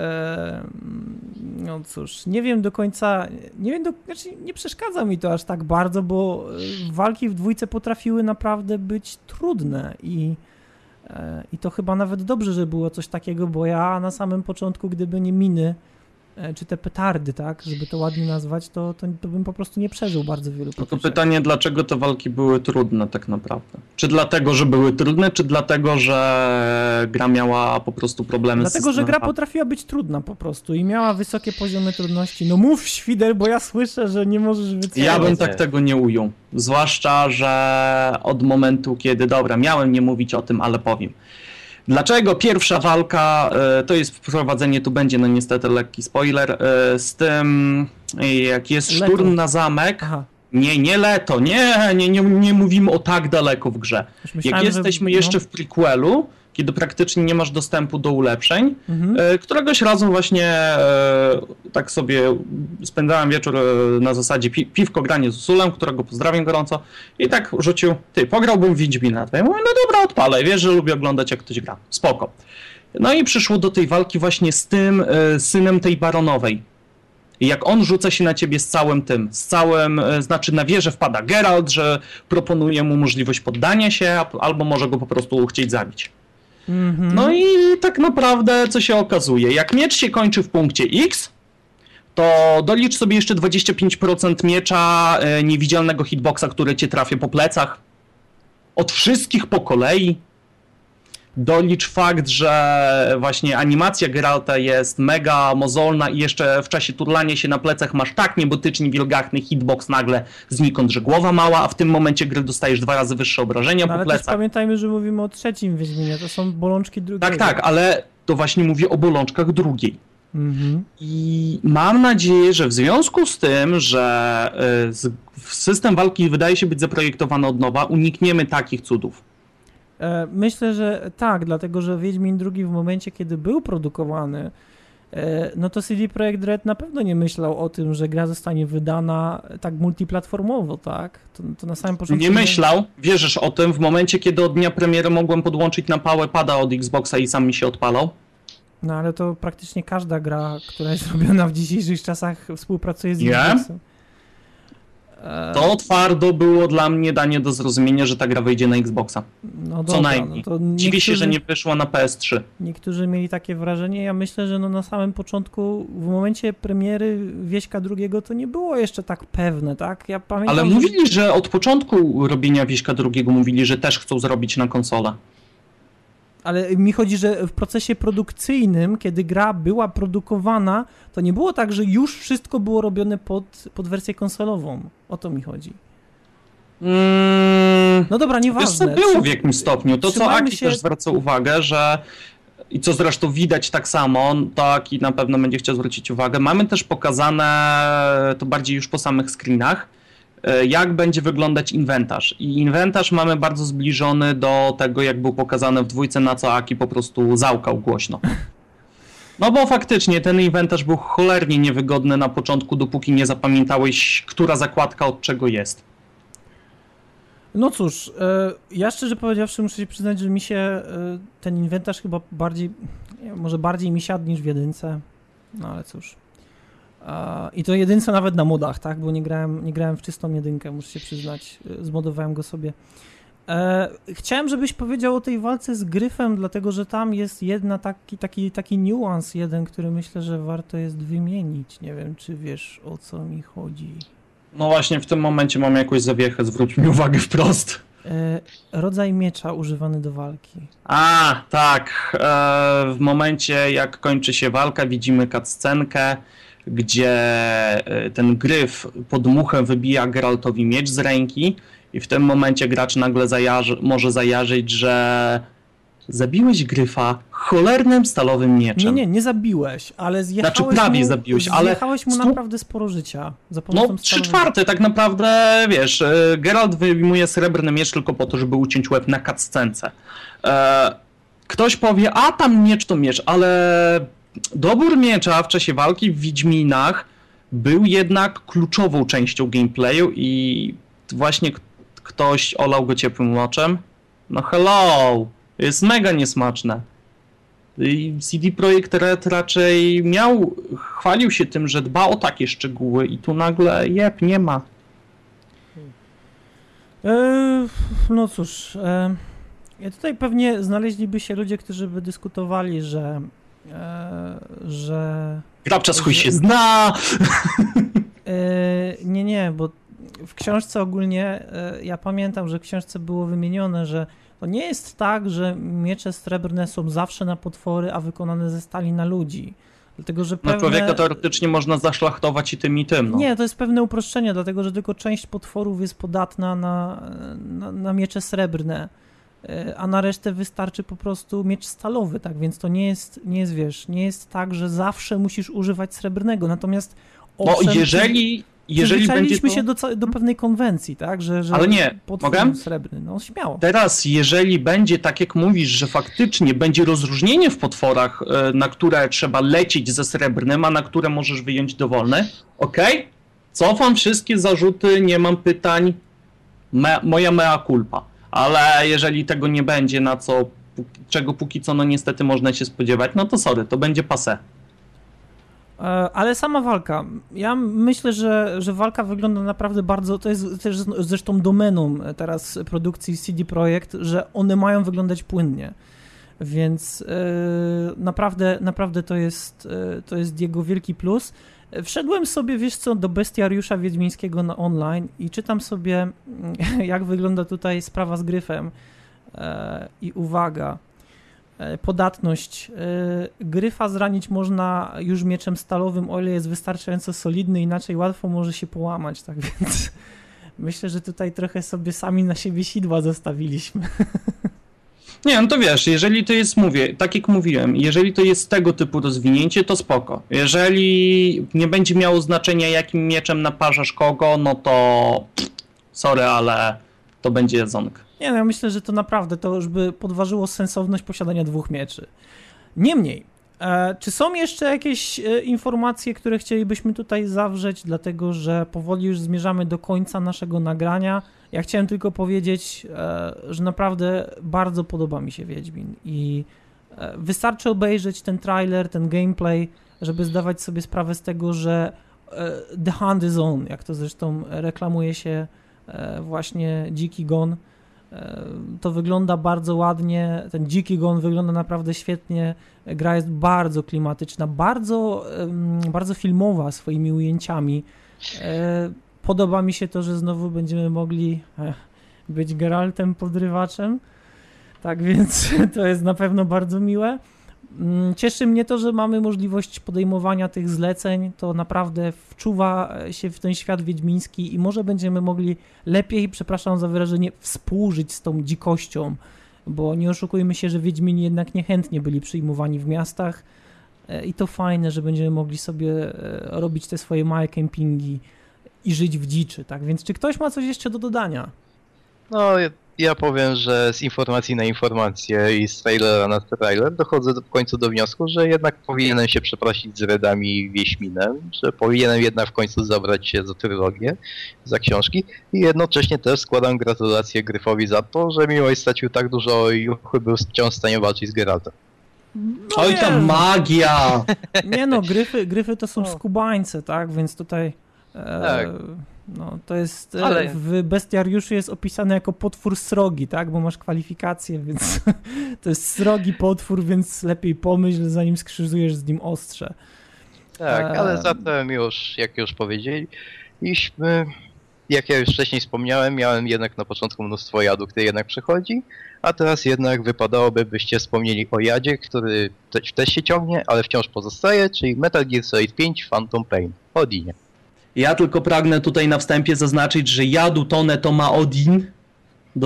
no cóż, nie wiem do końca, znaczy nie przeszkadza mi to aż tak bardzo, bo walki w dwójce potrafiły naprawdę być trudne i to chyba nawet dobrze, że było coś takiego, bo ja na samym początku, gdyby nie miny, czy te petardy, tak, żeby to ładnie nazwać, to bym po prostu nie przeżył bardzo wielu potyczek. To pytanie, dlaczego te walki były trudne tak naprawdę? Czy dlatego, że były trudne, czy dlatego, że gra miała po prostu problemy z systemem? Dlatego, że gra potrafiła być trudna po prostu i miała wysokie poziomy trudności. No mów, Świder, bo ja słyszę, że nie możesz wytrzymać. Ja bym tak tego nie ujął. Zwłaszcza, że od momentu, kiedy... Dobra, miałem nie mówić o tym, ale powiem. Dlaczego pierwsza walka, to jest wprowadzenie, tu będzie no niestety lekki spoiler, z tym jak jest szturm na zamek, Aha. nie Leto, nie mówimy o tak daleko w grze. Jak jesteśmy jeszcze w prequelu, kiedy praktycznie nie masz dostępu do ulepszeń, któregoś razu właśnie tak sobie spędzałem wieczór na zasadzie piwko granie z Usulem, którego pozdrawiam gorąco i tak rzucił, pograłbym w Wiedźmina. Ja mówię, no dobra, odpalaj, wiesz, że lubię oglądać jak ktoś gra, spoko. No i przyszło do tej walki właśnie z tym synem tej baronowej. I jak on rzuca się na ciebie z całym, znaczy na wieżę wpada Geralt, że proponuje mu możliwość poddania się, albo może go po prostu chcieć zabić. No i tak naprawdę co się okazuje, jak miecz się kończy w punkcie X, to dolicz sobie jeszcze 25% miecza niewidzialnego hitboxa, który cię trafia po plecach. Od wszystkich po kolei. Dolicz fakt, że właśnie animacja Geralta jest mega mozolna i jeszcze w czasie turlania się na plecach masz tak niebotycznie wilgachny hitbox nagle znikąd, że głowa mała, a w tym momencie gry dostajesz 2 razy wyższe obrażenia po ale plecach. Ale też pamiętajmy, że mówimy o trzecim Wiedźminie, to są bolączki drugiego. Tak, ale to właśnie mówię o bolączkach drugiej. I mam nadzieję, że w związku z tym, że system walki wydaje się być zaprojektowany od nowa, unikniemy takich cudów. Myślę, że tak, dlatego że Wiedźmin II w momencie, kiedy był produkowany, no to CD Projekt Red na pewno nie myślał o tym, że gra zostanie wydana tak multiplatformowo, tak? To na samym początku... Nie myślał, wierzysz o tym, w momencie, kiedy od dnia premiery mogłem podłączyć na pałę pada od Xboxa i sam mi się odpalał. No ale to praktycznie każda gra, która jest robiona w dzisiejszych czasach współpracuje z Xboxem. To twardo było dla mnie danie do zrozumienia, że ta gra wejdzie na Xboxa. No dobra, co najmniej. No dziwię się, że nie wyszła na PS3. Niektórzy mieli takie wrażenie. Ja myślę, że no na samym początku, w momencie premiery Wieśka II to nie było jeszcze tak pewne, tak? Ja pamiętam, ale mówili, że od początku robienia Wieśka II mówili, że też chcą zrobić na konsolę. Ale mi chodzi, że w procesie produkcyjnym, kiedy gra była produkowana, to nie było tak, że już wszystko było robione pod wersję konsolową. O to mi chodzi. No dobra, nieważne. Wiesz, co było w jakimś stopniu. To, co Aki też zwraca uwagę, że i co zresztą widać tak samo, tak i na pewno będzie chciał zwrócić uwagę, mamy też pokazane, to bardziej już po samych screenach, jak będzie wyglądać inwentarz. I inwentarz mamy bardzo zbliżony do tego, jak był pokazany w 2, na co Aki po prostu załkał głośno. No bo faktycznie ten inwentarz był cholernie niewygodny na początku, dopóki nie zapamiętałeś, która zakładka od czego jest. No cóż, ja szczerze powiedziawszy muszę się przyznać, że mi się ten inwentarz chyba może bardziej mi siadł niż w 1, no ale cóż. I to 1 nawet na modach, tak, bo nie grałem w czystą 1, muszę się przyznać, zmodowałem go sobie. Chciałem, żebyś powiedział o tej walce z Gryfem, dlatego że tam jest taki niuans jeden, który myślę, że warto jest wymienić. Nie wiem, czy wiesz, o co mi chodzi. No właśnie, w tym momencie mam jakąś zawiechę, zwróć mi uwagę wprost. Rodzaj miecza używany do walki. Tak. W momencie, jak kończy się walka, widzimy cutscenkę, gdzie ten Gryf pod muchem wybija Geraltowi miecz z ręki i w tym momencie gracz nagle może zajarzyć, że zabiłeś Gryfa cholernym stalowym mieczem. Nie zabiłeś, ale zjechałeś mu naprawdę sporo życia. Za pomocą 3/4 tak naprawdę, wiesz, Geralt wyjmuje srebrny miecz tylko po to, żeby uciąć łeb na cutscence. Ktoś powie, tam miecz to miecz, ale dobór miecza w czasie walki w Wiedźminach był jednak kluczową częścią gameplayu i właśnie ktoś olał go ciepłym moczem. No hello! Jest mega niesmaczne. I CD Projekt Red raczej chwalił się tym, że dba o takie szczegóły i tu nagle nie ma. No cóż, tutaj pewnie znaleźliby się ludzie, którzy by dyskutowali, że Grabcza chuj się zna! Nie, bo w książce ogólnie, ja pamiętam, że w książce było wymienione, że to nie jest tak, że miecze srebrne są zawsze na potwory, a wykonane ze stali na ludzi. Dlatego, że na człowieka teoretycznie można zaszlachtować i tym i tym. No. Nie, to jest pewne uproszczenie, dlatego że tylko część potworów jest podatna na miecze srebrne, a na resztę wystarczy po prostu miecz stalowy, tak? Więc to nie jest tak, że zawsze musisz używać srebrnego. Natomiast jeżeli będzie to... się do pewnej konwencji, tak? Że ale nie, mogę? Srebrny, no śmiało. Teraz, jeżeli będzie tak jak mówisz, że faktycznie będzie rozróżnienie w potworach, na które trzeba lecieć ze srebrnym, a na które możesz wyjąć dowolny, okej? Cofam wszystkie zarzuty, nie mam pytań, moja mea culpa. Ale jeżeli tego nie będzie, czego póki co no niestety można się spodziewać, no to sorry, to będzie passé. Ale sama walka, ja myślę, że walka wygląda naprawdę bardzo, to jest też zresztą domeną teraz produkcji CD Projekt, że one mają wyglądać płynnie, więc naprawdę to jest jego wielki plus. Wszedłem sobie, wiesz co, do bestiariusza wiedźmińskiego na online i czytam sobie, jak wygląda tutaj sprawa z Gryfem i uwaga, podatność. Gryfa zranić można już mieczem stalowym, o ile jest wystarczająco solidny, inaczej łatwo może się połamać, tak więc myślę, że tutaj trochę sobie sami na siebie sidła zostawiliśmy. Nie, no to wiesz, jeżeli to jest, tak jak mówiłem, jeżeli to jest tego typu rozwinięcie, to spoko. Jeżeli nie będzie miało znaczenia, jakim mieczem naparzasz kogo, no to sorry, ale to będzie jedzonka. Nie, no ja myślę, że to naprawdę to już by podważyło sensowność posiadania 2 mieczy. Niemniej, czy są jeszcze jakieś informacje, które chcielibyśmy tutaj zawrzeć, dlatego że powoli już zmierzamy do końca naszego nagrania. Ja chciałem tylko powiedzieć, że naprawdę bardzo podoba mi się Wiedźmin i wystarczy obejrzeć ten trailer, ten gameplay, żeby zdawać sobie sprawę z tego, że The Hunt is on, jak to zresztą reklamuje się właśnie Dziki Gon. To wygląda bardzo ładnie, ten Dziki Gon wygląda naprawdę świetnie, gra jest bardzo klimatyczna, bardzo filmowa swoimi ujęciami. Podoba mi się to, że znowu będziemy mogli być Geraltem podrywaczem, tak więc to jest na pewno bardzo miłe. Cieszy mnie to, że mamy możliwość podejmowania tych zleceń, to naprawdę wczuwa się w ten świat wiedźmiński i może będziemy mogli lepiej, przepraszam za wyrażenie, współżyć z tą dzikością, bo nie oszukujmy się, że Wiedźmini jednak niechętnie byli przyjmowani w miastach i to fajne, że będziemy mogli sobie robić te swoje małe kempingi i żyć w dziczy, tak? Więc czy ktoś ma coś jeszcze do dodania? No, ja powiem, że z informacji na informację i z trailera na trailer dochodzę w końcu do wniosku, że jednak powinienem się przeprosić z Redami i Wiedźminem, że powinienem jednak w końcu zabrać się za trylogię, za książki i jednocześnie też składam gratulacje Gryfowi za to, że mimo iż stracił tak dużo juchy, był wciąż w stanie walczyć z Geraltem. No Oj, ta magia! Nie no, gryfy to są skubańce, tak? Więc tutaj... Tak. No, to jest, Ale... w bestiariuszu jest opisane jako potwór srogi, tak, bo masz kwalifikacje, więc to jest srogi potwór, więc lepiej pomyśl, zanim skrzyżujesz z nim ostrze. Tak, ale zatem już, jak już powiedzieliśmy, jak ja już wcześniej wspomniałem, miałem jednak na początku mnóstwo jadu, który jednak przechodzi, a teraz jednak wypadałoby, byście wspomnieli o jadzie, który też się ciągnie, ale wciąż pozostaje, czyli Metal Gear Solid 5 Phantom Pain. Odinie. Ja tylko pragnę tutaj na wstępie zaznaczyć, że jadu tonę to ma Odin do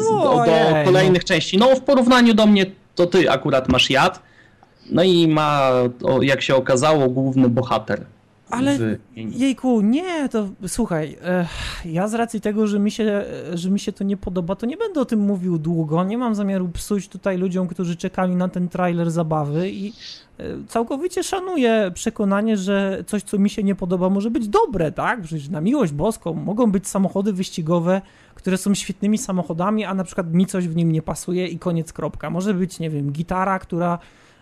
kolejnych części. No w porównaniu do mnie to ty akurat masz jad. No i ma, jak się okazało, główny bohater. Ale jejku, nie, to słuchaj, ja z racji tego, że mi się to nie podoba, to nie będę o tym mówił długo, nie mam zamiaru psuć tutaj ludziom, którzy czekali na ten trailer zabawy i całkowicie szanuję przekonanie, że coś, co mi się nie podoba, może być dobre, tak? Przecież na miłość boską mogą być samochody wyścigowe, które są świetnymi samochodami, a na przykład mi coś w nim nie pasuje i koniec, kropka. Może być, nie wiem, gitara, która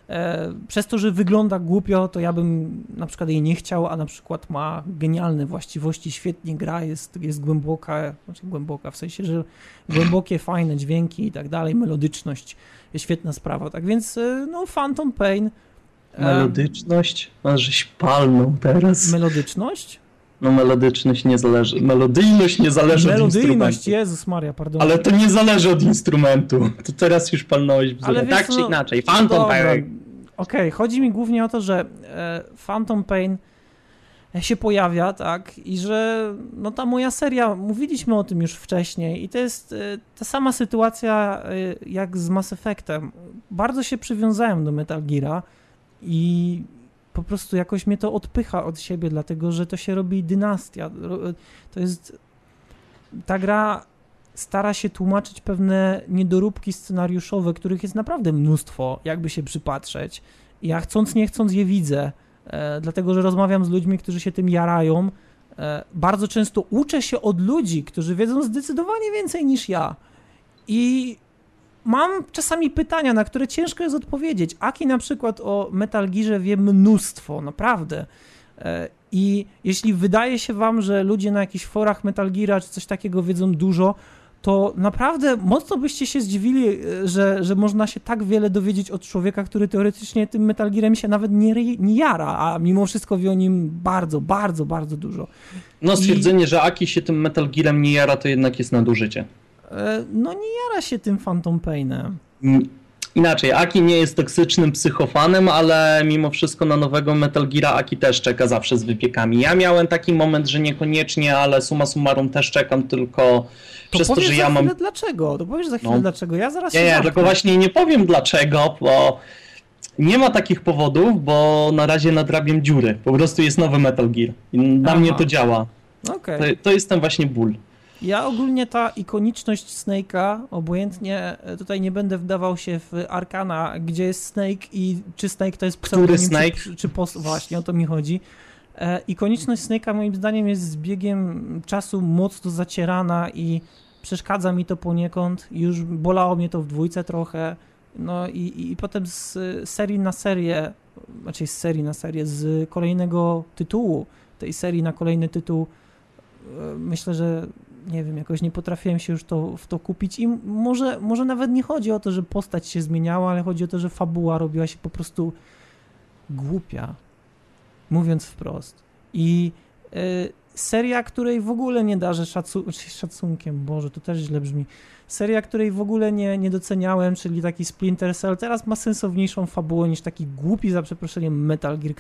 przez to, że wygląda głupio, to ja bym na przykład jej nie chciał, a na przykład ma genialne właściwości, świetnie gra, jest głęboka, znaczy głęboka, w sensie, że głębokie, fajne dźwięki i tak dalej, melodyczność jest świetna sprawa, tak więc no Phantom Pain. Melodyczność? Żeś palnął teraz. Melodyczność? No melodyczność nie zależy, melodyjność nie zależy od instrumentu. Jezus Maria, pardon. Ale to nie zależy od instrumentu. To teraz już palnąłeś bzurę. Ale tak czy inaczej. Phantom Pain. Okej, chodzi mi głównie o to, że Phantom Pain się pojawia, tak, i że no ta moja seria, mówiliśmy o tym już wcześniej i to jest ta sama sytuacja jak z Mass Effectem. Bardzo się przywiązałem do Metal Geara i po prostu jakoś mnie to odpycha od siebie, dlatego że to się robi dynastia. To jest... Ta gra stara się tłumaczyć pewne niedoróbki scenariuszowe, których jest naprawdę mnóstwo, jakby się przypatrzeć. I ja chcąc, nie chcąc je widzę, dlatego że rozmawiam z ludźmi, którzy się tym jarają. Bardzo często uczę się od ludzi, którzy wiedzą zdecydowanie więcej niż ja. I mam czasami pytania, na które ciężko jest odpowiedzieć. Aki na przykład o Metal Gearze wie mnóstwo, naprawdę. I jeśli wydaje się wam, że ludzie na jakichś forach Metal Geara czy coś takiego wiedzą dużo, to naprawdę mocno byście się zdziwili, że można się tak wiele dowiedzieć od człowieka, który teoretycznie tym Metal Gearem się nawet nie jara, a mimo wszystko wie o nim bardzo, bardzo, bardzo dużo. No stwierdzenie, że Aki się tym Metal Gearem nie jara, to jednak jest nadużycie. No nie jara się tym Phantom Painem. Inaczej, Aki nie jest toksycznym psychofanem, ale mimo wszystko na nowego Metal Geara Aki też czeka zawsze z wypiekami. Ja miałem taki moment, że niekoniecznie, ale summa summarum też czekam, tylko to przez to, że ja mam... Dlaczego? To powiesz za chwilę dlaczego, ja zaraz Nie, tylko właśnie nie powiem dlaczego, bo nie ma takich powodów, bo na razie nadrabiam dziury. Po prostu jest nowy Metal Gear i na mnie to działa. Okay. To jest ten właśnie ból. Ja ogólnie ta ikoniczność Snake'a, obojętnie tutaj nie będę wdawał się w Arkana, gdzie jest Snake i czy Snake to jest pseudonim, czy właśnie o to mi chodzi. Ikoniczność Snake'a moim zdaniem jest z biegiem czasu mocno zacierana i przeszkadza mi to poniekąd. Już bolało mnie to w dwójce trochę. No i potem z serii na serię, znaczy z serii na serię, z kolejnego tytułu, tej serii na kolejny tytuł, myślę, że nie wiem, jakoś nie potrafiłem się już w to kupić i może nawet nie chodzi o to, że postać się zmieniała, ale chodzi o to, że fabuła robiła się po prostu głupia, mówiąc wprost. I seria, której w ogóle nie darzę szacunkiem, Boże, to też źle brzmi, seria, której w ogóle nie doceniałem, czyli taki Splinter Cell, teraz ma sensowniejszą fabułę niż taki głupi, za przeproszeniem, Metal Gear,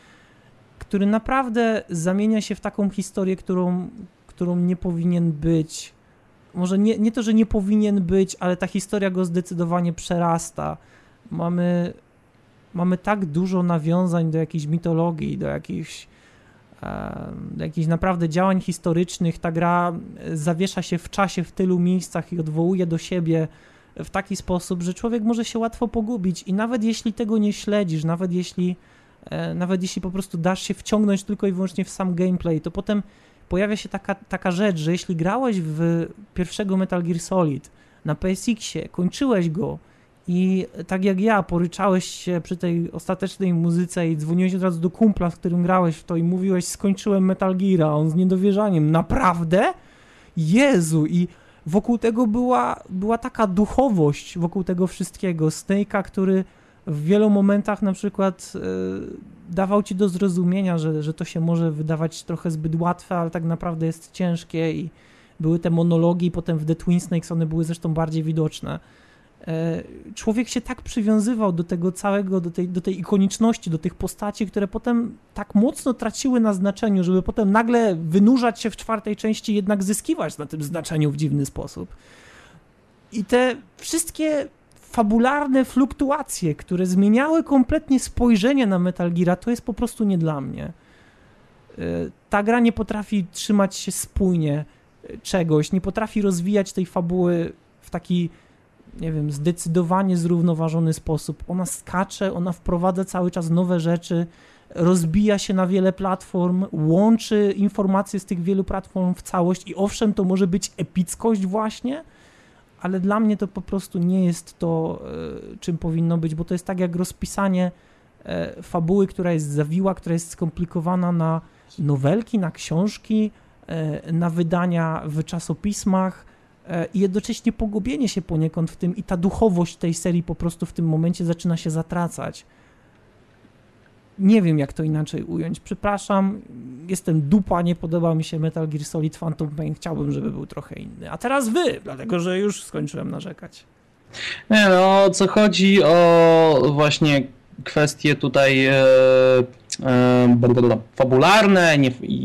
który naprawdę zamienia się w taką historię, którą nie powinien być. Może nie to, że nie powinien być, ale ta historia go zdecydowanie przerasta. Mamy tak dużo nawiązań do jakiejś mitologii, do jakichś jakichś naprawdę działań historycznych. Ta gra zawiesza się w czasie w tylu miejscach i odwołuje do siebie w taki sposób, że człowiek może się łatwo pogubić i nawet jeśli tego nie śledzisz, nawet jeśli po prostu dasz się wciągnąć tylko i wyłącznie w sam gameplay, to potem pojawia się taka rzecz, że jeśli grałeś w pierwszego Metal Gear Solid na PSX-ie, kończyłeś go i tak jak ja, poryczałeś się przy tej ostatecznej muzyce i dzwoniłeś od razu do kumpla, z którym grałeś w to i mówiłeś, skończyłem Metal Geara, on z niedowierzaniem, naprawdę? Jezu! I wokół tego była taka duchowość wokół tego wszystkiego. Snake'a, który w wielu momentach na przykład dawał ci do zrozumienia, że to się może wydawać trochę zbyt łatwe, ale tak naprawdę jest ciężkie i były te monologi, potem w The Twin Snakes one były zresztą bardziej widoczne. Człowiek się tak przywiązywał do tego całego, do tej ikoniczności, do tych postaci, które potem tak mocno traciły na znaczeniu, żeby potem nagle wynurzać się w czwartej części, jednak zyskiwać na tym znaczeniu w dziwny sposób. I te wszystkie fabularne fluktuacje, które zmieniały kompletnie spojrzenie na Metal Geara, to jest po prostu nie dla mnie. Ta gra nie potrafi trzymać się spójnie czegoś, nie potrafi rozwijać tej fabuły w taki, nie wiem, zdecydowanie zrównoważony sposób. Ona skacze, ona wprowadza cały czas nowe rzeczy, rozbija się na wiele platform, łączy informacje z tych wielu platform w całość i owszem, to może być epickość właśnie, ale dla mnie to po prostu nie jest to, czym powinno być, bo to jest tak jak rozpisanie fabuły, która jest zawiła, która jest skomplikowana na nowelki, na książki, na wydania w czasopismach i jednocześnie pogubienie się poniekąd w tym i ta duchowość tej serii po prostu w tym momencie zaczyna się zatracać. Nie wiem, jak to inaczej ująć. Przepraszam, jestem dupa, nie podoba mi się Metal Gear Solid Phantom Pain. Chciałbym, żeby był trochę inny. A teraz wy, dlatego że już skończyłem narzekać. Nie no, co chodzi o właśnie kwestie tutaj fabularne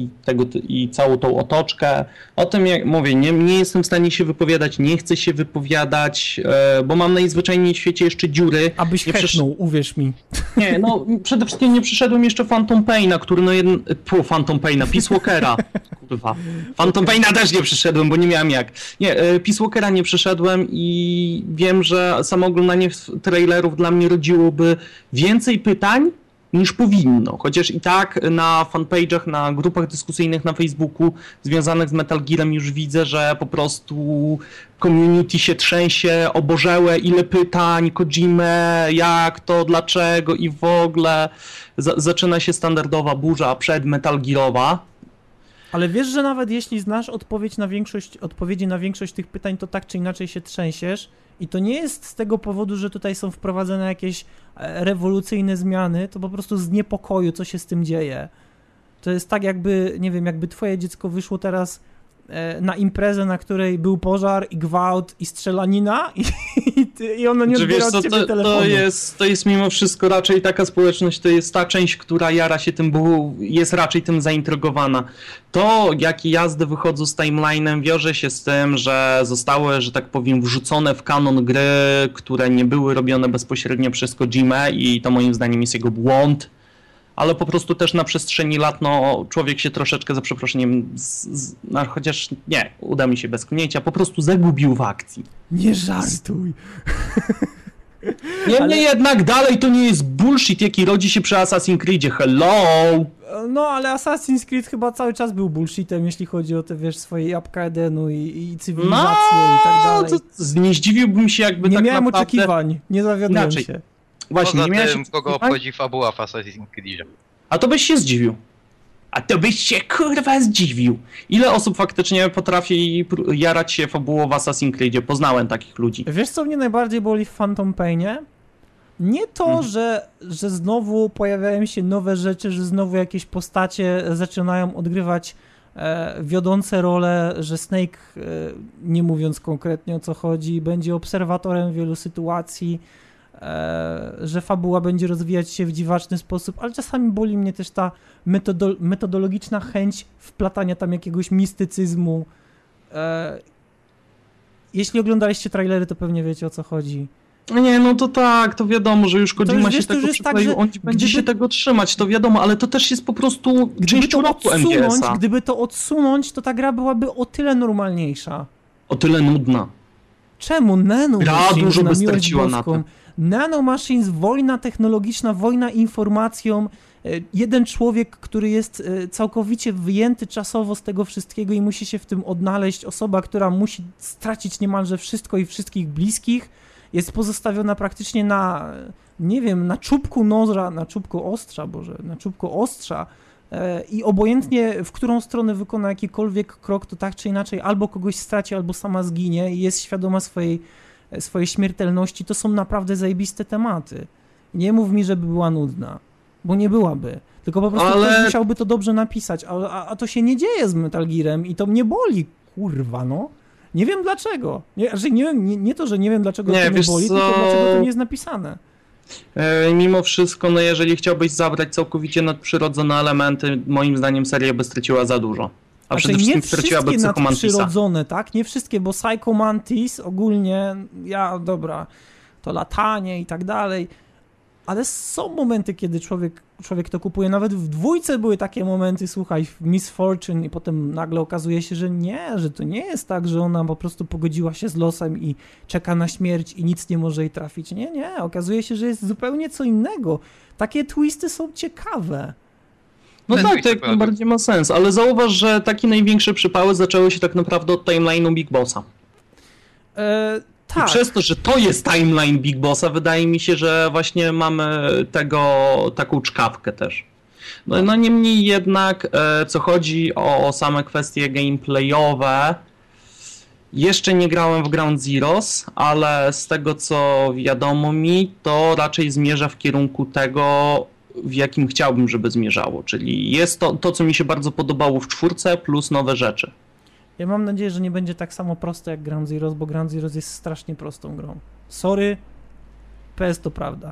i całą tą otoczkę. O tym, jak mówię, nie jestem w stanie się wypowiadać, nie chcę się wypowiadać, bo mam najzwyczajniej w świecie jeszcze dziury. Abyś heknął, uwierz mi. Nie, no przede wszystkim nie przyszedłem jeszcze Phantom Paina, który Phantom Paina, Peace Walkera. Kurwa. Phantom Paina też nie przyszedłem, bo nie miałem jak. Nie, Peace Walkera nie przyszedłem i wiem, że samo oglądanie trailerów dla mnie rodziłoby więcej pytań niż powinno, chociaż i tak na fanpage'ach, na grupach dyskusyjnych na Facebooku związanych z Metal Gearem już widzę, że po prostu community się trzęsie, obożałe, ile pytań, Kojimę, jak to, dlaczego i w ogóle zaczyna się standardowa burza przedmetalgearowa. Ale wiesz, że nawet jeśli znasz odpowiedzi na większość tych pytań, to tak czy inaczej się trzęsiesz i to nie jest z tego powodu, że tutaj są wprowadzone jakieś rewolucyjne zmiany, to po prostu z niepokoju, co się z tym dzieje. To jest tak jakby, nie wiem, jakby twoje dziecko wyszło teraz na imprezę, na której był pożar i gwałt i strzelanina i ono nie odbiera od ciebie telefonu. To jest mimo wszystko raczej taka społeczność, to jest ta część, która jara się tym, bo jest raczej tym zaintrygowana. To, jakie jazdy wychodzą z timeline'em, wiąże się z tym, że zostały, że tak powiem, wrzucone w kanon gry, które nie były robione bezpośrednio przez Kojimę i to moim zdaniem jest jego błąd. Ale po prostu też na przestrzeni lat, no, człowiek się troszeczkę, za przeproszeniem, chociaż nie, uda mi się bez knięcia, po prostu zagubił w akcji. Nie żartuj. Niemniej jednak dalej to nie jest bullshit, jaki rodzi się przy Assassin's Creedzie. Hello! No, ale Assassin's Creed chyba cały czas był bullshitem, jeśli chodzi o te, wiesz, swoje jabłka Edenu i cywilizację i tak dalej. Nie zdziwiłbym się, jakby nie tak miałem naprawdę... oczekiwań, nie zawiodłem się. Właśnie, poza nie tym, kogo obchodzi fabuła w Assassin's Creedzie. A to byś się zdziwił. A to byś się kurwa zdziwił. Ile osób faktycznie potrafi jarać się fabułą w Assassin's Creedzie? Poznałem takich ludzi. Wiesz, co mnie najbardziej boli w Phantom Painie? Nie to, że znowu pojawiają się nowe rzeczy, że znowu jakieś postacie zaczynają odgrywać wiodące role, że Snake, nie mówiąc konkretnie o co chodzi, będzie obserwatorem wielu sytuacji, że fabuła będzie rozwijać się w dziwaczny sposób, ale czasami boli mnie też ta metodologiczna chęć wplatania tam jakiegoś mistycyzmu. Jeśli oglądaliście trailery, to pewnie wiecie, o co chodzi. Nie, no to tak, to wiadomo, że już Kojima się tego przykleił, tak, on będzie się tego trzymać, to wiadomo, ale to też jest po prostu część roku MGS-a. Gdyby to odsunąć, to ta gra byłaby o tyle normalniejsza. O tyle nudna. Czemu? Nanomachines, dużo by straciła na tym. Nanomachines, wojna technologiczna, wojna informacją, jeden człowiek, który jest całkowicie wyjęty czasowo z tego wszystkiego i musi się w tym odnaleźć, osoba, która musi stracić niemalże wszystko i wszystkich bliskich, jest pozostawiona praktycznie na, nie wiem, na czubku noża, na czubku ostrza i obojętnie w którą stronę wykona jakikolwiek krok, to tak czy inaczej albo kogoś straci, albo sama zginie i jest świadoma swojej śmiertelności. To są naprawdę zajebiste tematy. Nie mów mi, żeby była nudna, bo nie byłaby. Tylko po prostu ktoś musiałby to dobrze napisać, a to się nie dzieje z Metal Gearem i to mnie boli, kurwa, no. Nie wiem dlaczego. Nie to, że nie wiem dlaczego to mnie boli, tylko dlaczego to nie jest napisane. Mimo wszystko, no jeżeli chciałbyś zabrać całkowicie nadprzyrodzone elementy, moim zdaniem seria by straciła za dużo. A przede wszystkim straciłaby Psycho Mantisa. Nadprzyrodzone, tak? Nie wszystkie, bo Psycho Mantis ogólnie, to latanie i tak dalej, ale są momenty, kiedy człowiek to kupuje. Nawet w 2 były takie momenty, słuchaj, w Miss Fortune i potem nagle okazuje się, że to nie jest tak, że ona po prostu pogodziła się z losem i czeka na śmierć i nic nie może jej trafić. Nie, okazuje się, że jest zupełnie co innego. Takie twisty są ciekawe. No tak, to jak najbardziej ma sens, ale zauważ, że takie największe przypały zaczęły się tak naprawdę od timeline'u Big Bossa. Tak. I przez to, że to jest timeline Big Bossa, wydaje mi się, że właśnie mamy taką czkawkę też. No niemniej jednak, co chodzi o same kwestie gameplayowe, jeszcze nie grałem w Ground Zeroes, ale z tego co wiadomo mi, to raczej zmierza w kierunku tego, w jakim chciałbym, żeby zmierzało, czyli jest to co mi się bardzo podobało w 4, plus nowe rzeczy. Ja mam nadzieję, że nie będzie tak samo proste jak Ground Zeroes, bo Ground Zeroes jest strasznie prostą grą. Sorry, PS to prawda.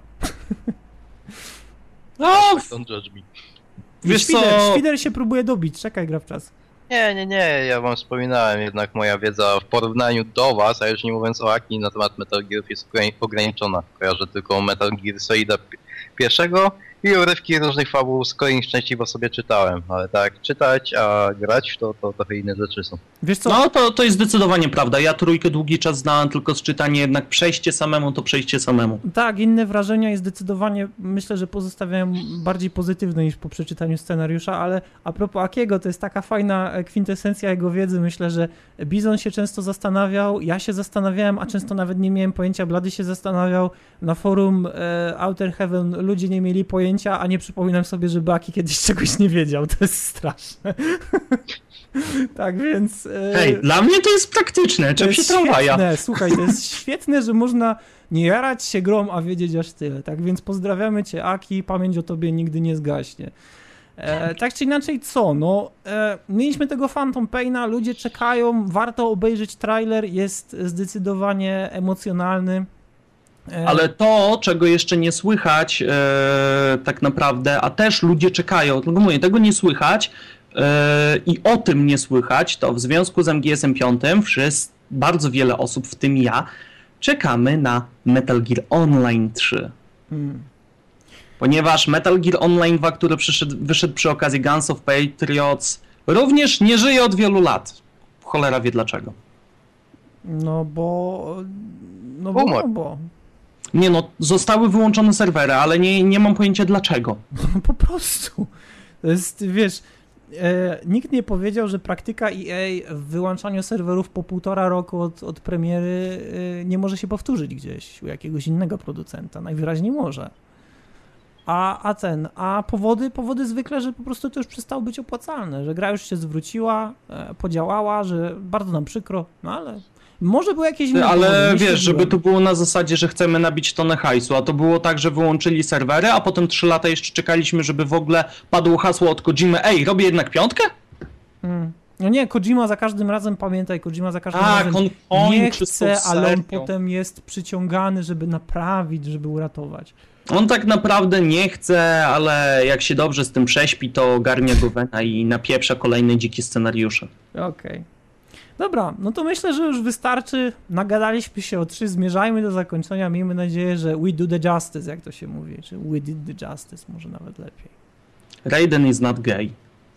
No, don't judge me. Wiesz Świder się próbuje dobić, czekaj, gra w czas. Nie, ja wam wspominałem, jednak moja wiedza w porównaniu do was, a już nie mówiąc o Aki, na temat Metal Gearów jest ograniczona. Kojarzę tylko Metal Gear Solida pierwszego i urywki różnych fabuł z kolejnych części, bo sobie czytałem, ale tak czytać, a grać to trochę inne rzeczy są. Wiesz co? No to jest zdecydowanie prawda. Ja 3 długi czas znałem tylko z czytania, jednak przejście samemu. Tak, inne wrażenia i zdecydowanie myślę, że pozostawiają bardziej pozytywne niż po przeczytaniu scenariusza, ale a propos Akiego, to jest taka fajna kwintesencja jego wiedzy. Myślę, że Bizon się często zastanawiał, ja się zastanawiałem, a często nawet nie miałem pojęcia, Blady się zastanawiał, na forum Outer Heaven ludzie nie mieli pojęcia, a nie przypominam sobie, żeby Aki kiedyś czegoś nie wiedział. To jest straszne. Tak więc... Hej, dla mnie to jest praktyczne, czym się tramwaja. Słuchaj, to jest świetne, że można nie jarać się grą, a wiedzieć aż tyle. Tak więc pozdrawiamy cię, Aki, pamięć o tobie nigdy nie zgaśnie. Tak czy inaczej, co? No, mieliśmy tego Phantom Paina, ludzie czekają, warto obejrzeć trailer, jest zdecydowanie emocjonalny. Ale to, czego jeszcze nie słychać tak naprawdę, a też ludzie czekają, tylko mówię, tego nie słychać i o tym nie słychać, to w związku z MGS-em 5 bardzo wiele osób, w tym ja, czekamy na Metal Gear Online 3. Ponieważ Metal Gear Online 2, który wyszedł przy okazji Guns of Patriots, również nie żyje od wielu lat. Cholera wie dlaczego. Bo... Nie no, zostały wyłączone serwery, ale nie mam pojęcia dlaczego. Po prostu. To jest, wiesz, nikt nie powiedział, że praktyka EA w wyłączaniu serwerów po 1,5 roku od premiery nie może się powtórzyć gdzieś u jakiegoś innego producenta. Najwyraźniej może. A powody zwykle, że po prostu to już przestało być opłacalne, że gra już się zwróciła, podziałała, że bardzo nam przykro, no ale... Może były jakieś inne ale powody, wiesz, żeby to było na zasadzie, że chcemy nabić tonę hajsu, a to było tak, że wyłączyli serwery, a potem 3 lata jeszcze czekaliśmy, żeby w ogóle padło hasło od Kojimy, robię jednak 5? No nie, Kojima za każdym razem, pamiętaj, razem nie chce, ale on potem jest przyciągany, żeby naprawić, żeby uratować. On tak naprawdę nie chce, ale jak się dobrze z tym prześpi, to ogarnia go wena i napieprza kolejne dzikie scenariusze. Okej. Dobra, no to myślę, że już wystarczy. Nagadaliśmy się o 3, zmierzajmy do zakończenia. Miejmy nadzieję, że we do the justice, jak to się mówi, czy we did the justice, może nawet lepiej. Raiden is not gay.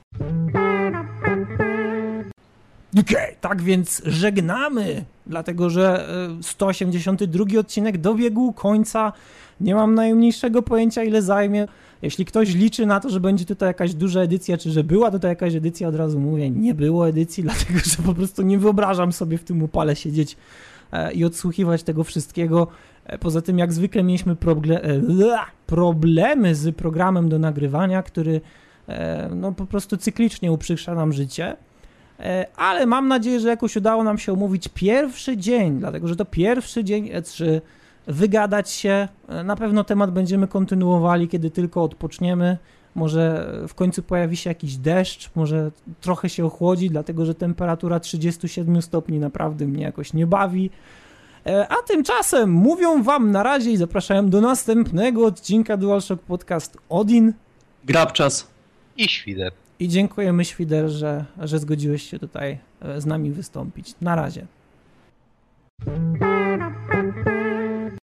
Okej, tak więc żegnamy, dlatego że 182 odcinek dobiegł końca. Nie mam najmniejszego pojęcia, ile zajmie. Jeśli ktoś liczy na to, że będzie tutaj jakaś duża edycja, czy że była tutaj jakaś edycja, od razu mówię, nie było edycji, dlatego że po prostu nie wyobrażam sobie w tym upale siedzieć i odsłuchiwać tego wszystkiego. Poza tym, jak zwykle mieliśmy problemy z programem do nagrywania, który no po prostu cyklicznie uprzykrza nam życie. Ale mam nadzieję, że jakoś udało nam się omówić pierwszy dzień, dlatego że to pierwszy dzień E3, wygadać się. Na pewno temat będziemy kontynuowali, kiedy tylko odpoczniemy. Może w końcu pojawi się jakiś deszcz, może trochę się ochłodzi, dlatego że temperatura 37 stopni naprawdę mnie jakoś nie bawi. A tymczasem mówią wam na razie i zapraszają do następnego odcinka DualShock Podcast Odin. Grabczas. I Świder. I dziękujemy, Świder, że zgodziłeś się tutaj z nami wystąpić. Na razie.